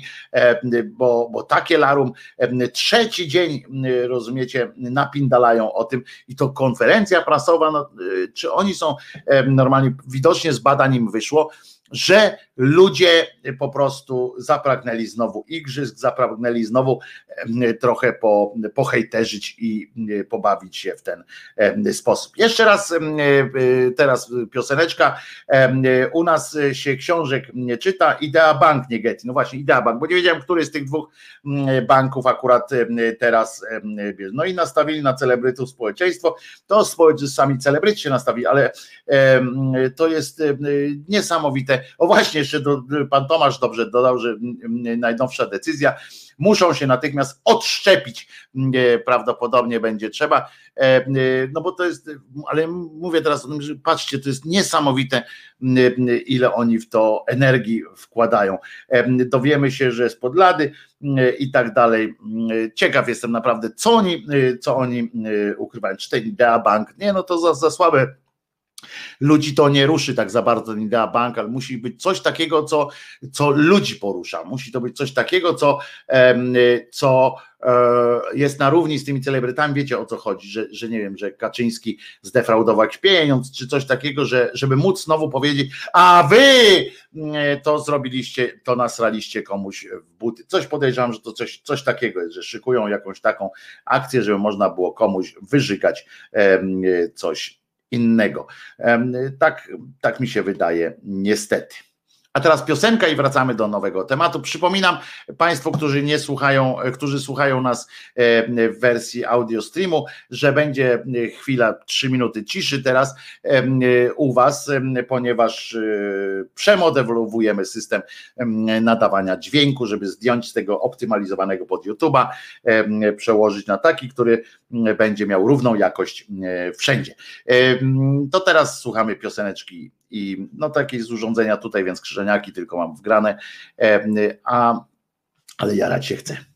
bo takie larum, 3. dzień, rozumiecie, napindalają o tym i to konferencja prasowa, no, czy oni są normalnie, widocznie z badań im wyszło, że ludzie po prostu zapragnęli znowu igrzysk, zapragnęli znowu trochę pohejterzyć i pobawić się w ten sposób. Jeszcze raz, teraz pioseneczka. U nas się książek nie czyta, Idea Bank, nie Getty. No właśnie, Idea Bank, bo nie wiedziałem, który z tych 2 banków akurat teraz. No i nastawili na celebrytów społeczeństwo. To sami celebryci się nastawili, ale to jest niesamowite. O właśnie, jeszcze pan Tomasz dobrze dodał, że najnowsza decyzja, muszą się natychmiast odszczepić, prawdopodobnie będzie trzeba, no bo to jest, ale mówię teraz o tym, że patrzcie, to jest niesamowite, ile oni w to energii wkładają. Dowiemy się, że z podlady i tak dalej. Ciekaw jestem naprawdę, co oni ukrywają. Czy ten Idea Bank, nie, no to za słabe. Ludzi to nie ruszy tak za bardzo ten Idea Bank, ale musi być coś takiego, co ludzi porusza. Musi to być coś takiego, co jest na równi z tymi celebrytami. Wiecie, o co chodzi, że nie wiem, że Kaczyński zdefraudował pieniądz, czy coś takiego, żeby móc znowu powiedzieć, a wy to zrobiliście, to nasraliście komuś w buty. Coś podejrzewam, że to coś takiego jest, że szykują jakąś taką akcję, żeby można było komuś wyżygać coś innego. Tak mi się wydaje, niestety. A teraz piosenka i wracamy do nowego tematu. Przypominam Państwu, którzy słuchają nas w wersji audio streamu, że będzie chwila, 3 minuty ciszy teraz u Was, ponieważ przemodulowujemy system nadawania dźwięku, żeby zdjąć z tego optymalizowanego pod YouTube'a, przełożyć na taki, który będzie miał równą jakość wszędzie. To teraz słuchamy pioseneczki i no takiej z urządzenia tutaj, więc krzyżeniaki tylko mam wgrane, ale jarać się chce.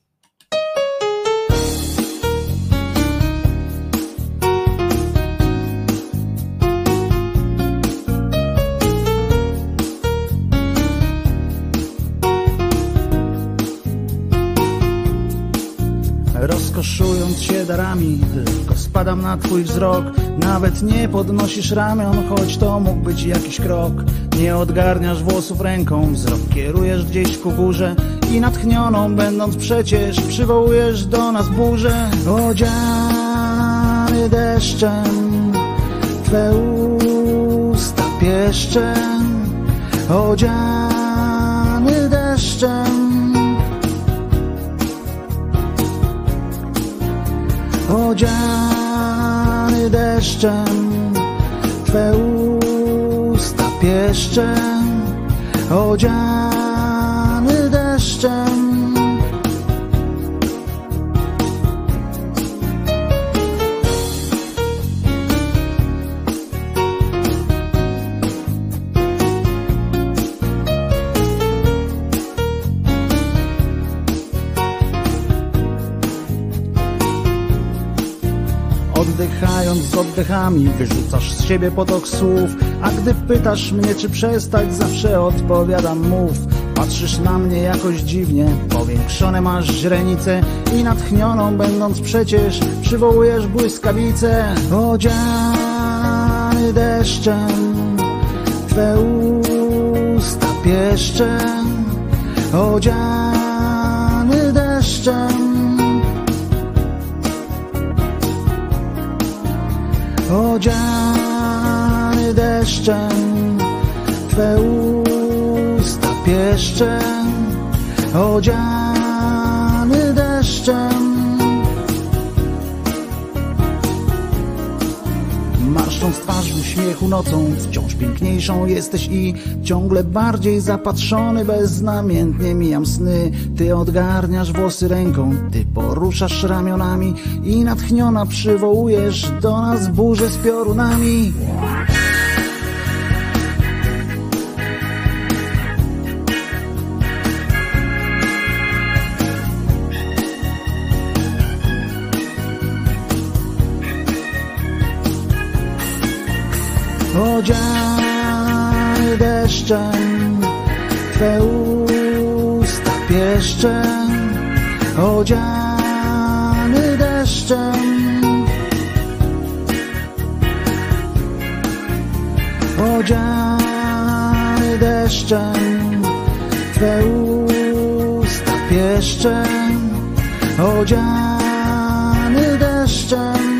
rozkoszując się darami. Tylko spadam na twój wzrok, nawet nie podnosisz ramion, choć to mógł być jakiś krok. Nie odgarniasz włosów ręką, wzrok kierujesz gdzieś ku górze i natchnioną będąc przecież przywołujesz do nas burzę. Odziany deszczem, twe usta pieszczem, odziany deszczem, odziany deszczem, twe usta pieszczem, odziany deszczem. Oddychając z oddechami, wyrzucasz z siebie potok słów, a gdy pytasz mnie, czy przestać, zawsze odpowiadam mów. Patrzysz na mnie jakoś dziwnie, powiększone masz źrenice i natchnioną będąc przecież przywołujesz błyskawicę. Odziany deszczem, twe usta pieszczem, odziany deszczem, odziany deszczem, twe usta pieszczem, odziany deszczem. Marszcząc twarz w uśmiechu nocą, wciąż piękniejszą jesteś i ciągle bardziej zapatrzony, beznamiętnie mijam sny. Ty odgarniasz włosy ręką, ty poruszasz ramionami i natchniona przywołujesz do nas burzę z piorunami. Odziany deszczem, twe usta pieszczem, odziany deszczem, odziany deszczem, twe usta pieszczem, odziany deszczem.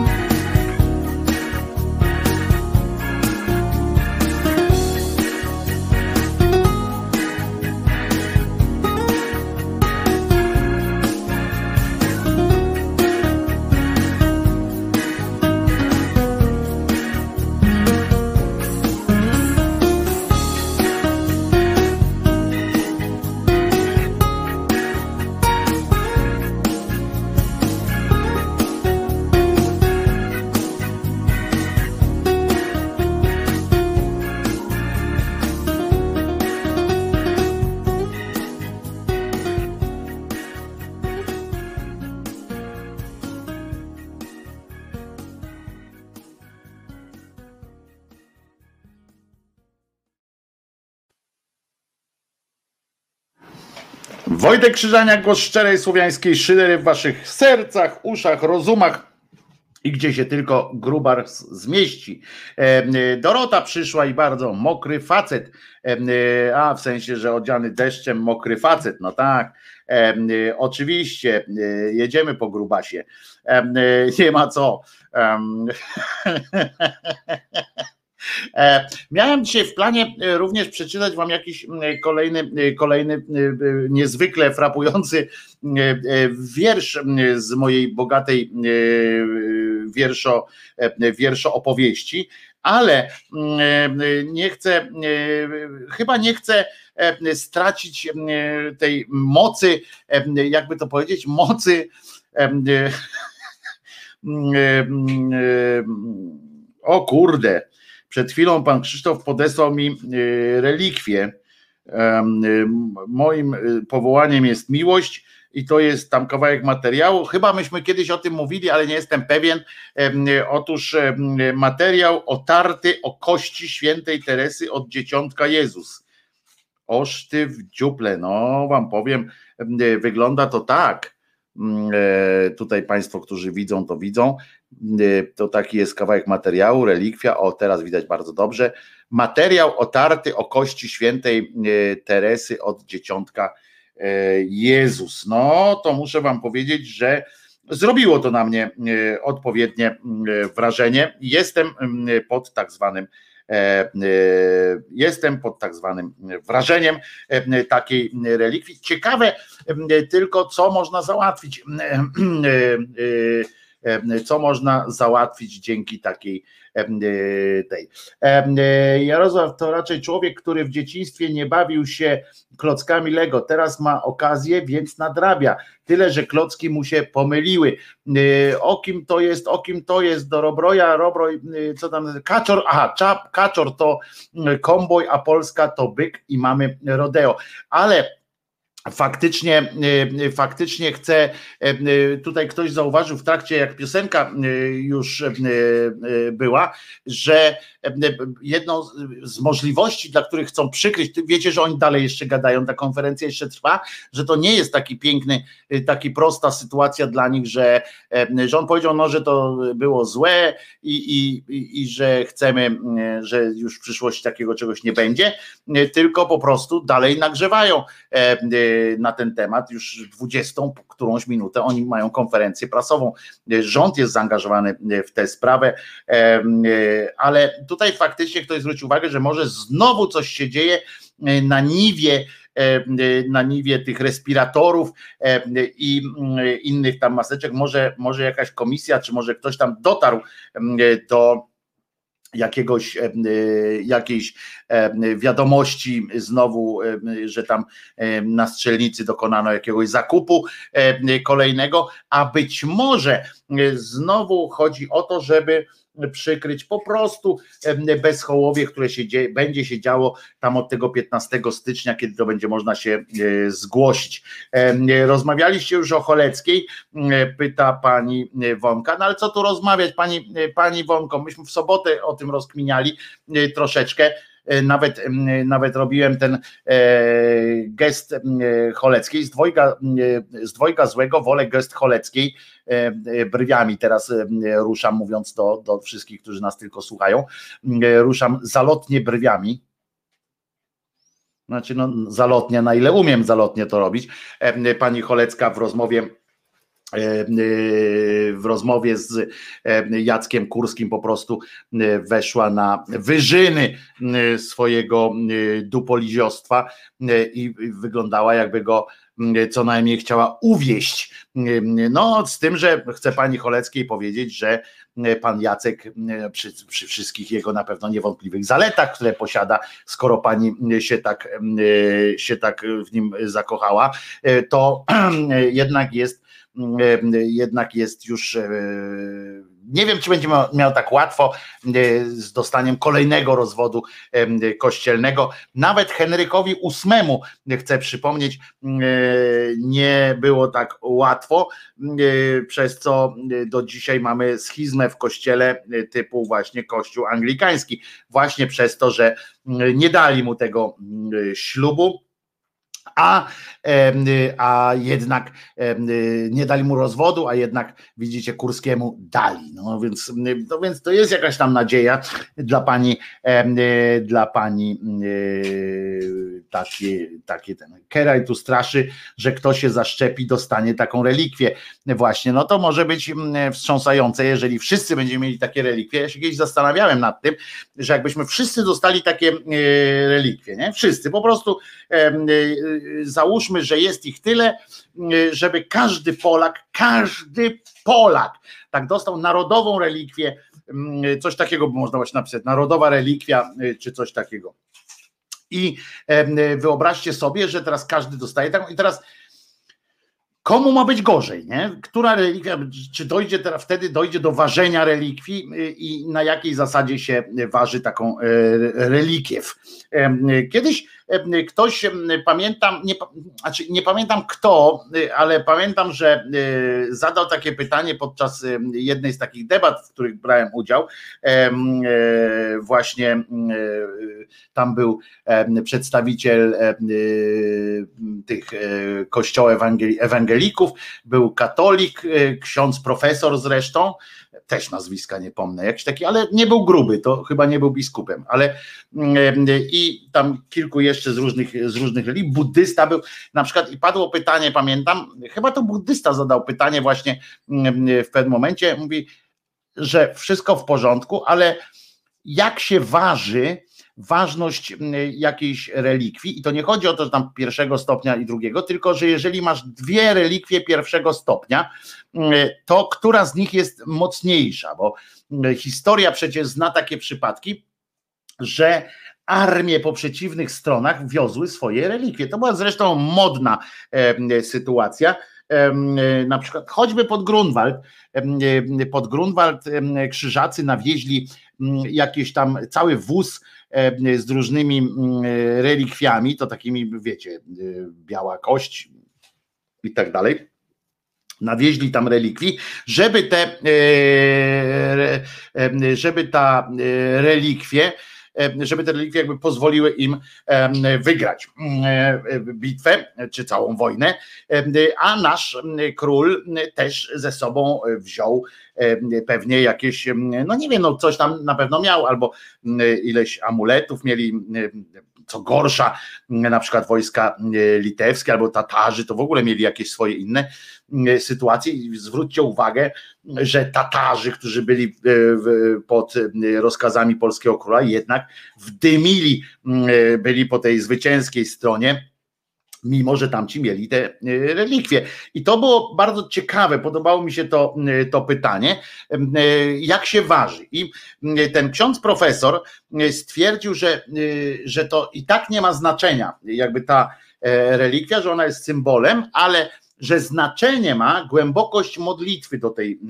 Wojtek Krzyżaniak, głos szczerej słowiańskiej szydery w waszych sercach, uszach, rozumach i gdzie się tylko grubar zmieści. Dorota przyszła i bardzo mokry facet, a w sensie, że odziany deszczem mokry facet, no tak, oczywiście, jedziemy po grubasie, nie ma co. Miałem dzisiaj w planie również przeczytać wam jakiś kolejny niezwykle frapujący wiersz z mojej bogatej wierszo opowieści, ale chyba nie chcę stracić tej mocy, jakby to powiedzieć, mocy o kurde. Przed chwilą pan Krzysztof podesłał mi relikwię. Moim powołaniem jest miłość i to jest tam kawałek materiału. Chyba myśmy kiedyś o tym mówili, ale nie jestem pewien. Otóż materiał otarty o kości świętej Teresy od Dzieciątka Jezus. Oż ty w dziuple, no wam powiem, wygląda to tak. Tutaj Państwo, którzy widzą, to widzą. To taki jest kawałek materiału, relikwia. O, teraz widać bardzo dobrze. Materiał otarty o kości świętej Teresy od Dzieciątka Jezus. No, to muszę Wam powiedzieć, że zrobiło to na mnie odpowiednie wrażenie. Jestem pod tak zwanym wrażeniem takiej relikwii. Ciekawe tylko, co można załatwić dzięki takiej tej. Jarosław to raczej człowiek, który w dzieciństwie nie bawił się klockami Lego, teraz ma okazję, więc nadrabia. Tyle, że klocki mu się pomyliły. O kim to jest? Do Robroj, co tam? Kaczor, Kaczor to komboj, a Polska to byk i mamy rodeo. Ale faktycznie chcę, tutaj ktoś zauważył w trakcie, jak piosenka już była, że jedną z możliwości, dla których chcą przykryć, wiecie, że oni dalej jeszcze gadają, ta konferencja jeszcze trwa, że to nie jest taki piękny, taki prosta sytuacja dla nich, że on powiedział, no, że to było złe i że chcemy, że już w przyszłości takiego czegoś nie będzie, tylko po prostu dalej nagrzewają na ten temat, już 20 którąś minutę oni mają konferencję prasową, rząd jest zaangażowany w tę sprawę, ale tutaj faktycznie ktoś zwrócił uwagę, że może znowu coś się dzieje na niwie tych respiratorów i innych tam maseczek, może jakaś komisja, czy może ktoś tam dotarł do jakiejś wiadomości znowu, że tam na strzelnicy dokonano jakiegoś zakupu kolejnego, a być może znowu chodzi o to, żeby przykryć po prostu bezhołowie, które będzie się działo tam od tego 15 stycznia, kiedy to będzie można się zgłosić. Rozmawialiście już o Choleckiej, pyta pani Wonka, no ale co tu rozmawiać, pani Wonko, myśmy w sobotę o tym rozkminiali troszeczkę, nawet robiłem ten gest Choleckiej, z dwojga złego wolę gest Choleckiej, brwiami teraz ruszam, mówiąc do wszystkich, którzy nas tylko słuchają, ruszam zalotnie brwiami, znaczy no zalotnie, na ile umiem zalotnie to robić. Pani Cholecka w rozmowie z Jackiem Kurskim po prostu weszła na wyżyny swojego dupoliziostwa i wyglądała, jakby go co najmniej chciała uwieść. No, z tym, że chce pani Choleckiej powiedzieć, że pan Jacek przy wszystkich jego na pewno niewątpliwych zaletach, które posiada, skoro pani się tak w nim zakochała, to jednak jest już, nie wiem, czy będzie miał tak łatwo z dostaniem kolejnego rozwodu kościelnego. Nawet Henrykowi VIII, chcę przypomnieć, nie było tak łatwo, przez co do dzisiaj mamy schizmę w kościele typu właśnie kościół anglikański, właśnie przez to, że nie dali mu tego ślubu, a jednak nie dali mu rozwodu, a jednak widzicie, Kurskiemu dali. No więc to jest jakaś tam nadzieja dla pani takie ten Keraj tu straszy, że kto się zaszczepi, dostanie taką relikwię. Właśnie, no to może być wstrząsające, jeżeli wszyscy będziemy mieli takie relikwie. Ja się kiedyś zastanawiałem nad tym, że jakbyśmy wszyscy dostali takie relikwie, nie? Wszyscy, po prostu załóżmy, że jest ich tyle, żeby każdy Polak tak dostał narodową relikwię, coś takiego by można właśnie napisać, narodowa relikwia, czy coś takiego. I wyobraźcie sobie, że teraz każdy dostaje taką i teraz komu ma być gorzej, nie? Która relikwia, czy wtedy dojdzie do ważenia relikwii i na jakiej zasadzie się waży taką relikiew. Kiedyś ktoś, pamiętam, nie pamiętam kto, ale pamiętam, że zadał takie pytanie podczas jednej z takich debat, w których brałem udział. Właśnie tam był przedstawiciel tych kościołów ewangelików, był katolik, ksiądz profesor zresztą, też nazwiska nie pomnę, jakiś taki, ale nie był gruby, to chyba nie był biskupem, ale i tam kilku jeszcze z różnych religii, buddysta był na przykład i padło pytanie, pamiętam, chyba to buddysta zadał pytanie właśnie w pewnym momencie, mówi, że wszystko w porządku, ale jak się waży ważność jakiejś relikwii i to nie chodzi o to, że tam pierwszego stopnia i drugiego, tylko że jeżeli masz dwie relikwie pierwszego stopnia, to która z nich jest mocniejsza, bo historia przecież zna takie przypadki, że armie po przeciwnych stronach wiozły swoje relikwie. To była zresztą modna sytuacja, na przykład choćby pod Grunwald krzyżacy nawieźli jakieś tam cały wóz z różnymi relikwiami, to takimi, wiecie, biała kość i tak dalej. Nawieźli tam relikwii, żeby te relikwie jakby pozwoliły im wygrać bitwę, czy całą wojnę, a nasz król też ze sobą wziął pewnie jakieś, no nie wiem, no coś tam na pewno miał, albo ileś amuletów mieli, co gorsza, na przykład wojska litewskie albo Tatarzy, to w ogóle mieli jakieś swoje inne sytuacje i zwróćcie uwagę, że Tatarzy, którzy byli pod rozkazami polskiego króla, jednak wdymili, byli po tej zwycięskiej stronie, mimo że tamci mieli te relikwie. I to było bardzo ciekawe, podobało mi się to pytanie, jak się waży. I ten ksiądz profesor stwierdził, że to i tak nie ma znaczenia, jakby ta relikwia, że ona jest symbolem, ale że znaczenie ma głębokość modlitwy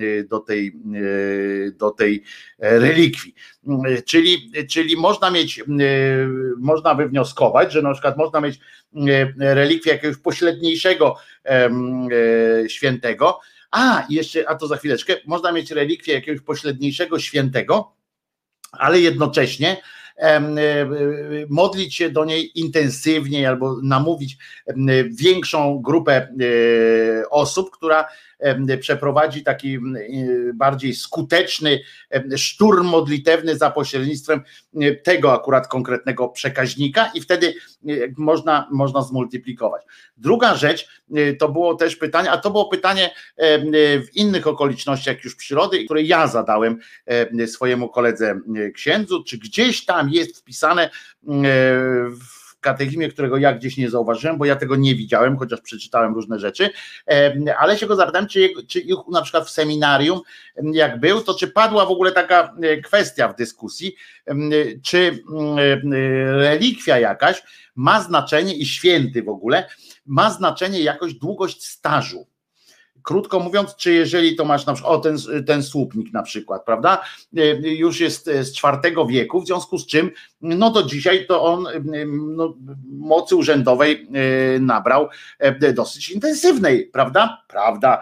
do tej relikwii. Czyli można wywnioskować, że na przykład można mieć relikwię jakiegoś pośredniejszego świętego, a to za chwileczkę, można mieć relikwię jakiegoś pośredniejszego świętego, ale jednocześnie modlić się do niej intensywniej albo namówić większą grupę osób, która przeprowadzi taki bardziej skuteczny szturm modlitewny za pośrednictwem tego akurat konkretnego przekaźnika i wtedy można zmultiplikować. Druga rzecz to było też pytanie, a to było pytanie w innych okolicznościach już przyrody, które ja zadałem swojemu koledze księdzu, czy gdzieś tam jest wpisane w katechizmie, którego ja gdzieś nie zauważyłem, bo ja tego nie widziałem, chociaż przeczytałem różne rzeczy, ale się go zapytałem, czy na przykład w seminarium, jak był, to czy padła w ogóle taka kwestia w dyskusji, czy relikwia jakaś ma znaczenie i święty w ogóle ma znaczenie jakoś długość stażu. Krótko mówiąc, czy jeżeli to masz na przykład, ten słupnik na przykład, prawda, już jest z IV wieku, w związku z czym, no do dzisiaj to on mocy urzędowej nabrał dosyć intensywnej, prawda,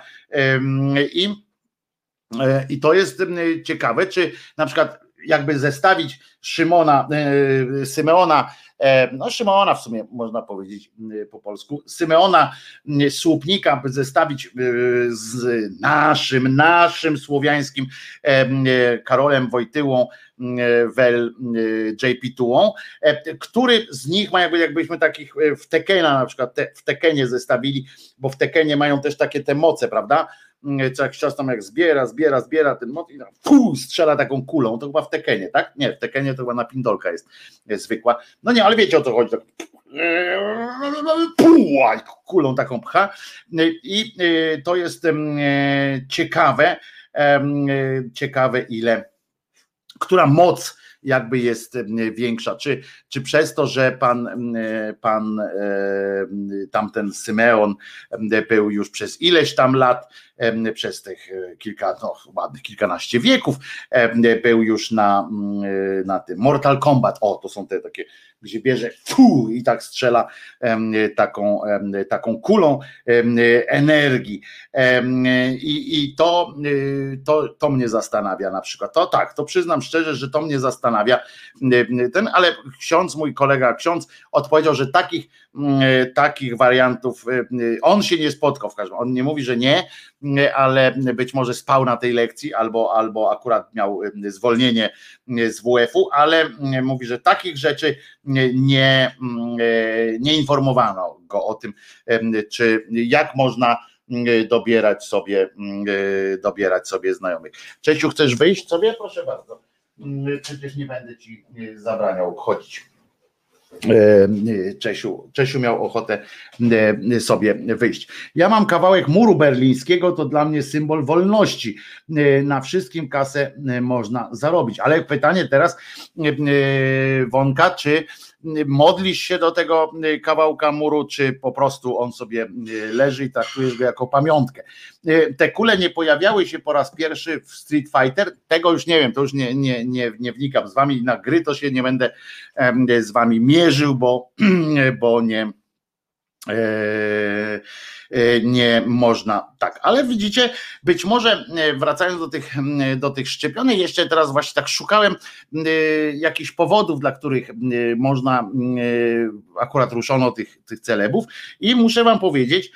i to jest ciekawe, czy na przykład jakby zestawić Szymeona w sumie można powiedzieć po polsku, Symeona Słupnika zestawić z naszym słowiańskim Karolem Wojtyłą JP Tułą, który z nich ma jakbyśmy takich w Tekena na przykład, w Tekenie zestawili, bo w Tekenie mają też takie te moce, prawda? Co jakiś czas tam jak zbiera ten moc i strzela taką kulą, to chyba w Tekenie, tak? Nie, w Tekenie to chyba na pindolka jest zwykła. No nie, ale wiecie o co chodzi, tak kulą taką pcha i to jest ciekawe ile, która moc jakby jest większa, czy przez to, że pan tamten Symeon był już przez ileś tam lat, przez tych ładnych kilkanaście wieków, był już na tym Mortal Kombat, to są te takie, gdzie bierze i tak strzela taką kulą energii i to mnie zastanawia na przykład, to przyznam szczerze, że to mnie zastanawia, ale mój kolega ksiądz odpowiedział, że takich wariantów on się nie spotkał, w każdym razie on nie mówi, że nie, ale być może spał na tej lekcji albo akurat miał zwolnienie z WF-u, ale mówi, że takich rzeczy nie informowano go o tym, czy jak można dobierać sobie znajomych. Czesiu, chcesz wyjść sobie? Proszę bardzo. Przecież nie będę ci zabraniał chodzić. Czesiu miał ochotę sobie wyjść. Ja mam kawałek muru berlińskiego, to dla mnie symbol wolności. Na wszystkim kasę można zarobić. Ale pytanie teraz, Wonka, czy modlisz się do tego kawałka muru, czy po prostu on sobie leży i traktujesz go jako pamiątkę? Te kule nie pojawiały się po raz pierwszy w Street Fighter, tego już nie wiem, to już nie wnikam z wami, na gry to się nie będę z wami mierzył, bo nie można tak, ale widzicie, być może wracając do tych szczepionek, jeszcze teraz właśnie tak szukałem jakichś powodów, dla których można, akurat ruszono tych celebów i muszę wam powiedzieć,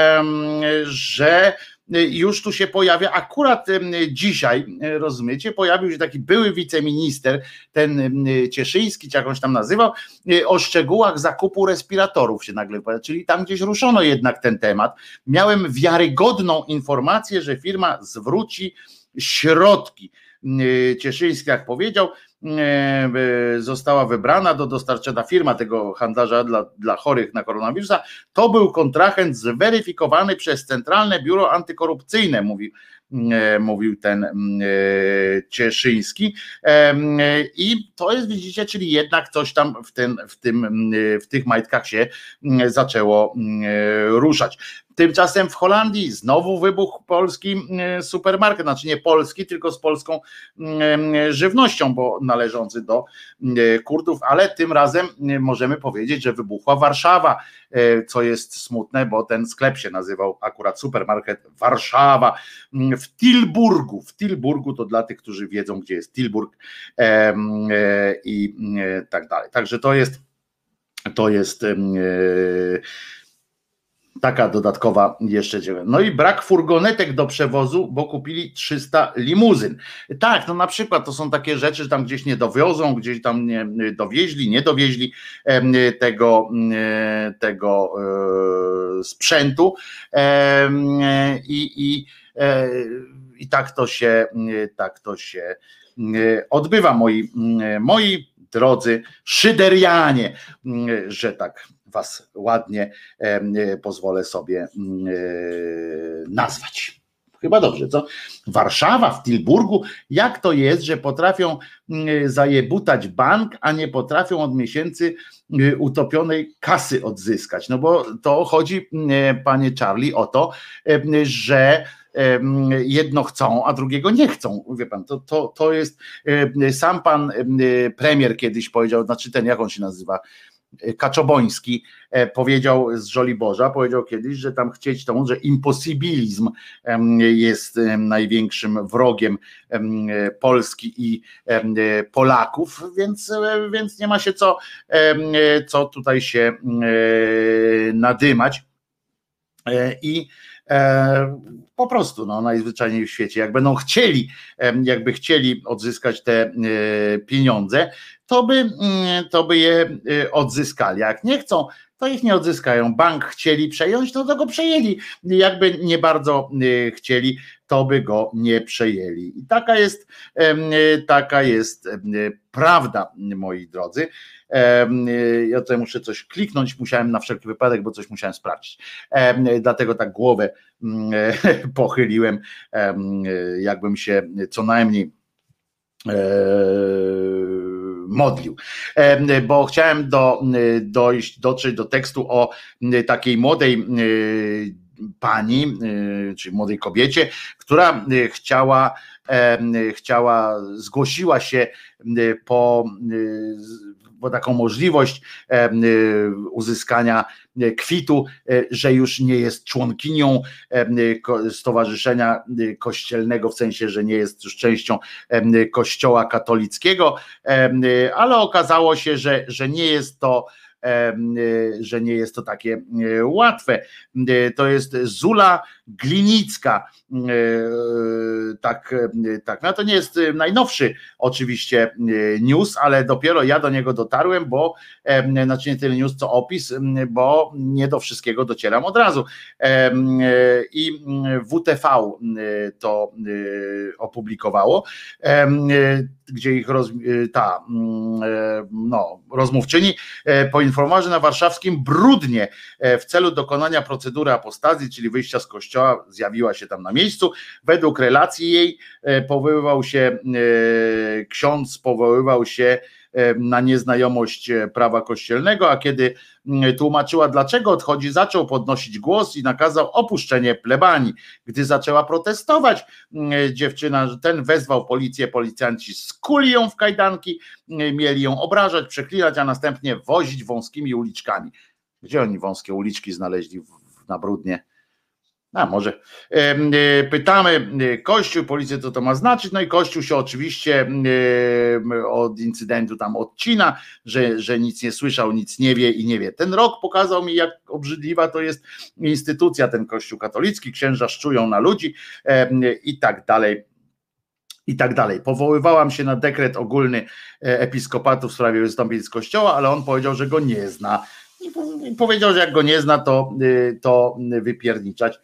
że już tu się pojawia, akurat dzisiaj, rozumiecie, pojawił się taki były wiceminister, ten Cieszyński, czy jakąś tam nazywał, o szczegółach zakupu respiratorów się nagle pojawił, czyli tam gdzieś ruszono jednak ten temat. Miałem wiarygodną informację, że firma zwróci środki. Cieszyński, jak powiedział, została wybrana do dostarczenia, firma tego handlarza dla chorych na koronawirusa, to był kontrahent zweryfikowany przez Centralne Biuro Antykorupcyjne, mówił ten Cieszyński, i to jest, widzicie, czyli jednak coś tam w tych majtkach się zaczęło ruszać. Tymczasem w Holandii znowu wybuchł polski supermarket, znaczy nie polski, tylko z polską żywnością, bo należący do Kurdów, ale tym razem możemy powiedzieć, że wybuchła Warszawa, co jest smutne, bo ten sklep się nazywał akurat supermarket Warszawa w Tilburgu to dla tych, którzy wiedzą, gdzie jest Tilburg i tak dalej. Także to jest taka dodatkowa jeszcze dzieła. No i brak furgonetek do przewozu, bo kupili 300 limuzyn. Tak, no na przykład to są takie rzeczy, że tam gdzieś nie dowiozą, gdzieś tam nie dowieźli tego sprzętu i tak to się odbywa, moi drodzy szyderianie, że tak was ładnie pozwolę sobie nazwać. Chyba dobrze, co? Warszawa w Tilburgu, jak to jest, że potrafią zajebutać bank, a nie potrafią od miesięcy utopionej kasy odzyskać? No bo to chodzi, panie Charlie, o to, że jedno chcą, a drugiego nie chcą. Wie pan, to jest, sam pan premier kiedyś powiedział, znaczy ten, jak on się nazywa, Kaczoboński, powiedział z Żoliborza, powiedział kiedyś, że tam chcieć to, że imposybilizm jest największym wrogiem Polski i Polaków, więc nie ma się co tutaj się nadymać i po prostu najzwyczajniej w świecie, jakby chcieli odzyskać te pieniądze, to by je odzyskali. Jak nie chcą, to ich nie odzyskają. Bank chcieli przejąć, no to go przejęli. Jakby nie bardzo chcieli, to by go nie przejęli. I taka jest prawda, moi drodzy. Ja tutaj muszę coś kliknąć, musiałem na wszelki wypadek, bo coś musiałem sprawdzić. Dlatego tak głowę pochyliłem, jakbym się co najmniej modlił, bo chciałem dotrzeć do tekstu o takiej młodej pani, czyli młodej kobiecie, która zgłosiła się po taką możliwość uzyskania kwitu, że już nie jest członkinią stowarzyszenia kościelnego, w sensie, że nie jest już częścią Kościoła katolickiego, ale okazało się, że nie jest to takie łatwe. To jest Zula Glinicka. Tak, no to nie jest najnowszy oczywiście news, ale dopiero ja do niego dotarłem, bo znaczy nie tyle news, co opis, bo nie do wszystkiego docieram od razu. I WTV to opublikowało, gdzie ich rozmówczyni poinformowała, że na warszawskim Brudnie w celu dokonania procedury apostazji, czyli wyjścia z kościoła, zjawiła się tam na miejscu. Według relacji jej ksiądz powoływał się na nieznajomość prawa kościelnego, a kiedy tłumaczyła, dlaczego odchodzi, zaczął podnosić głos i nakazał opuszczenie plebanii. Gdy zaczęła protestować, dziewczyna, ten wezwał policję, policjanci skuli ją w kajdanki, mieli ją obrażać, przeklinać, a następnie wozić wąskimi uliczkami. Gdzie oni wąskie uliczki znaleźli na Brudnie? A może pytamy Kościół, policję, co to ma znaczyć, no i Kościół się oczywiście od incydentu tam odcina, że nic nie słyszał, nic nie wie i nie wie. Ten rok pokazał mi, jak obrzydliwa to jest instytucja, ten Kościół katolicki, księża szczują na ludzi i tak dalej. I tak dalej. Powoływałam się na dekret ogólny episkopatu w sprawie wystąpień z Kościoła, ale on powiedział, że go nie zna. I powiedział, że jak go nie zna, to wypierniczać.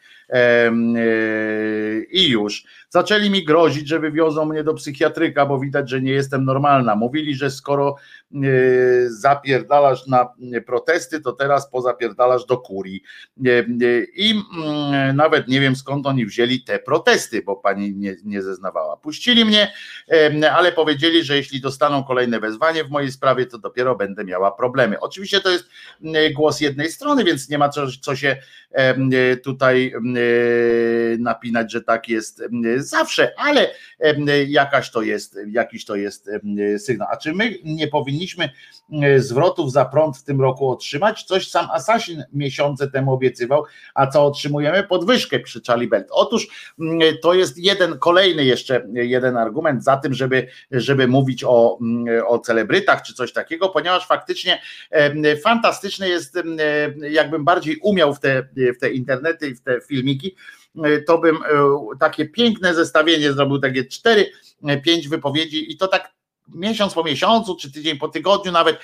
I już. Zaczęli mi grozić, że wywiozą mnie do psychiatryka, bo widać, że nie jestem normalna. Mówili, że skoro zapierdalasz na protesty, to teraz pozapierdalasz do kurii. I nawet nie wiem, skąd oni wzięli te protesty, bo pani nie zeznawała. Puścili mnie, ale powiedzieli, że jeśli dostaną kolejne wezwanie w mojej sprawie, to dopiero będę miała problemy. Oczywiście to jest głos jednej strony, więc nie ma co się tutaj napinać, że tak jest zawsze, ale jakiś to jest sygnał. A czy my nie powinniśmy zwrotów za prąd w tym roku otrzymać? Coś sam Assassin miesiące temu obiecywał, a co otrzymujemy? Podwyżkę przy Charlie Belt. Otóż to jest kolejny jeszcze jeden argument za tym, żeby mówić o celebrytach czy coś takiego, ponieważ faktycznie fantastyczne jest, jakbym bardziej umiał w te internety i w te filmiki, to bym takie piękne zestawienie zrobił, takie 4-5 wypowiedzi i to tak miesiąc po miesiącu, czy tydzień po tygodniu nawet,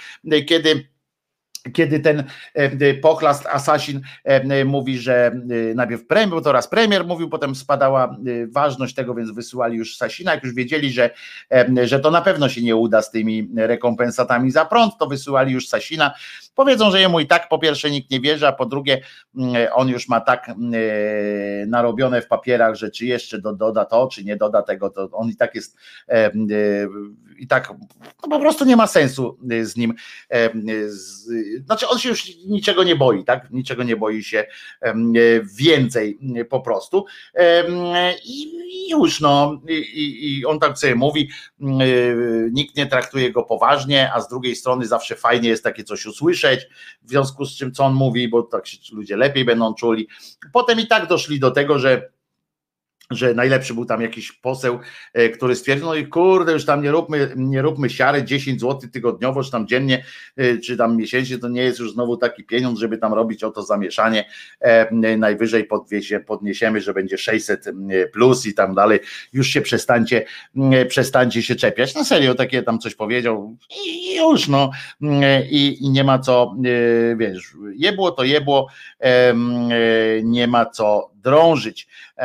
kiedy ten pochlast Assassin mówi, że najpierw premier, to raz premier mówił, potem spadała ważność tego, więc wysyłali już Sasina, jak już wiedzieli, że to na pewno się nie uda z tymi rekompensatami za prąd, to wysyłali już Sasina. Powiedzą, że jemu i tak po pierwsze nikt nie wierzy, a po drugie on już ma tak narobione w papierach, że czy jeszcze doda to, czy nie doda tego, to on i tak jest i tak no po prostu nie ma sensu z nim. Znaczy on się już niczego nie boi, tak? Niczego nie boi się więcej po prostu. I już no, i on tak sobie mówi, nikt nie traktuje go poważnie, a z drugiej strony zawsze fajnie jest takie coś usłyszeć, w związku z czym co on mówi, bo tak się ludzie lepiej będą czuli. Potem i tak doszli do tego, że najlepszy był tam jakiś poseł, który stwierdził, no i kurde, już tam nie róbmy siary, 10 zł tygodniowo, czy tam dziennie, czy tam miesięcznie, to nie jest już znowu taki pieniądz, żeby tam robić o to zamieszanie, najwyżej podniesiemy, że będzie 600 plus i tam dalej, już się przestańcie się czepiać, na serio, takie tam coś powiedział i już no, i nie ma co, wiesz, jebło to jebło, nie ma co drążyć,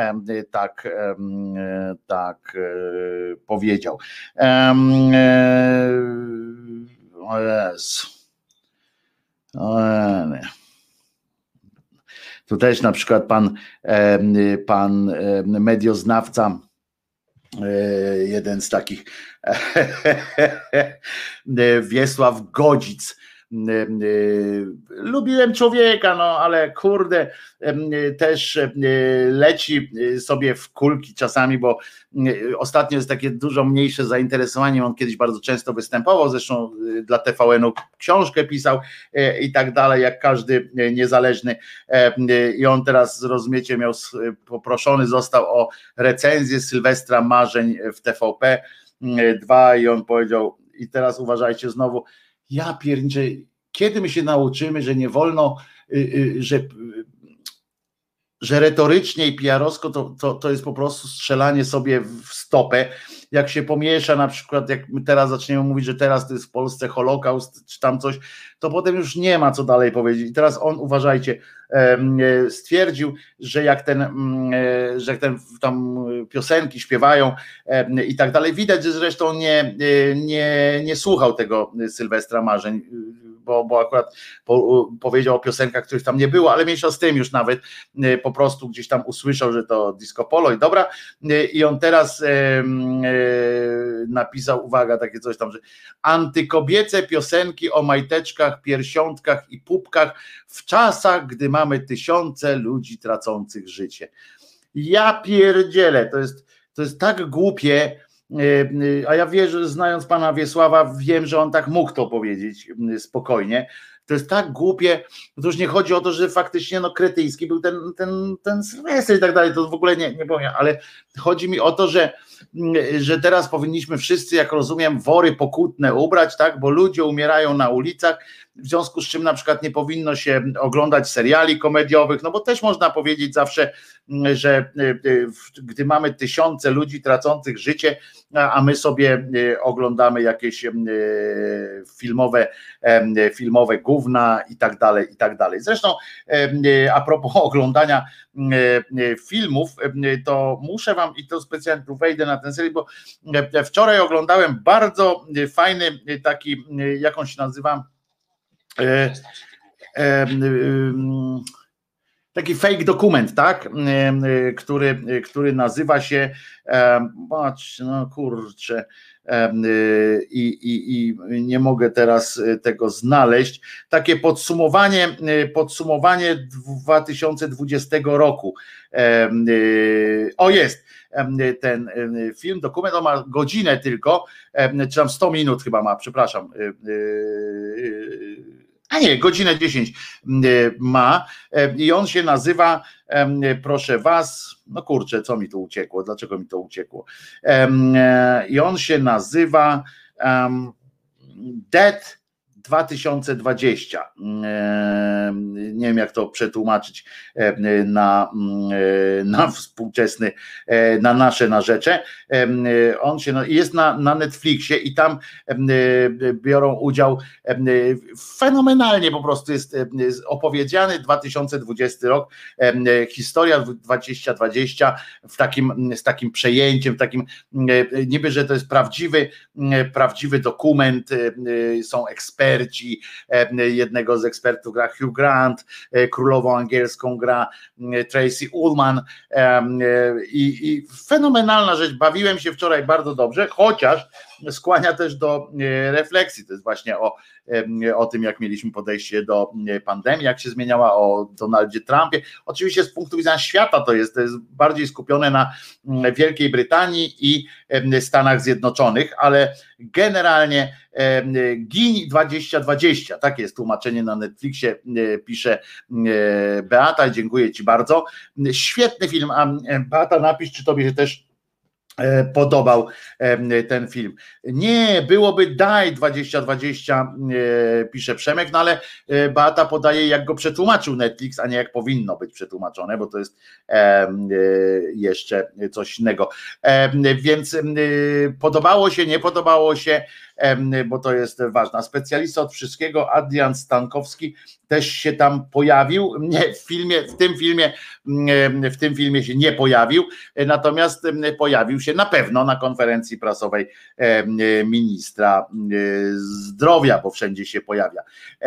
tak powiedział. O Jezu. Tu też na przykład pan medioznawca jeden z takich Wiesław Godzic. Lubiłem człowieka, no ale kurde, też leci sobie w kulki czasami, bo ostatnio jest takie dużo mniejsze zainteresowanie. On kiedyś bardzo często występował, zresztą dla TVN-u książkę pisał i tak dalej, jak każdy niezależny. I on teraz, rozumiecie, poproszony został o recenzję Sylwestra Marzeń w TVP 2 i on powiedział, i teraz uważajcie znowu, ja pierniczę, kiedy my się nauczymy, że nie wolno, że retorycznie i PR-owsko to jest po prostu strzelanie sobie w stopę, jak się pomiesza na przykład, jak my teraz zaczniemy mówić, że teraz to jest w Polsce Holokaust, czy tam coś, to potem już nie ma co dalej powiedzieć. I teraz on, uważajcie, stwierdził, że jak ten tam piosenki śpiewają i tak dalej, widać, że zresztą nie słuchał tego Sylwestra Marzeń, bo akurat powiedział o piosenkach, których tam nie było, ale mniejsza z tym, już nawet po prostu gdzieś tam usłyszał, że to disco polo i dobra, i on teraz napisał, uwaga, takie coś tam, że antykobiece piosenki o majteczkach, piersiątkach i pupkach w czasach, gdy mamy tysiące ludzi tracących życie. Ja pierdzielę, to jest tak głupie, a ja wierzę, znając pana Wiesława, wiem, że on tak mógł to powiedzieć spokojnie. To jest tak głupie, to już nie chodzi o to, że faktycznie kretyński był ten Sylwester i tak dalej, to w ogóle nie powiem, ale chodzi mi o to, że teraz powinniśmy wszyscy, jak rozumiem, wory pokutne ubrać, tak, bo ludzie umierają na ulicach, w związku z czym na przykład nie powinno się oglądać seriali komediowych, no bo też można powiedzieć zawsze, że gdy mamy tysiące ludzi tracących życie, a my sobie oglądamy jakieś filmowe gówna i tak dalej, i tak dalej. Zresztą a propos oglądania filmów, to muszę wam, i to specjalnie tu wejdę na ten serial, bo wczoraj oglądałem bardzo fajny taki, jak on się nazywa, taki fake dokument, tak, który nazywa się, patrz, no kurczę, i nie mogę teraz tego znaleźć, takie podsumowanie 2020 roku. O, jest ten film, dokument, on ma godzinę tylko, czy tam 100 minut chyba ma, przepraszam, a nie, godzinę 10 ma i on się nazywa, proszę was, no kurczę, co mi to uciekło, dlaczego mi to uciekło, i on się nazywa Dead 2020. Nie wiem, jak to przetłumaczyć na współczesny, na nasze narzecze. On jest na Netflixie i tam biorą udział, fenomenalnie po prostu jest opowiedziany 2020 rok, historia 2020 z takim przejęciem, takim niby, że to jest prawdziwy dokument, są eksperci, jednego z ekspertów gra Hugh Grant, królową angielską gra Tracy Ullman i fenomenalna rzecz, bawiłem się wczoraj bardzo dobrze, chociaż skłania też do refleksji, to jest właśnie o tym, jak mieliśmy podejście do pandemii, jak się zmieniała, o Donaldzie Trumpie. Oczywiście z punktu widzenia świata to jest bardziej skupione na Wielkiej Brytanii i Stanach Zjednoczonych, ale generalnie Gin 2020, takie jest tłumaczenie na Netflixie, pisze Beata, dziękuję ci bardzo. Świetny film, a Beata, napisz, czy tobie się też podobał ten film. Nie, byłoby Die 2020, pisze Przemek, no ale Beata podaje, jak go przetłumaczył Netflix, a nie jak powinno być przetłumaczone, bo to jest jeszcze coś innego. Więc podobało się, nie podobało się, bo to jest ważne. Specjalista od wszystkiego, Adrian Stankowski, też się tam pojawił. Nie, w tym filmie się nie pojawił, natomiast pojawił się na pewno na konferencji prasowej ministra zdrowia, bo wszędzie się pojawia.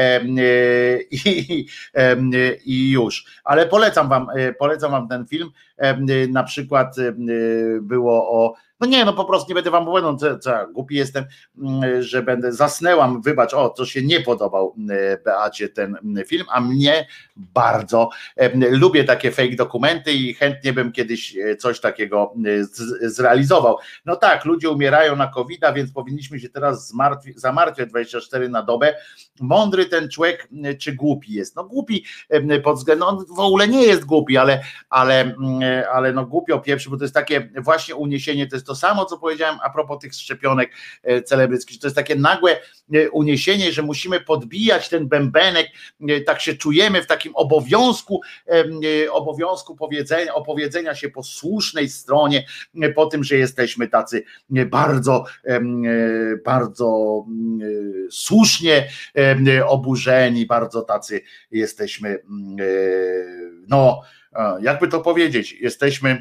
I już. Ale polecam wam ten film. Na przykład było o No nie, no po prostu nie będę wam mówił, no co głupi jestem, że będę, zasnęłam, wybacz, to się nie podobał Beacie ten film, a mnie bardzo. Lubię takie fake dokumenty i chętnie bym kiedyś coś takiego zrealizował. No tak, ludzie umierają na COVID-a, więc powinniśmy się teraz zamartwiać 24 na dobę. Mądry ten człowiek, czy głupi jest? No głupi pod względem, on w ogóle nie jest głupi, ale no głupio pieprzy, bo to jest takie właśnie uniesienie, to jest to samo, co powiedziałem a propos tych szczepionek celebryckich, to jest takie nagłe uniesienie, że musimy podbijać ten bębenek, tak się czujemy w takim obowiązku opowiedzenia się po słusznej stronie, po tym, że jesteśmy tacy bardzo, bardzo słusznie oburzeni, bardzo tacy jesteśmy, no jakby to powiedzieć, jesteśmy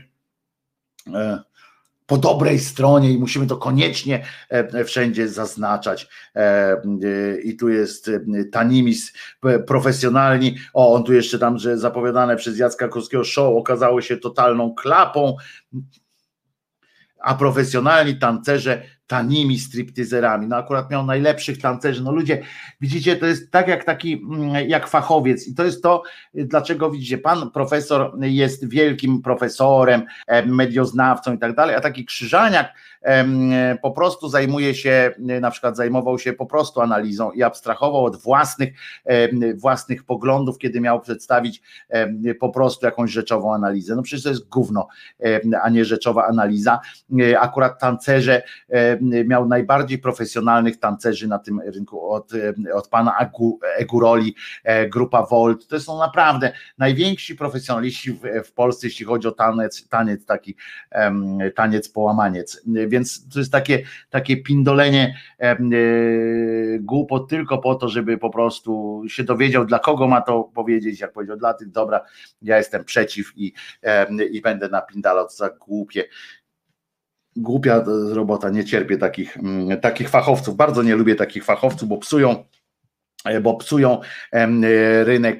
po dobrej stronie i musimy to koniecznie wszędzie zaznaczać. I tu jest Tanimis profesjonalni. On tu jeszcze tam, że zapowiadane przez Jacka Kurskiego show okazało się totalną klapą, a profesjonalni tancerze tanimi striptyzerami. No akurat miał najlepszych tancerzy. No ludzie, widzicie, to jest tak jak fachowiec i to jest to, dlaczego widzicie, pan profesor jest wielkim profesorem, medioznawcą i tak dalej, a taki Krzyżaniak po prostu zajmował się po prostu analizą i abstrahował od własnych poglądów, miał przedstawić po prostu jakąś rzeczową analizę. No przecież to jest gówno, a nie rzeczowa analiza. Akurat tancerze, miał najbardziej profesjonalnych tancerzy na tym rynku od pana Eguroli, grupa Volt. To są naprawdę najwięksi profesjonaliści w Polsce, jeśli chodzi o taniec taki taniec połamaniec. Więc to jest takie pindolenie głupot tylko po to, żeby po prostu się dowiedział, dla kogo ma to powiedzieć, jak powiedział, dla tych, dobra, ja jestem przeciw i będę napindalał, co za głupia robota, nie cierpię takich fachowców, bardzo nie lubię takich fachowców, bo psują rynek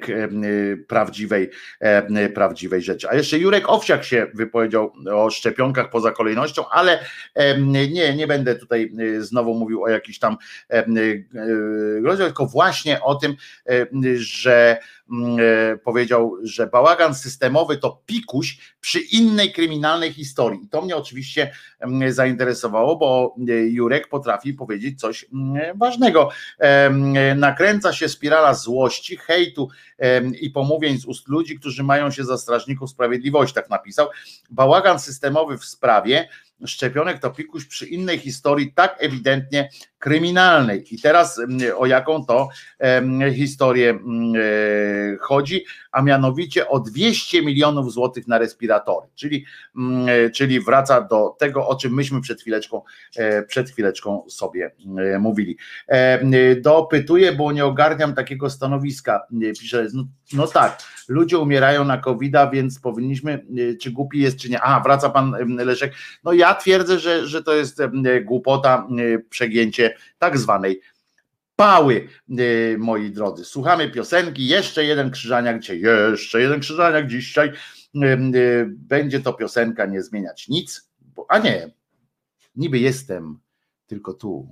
prawdziwej rzeczy. A jeszcze Jurek Owsiak się wypowiedział o szczepionkach poza kolejnością, ale nie będę tutaj znowu mówił o jakichś tam groźbach, tylko właśnie o tym, że powiedział, że bałagan systemowy to pikuś przy innej kryminalnej historii. I to mnie oczywiście zainteresowało, bo Jurek potrafi powiedzieć coś ważnego. Nakręca się spirala złości, hejtu i pomówień z ust ludzi, którzy mają się za strażników sprawiedliwości, tak napisał. Bałagan systemowy w sprawie szczepionek to pikuś przy innej historii, tak ewidentnie kryminalnej. I teraz o jaką to historię chodzi, a mianowicie o 200 milionów złotych na respiratory, czyli wraca do tego, o czym myśmy przed chwileczką sobie mówili. Dopytuję, bo nie ogarniam takiego stanowiska, pisze, no tak, ludzie umierają na COVID-a, więc powinniśmy, czy głupi jest, czy nie. Wraca pan Leszek. No ja twierdzę, że to jest głupota, przegięcie tak zwanej pały, moi drodzy. Słuchamy piosenki, jeszcze jeden Krzyżaniak dzisiaj. Będzie to piosenka Nie zmieniać nic, a nie, niby jestem tylko tu.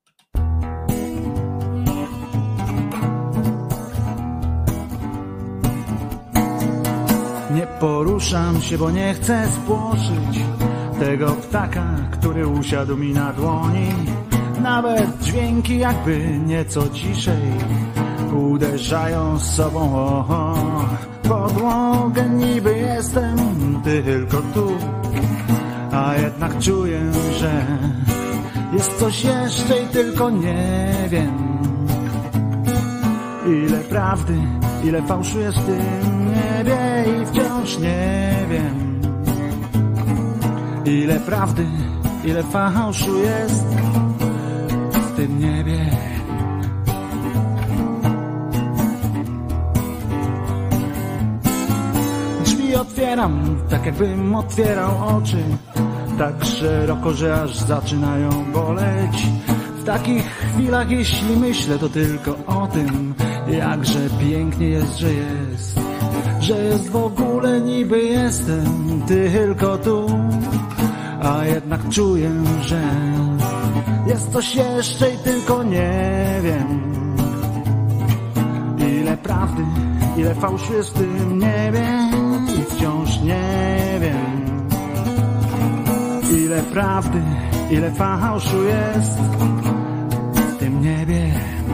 Nie poruszam się, bo nie chcę spłoszyć tego ptaka, który usiadł mi na dłoni. Nawet dźwięki jakby nieco ciszej uderzają z sobą o podłogę. Niby jestem tylko tu, a jednak czuję, że jest coś jeszcze i tylko nie wiem. Ile prawdy, ile fałszu jest w tym niebie i wciąż nie wiem. Ile prawdy, ile fałszu jest w tym niebie. Drzwi otwieram, tak jakbym otwierał oczy, tak szeroko, że aż zaczynają boleć. W takich chwilach, jeśli myślę, to tylko o tym, jakże pięknie jest, że jest w ogóle, niby jestem tylko tu, a jednak czuję, że jest coś jeszcze i tylko nie wiem. Ile prawdy, ile fałszu jest w tym niebie i wciąż nie wiem. Ile prawdy, ile fałszu jest w tym niebie.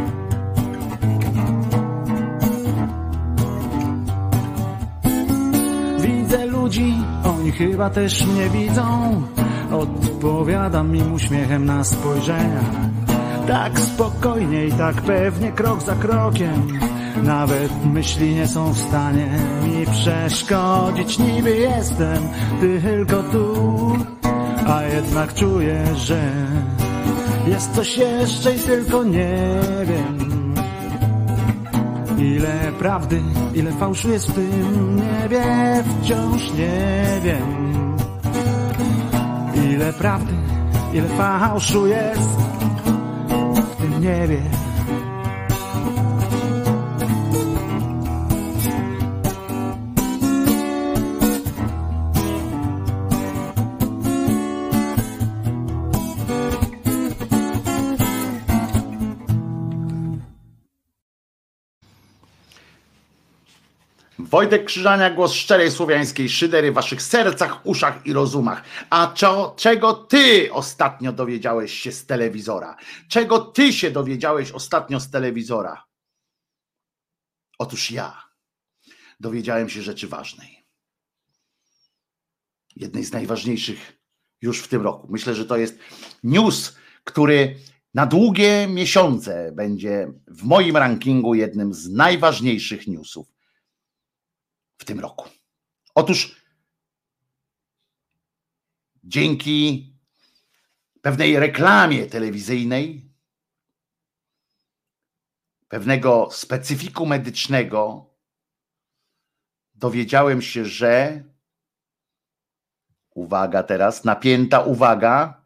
Widzę ludzi, oni chyba też mnie widzą. Odpowiadam im uśmiechem na spojrzenia. Tak spokojnie i tak pewnie, krok za krokiem. Nawet myśli nie są w stanie mi przeszkodzić. Niby jestem tylko tu, a jednak czuję, że jest coś jeszcze i tylko nie wiem. Ile prawdy, ile fałszu jest w tym niebie, wciąż nie wiem. Ile prawdy, ile fałszu jest w tym niebie. Wojtek Krzyżania, głos szczerej słowiańskiej szydery w waszych sercach, uszach i rozumach. A czego ty ostatnio dowiedziałeś się z telewizora? Czego ty się dowiedziałeś ostatnio z telewizora? Otóż ja dowiedziałem się rzeczy ważnej. Jednej z najważniejszych już w tym roku. Myślę, że to jest news, który na długie miesiące będzie w moim rankingu jednym z najważniejszych newsów w tym roku. Otóż dzięki pewnej reklamie telewizyjnej, pewnego specyfiku medycznego dowiedziałem się, że uwaga teraz, napięta uwaga,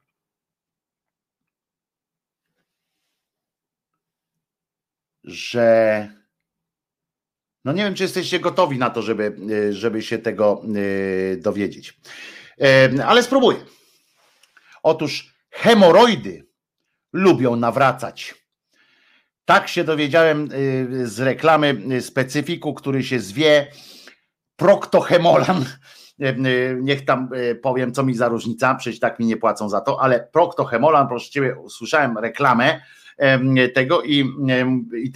że no nie wiem, czy jesteście gotowi na to, żeby się tego dowiedzieć. Ale spróbuję. Otóż hemoroidy lubią nawracać. Tak się dowiedziałem z reklamy specyfiku, który się zwie Proctohemolan. Niech tam powiem, co mi za różnica, przecież tak mi nie płacą za to, ale Proctohemolan, proszę ciebie, usłyszałem reklamę tego i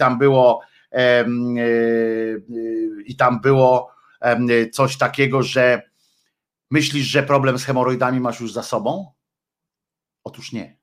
tam było coś takiego, że myślisz, że problem z hemoroidami masz już za sobą? Otóż nie.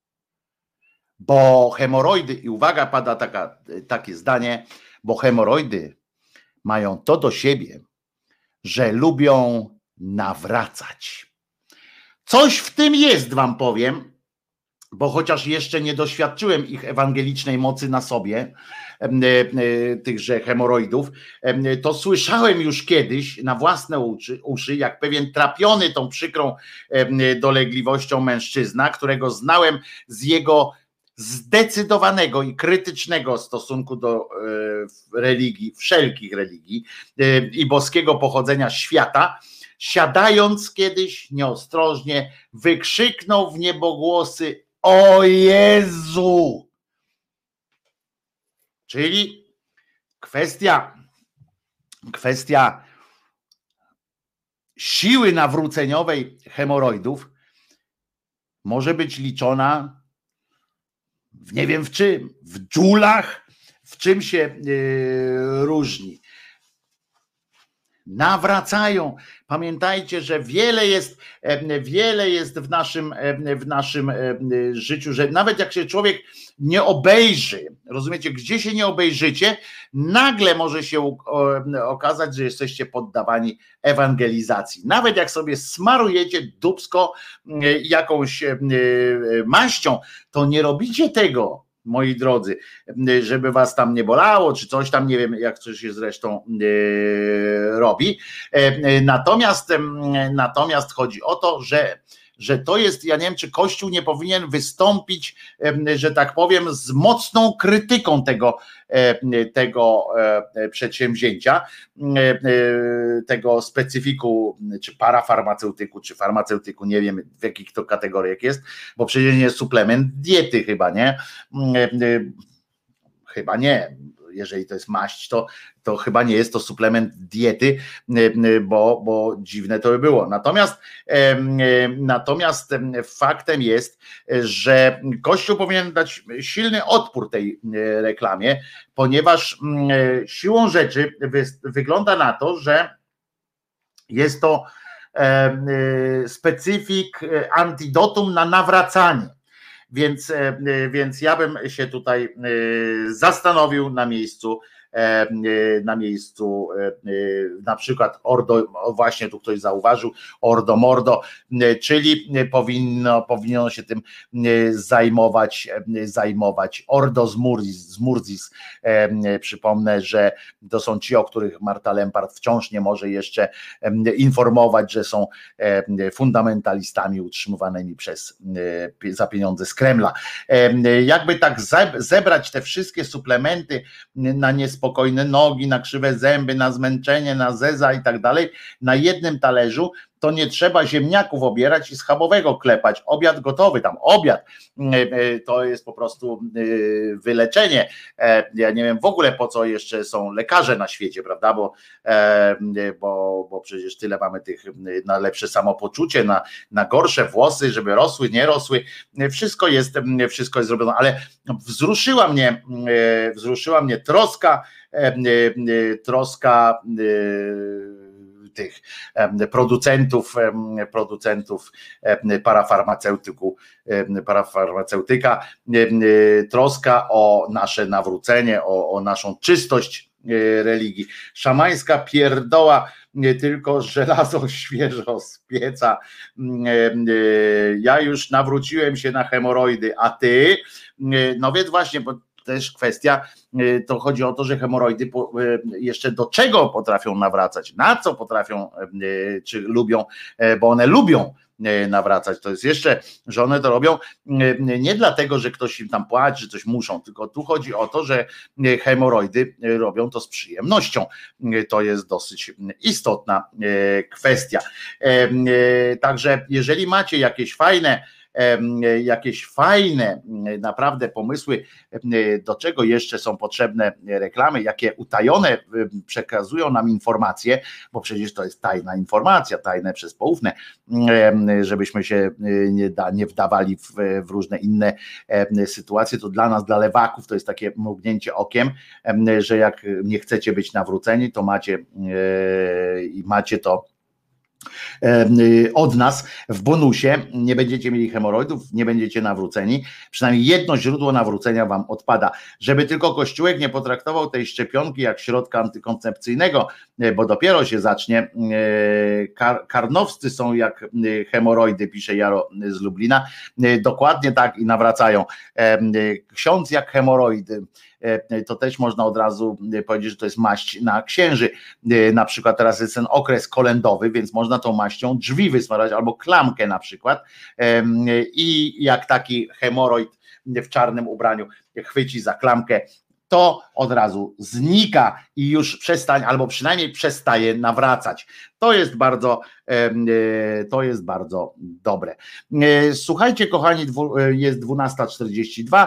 Bo hemoroidy, i uwaga, pada takie zdanie, bo hemoroidy mają to do siebie, że lubią nawracać. Coś w tym jest, wam powiem, bo chociaż jeszcze nie doświadczyłem ich ewangelicznej mocy na sobie, tychże hemoroidów, to słyszałem już kiedyś na własne uszy, jak pewien trapiony tą przykrą dolegliwością mężczyzna, którego znałem z jego zdecydowanego i krytycznego stosunku do religii, wszelkich religii i boskiego pochodzenia świata, siadając kiedyś nieostrożnie, wykrzyknął w niebogłosy: o Jezu! Czyli kwestia siły nawróceniowej hemoroidów może być liczona w nie wiem w czym, w dżulach, w czym się różni. Nawracają. Pamiętajcie, że wiele jest w naszym życiu, że nawet jak się człowiek nie obejrzy, rozumiecie, gdzie się nie obejrzycie, nagle może się okazać, że jesteście poddawani ewangelizacji. Nawet jak sobie smarujecie dupsko jakąś maścią, to nie robicie tego, moi drodzy, żeby was tam nie bolało, czy coś tam, nie wiem, jak coś się zresztą robi. Natomiast chodzi o to, że to jest, ja nie wiem, czy Kościół nie powinien wystąpić, że tak powiem, z mocną krytyką tego przedsięwzięcia, tego specyfiku, czy parafarmaceutyku, czy farmaceutyku, nie wiem w jakich to kategoriach jest, bo przecież nie jest suplement diety chyba, nie? Chyba nie. Jeżeli to jest maść, to chyba nie jest to suplement diety, bo dziwne to by było. Natomiast faktem jest, że Kościół powinien dać silny odpór tej reklamie, ponieważ siłą rzeczy wygląda na to, że jest to specyfik antidotum na nawracanie. Więc ja bym się tutaj zastanowił na miejscu na przykład Ordo, właśnie tu ktoś zauważył, Ordo Mordo, czyli powinno się tym zajmować Ordo Zmurzis. Przypomnę, że to są ci, o których Marta Lempart wciąż nie może jeszcze informować, że są fundamentalistami utrzymywanymi za pieniądze z Kremla. Jakby tak zebrać te wszystkie suplementy na niespokojne nogi, na krzywe zęby, na zmęczenie, na zeza i tak dalej, na jednym talerzu, to nie trzeba ziemniaków obierać i schabowego klepać. Obiad gotowy, tam obiad to jest po prostu wyleczenie. Ja nie wiem w ogóle po co jeszcze są lekarze na świecie, prawda, bo przecież tyle mamy tych na lepsze samopoczucie, na gorsze włosy, żeby rosły, nie rosły. Wszystko jest zrobione, ale wzruszyła mnie troska tych producentów parafarmaceutyka, troska o nasze nawrócenie, o naszą czystość religii. Szamańska pierdoła, nie tylko żelazo świeżo z pieca. Ja już nawróciłem się na hemoroidy, a ty? No więc właśnie, bo też kwestia, to chodzi o to, że hemoroidy jeszcze do czego potrafią nawracać, na co potrafią, czy lubią, bo one lubią nawracać, to jest jeszcze, że one to robią nie dlatego, że ktoś im tam płaci, że coś muszą, tylko tu chodzi o to, że hemoroidy robią to z przyjemnością. To jest dosyć istotna kwestia. Także jeżeli macie jakieś fajne naprawdę pomysły, do czego jeszcze są potrzebne reklamy, jakie utajone przekazują nam informacje, bo przecież to jest tajna informacja, tajne przez poufne, żebyśmy się nie wdawali w różne inne sytuacje, to dla nas, dla lewaków, to jest takie mrugnięcie okiem, że jak nie chcecie być nawróceni, to macie to od nas w bonusie, nie będziecie mieli hemoroidów, nie będziecie nawróceni, przynajmniej jedno źródło nawrócenia wam odpada, żeby tylko Kościółek nie potraktował tej szczepionki jak środka antykoncepcyjnego, bo dopiero się zacznie. Karnowscy są jak hemoroidy, pisze Jaro z Lublina, dokładnie tak i nawracają. Ksiądz jak hemoroidy, to też można od razu powiedzieć, że to jest maść na księży. Na przykład teraz jest ten okres kolędowy, więc można tą maścią drzwi wysmarować albo klamkę na przykład i jak taki hemoroid w czarnym ubraniu chwyci za klamkę, to od razu znika i już przestań, albo przynajmniej przestaje nawracać. To jest bardzo dobre. Słuchajcie, kochani, jest 12:42,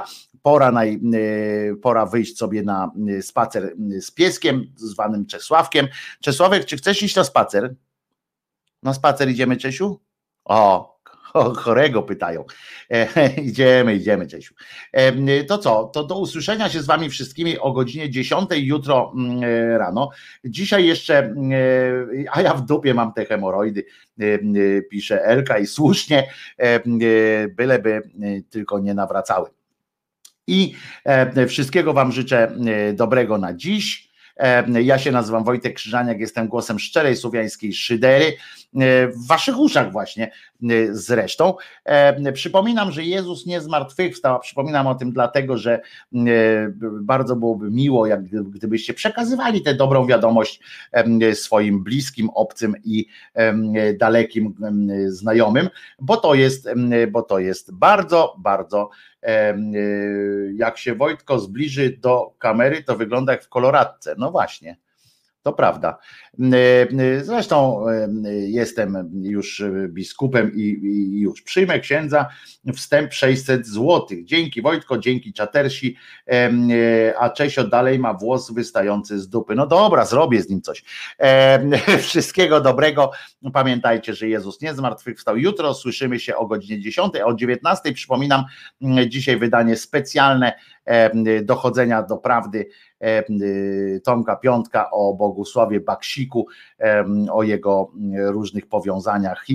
pora wyjść sobie na spacer z pieskiem, zwanym Czesławkiem. Czesławek, czy chcesz iść na spacer? Na spacer idziemy, Czesiu? O, chorego pytają. Idziemy, Czesiu. To co? To do usłyszenia się z wami wszystkimi o godzinie 10 jutro rano. Dzisiaj jeszcze, a ja w dupie mam te hemoroidy, pisze Elka i słusznie, byleby tylko nie nawracały. I wszystkiego wam życzę dobrego na dziś. Ja się nazywam Wojtek Krzyżaniak, jestem głosem szczerej słowiańskiej szydery, w waszych uszach właśnie zresztą. Przypominam, że Jezus nie zmartwychwstał, przypominam o tym dlatego, że bardzo byłoby miło, gdybyście przekazywali tę dobrą wiadomość swoim bliskim, obcym i dalekim znajomym, bo to jest bardzo, bardzo, jak się Wojtko zbliży do kamery, to wygląda jak w koloradce. No właśnie, to prawda. Zresztą jestem już biskupem i już przyjmę księdza, wstęp 600 złotych. Dzięki Wojtko, dzięki czatersi, a Czesio dalej ma włos wystający z dupy. No dobra, zrobię z nim coś. Wszystkiego dobrego. Pamiętajcie, że Jezus nie zmartwychwstał. Jutro słyszymy się o godzinie 10, a o 19 przypominam, dzisiaj wydanie specjalne Dochodzenia do prawdy Tomka Piątka o Bogusławie Baksiku, o jego różnych powiązaniach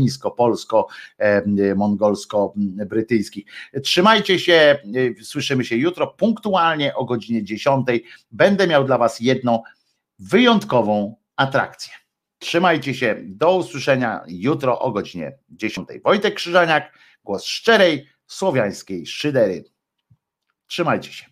chińsko-polsko-mongolsko-brytyjskich. Trzymajcie się, słyszymy się jutro punktualnie o godzinie 10. Będę miał dla was jedną wyjątkową atrakcję. Trzymajcie się, do usłyszenia jutro o godzinie 10. Wojtek Krzyżaniak, głos szczerej słowiańskiej szydery. Trzymajcie się.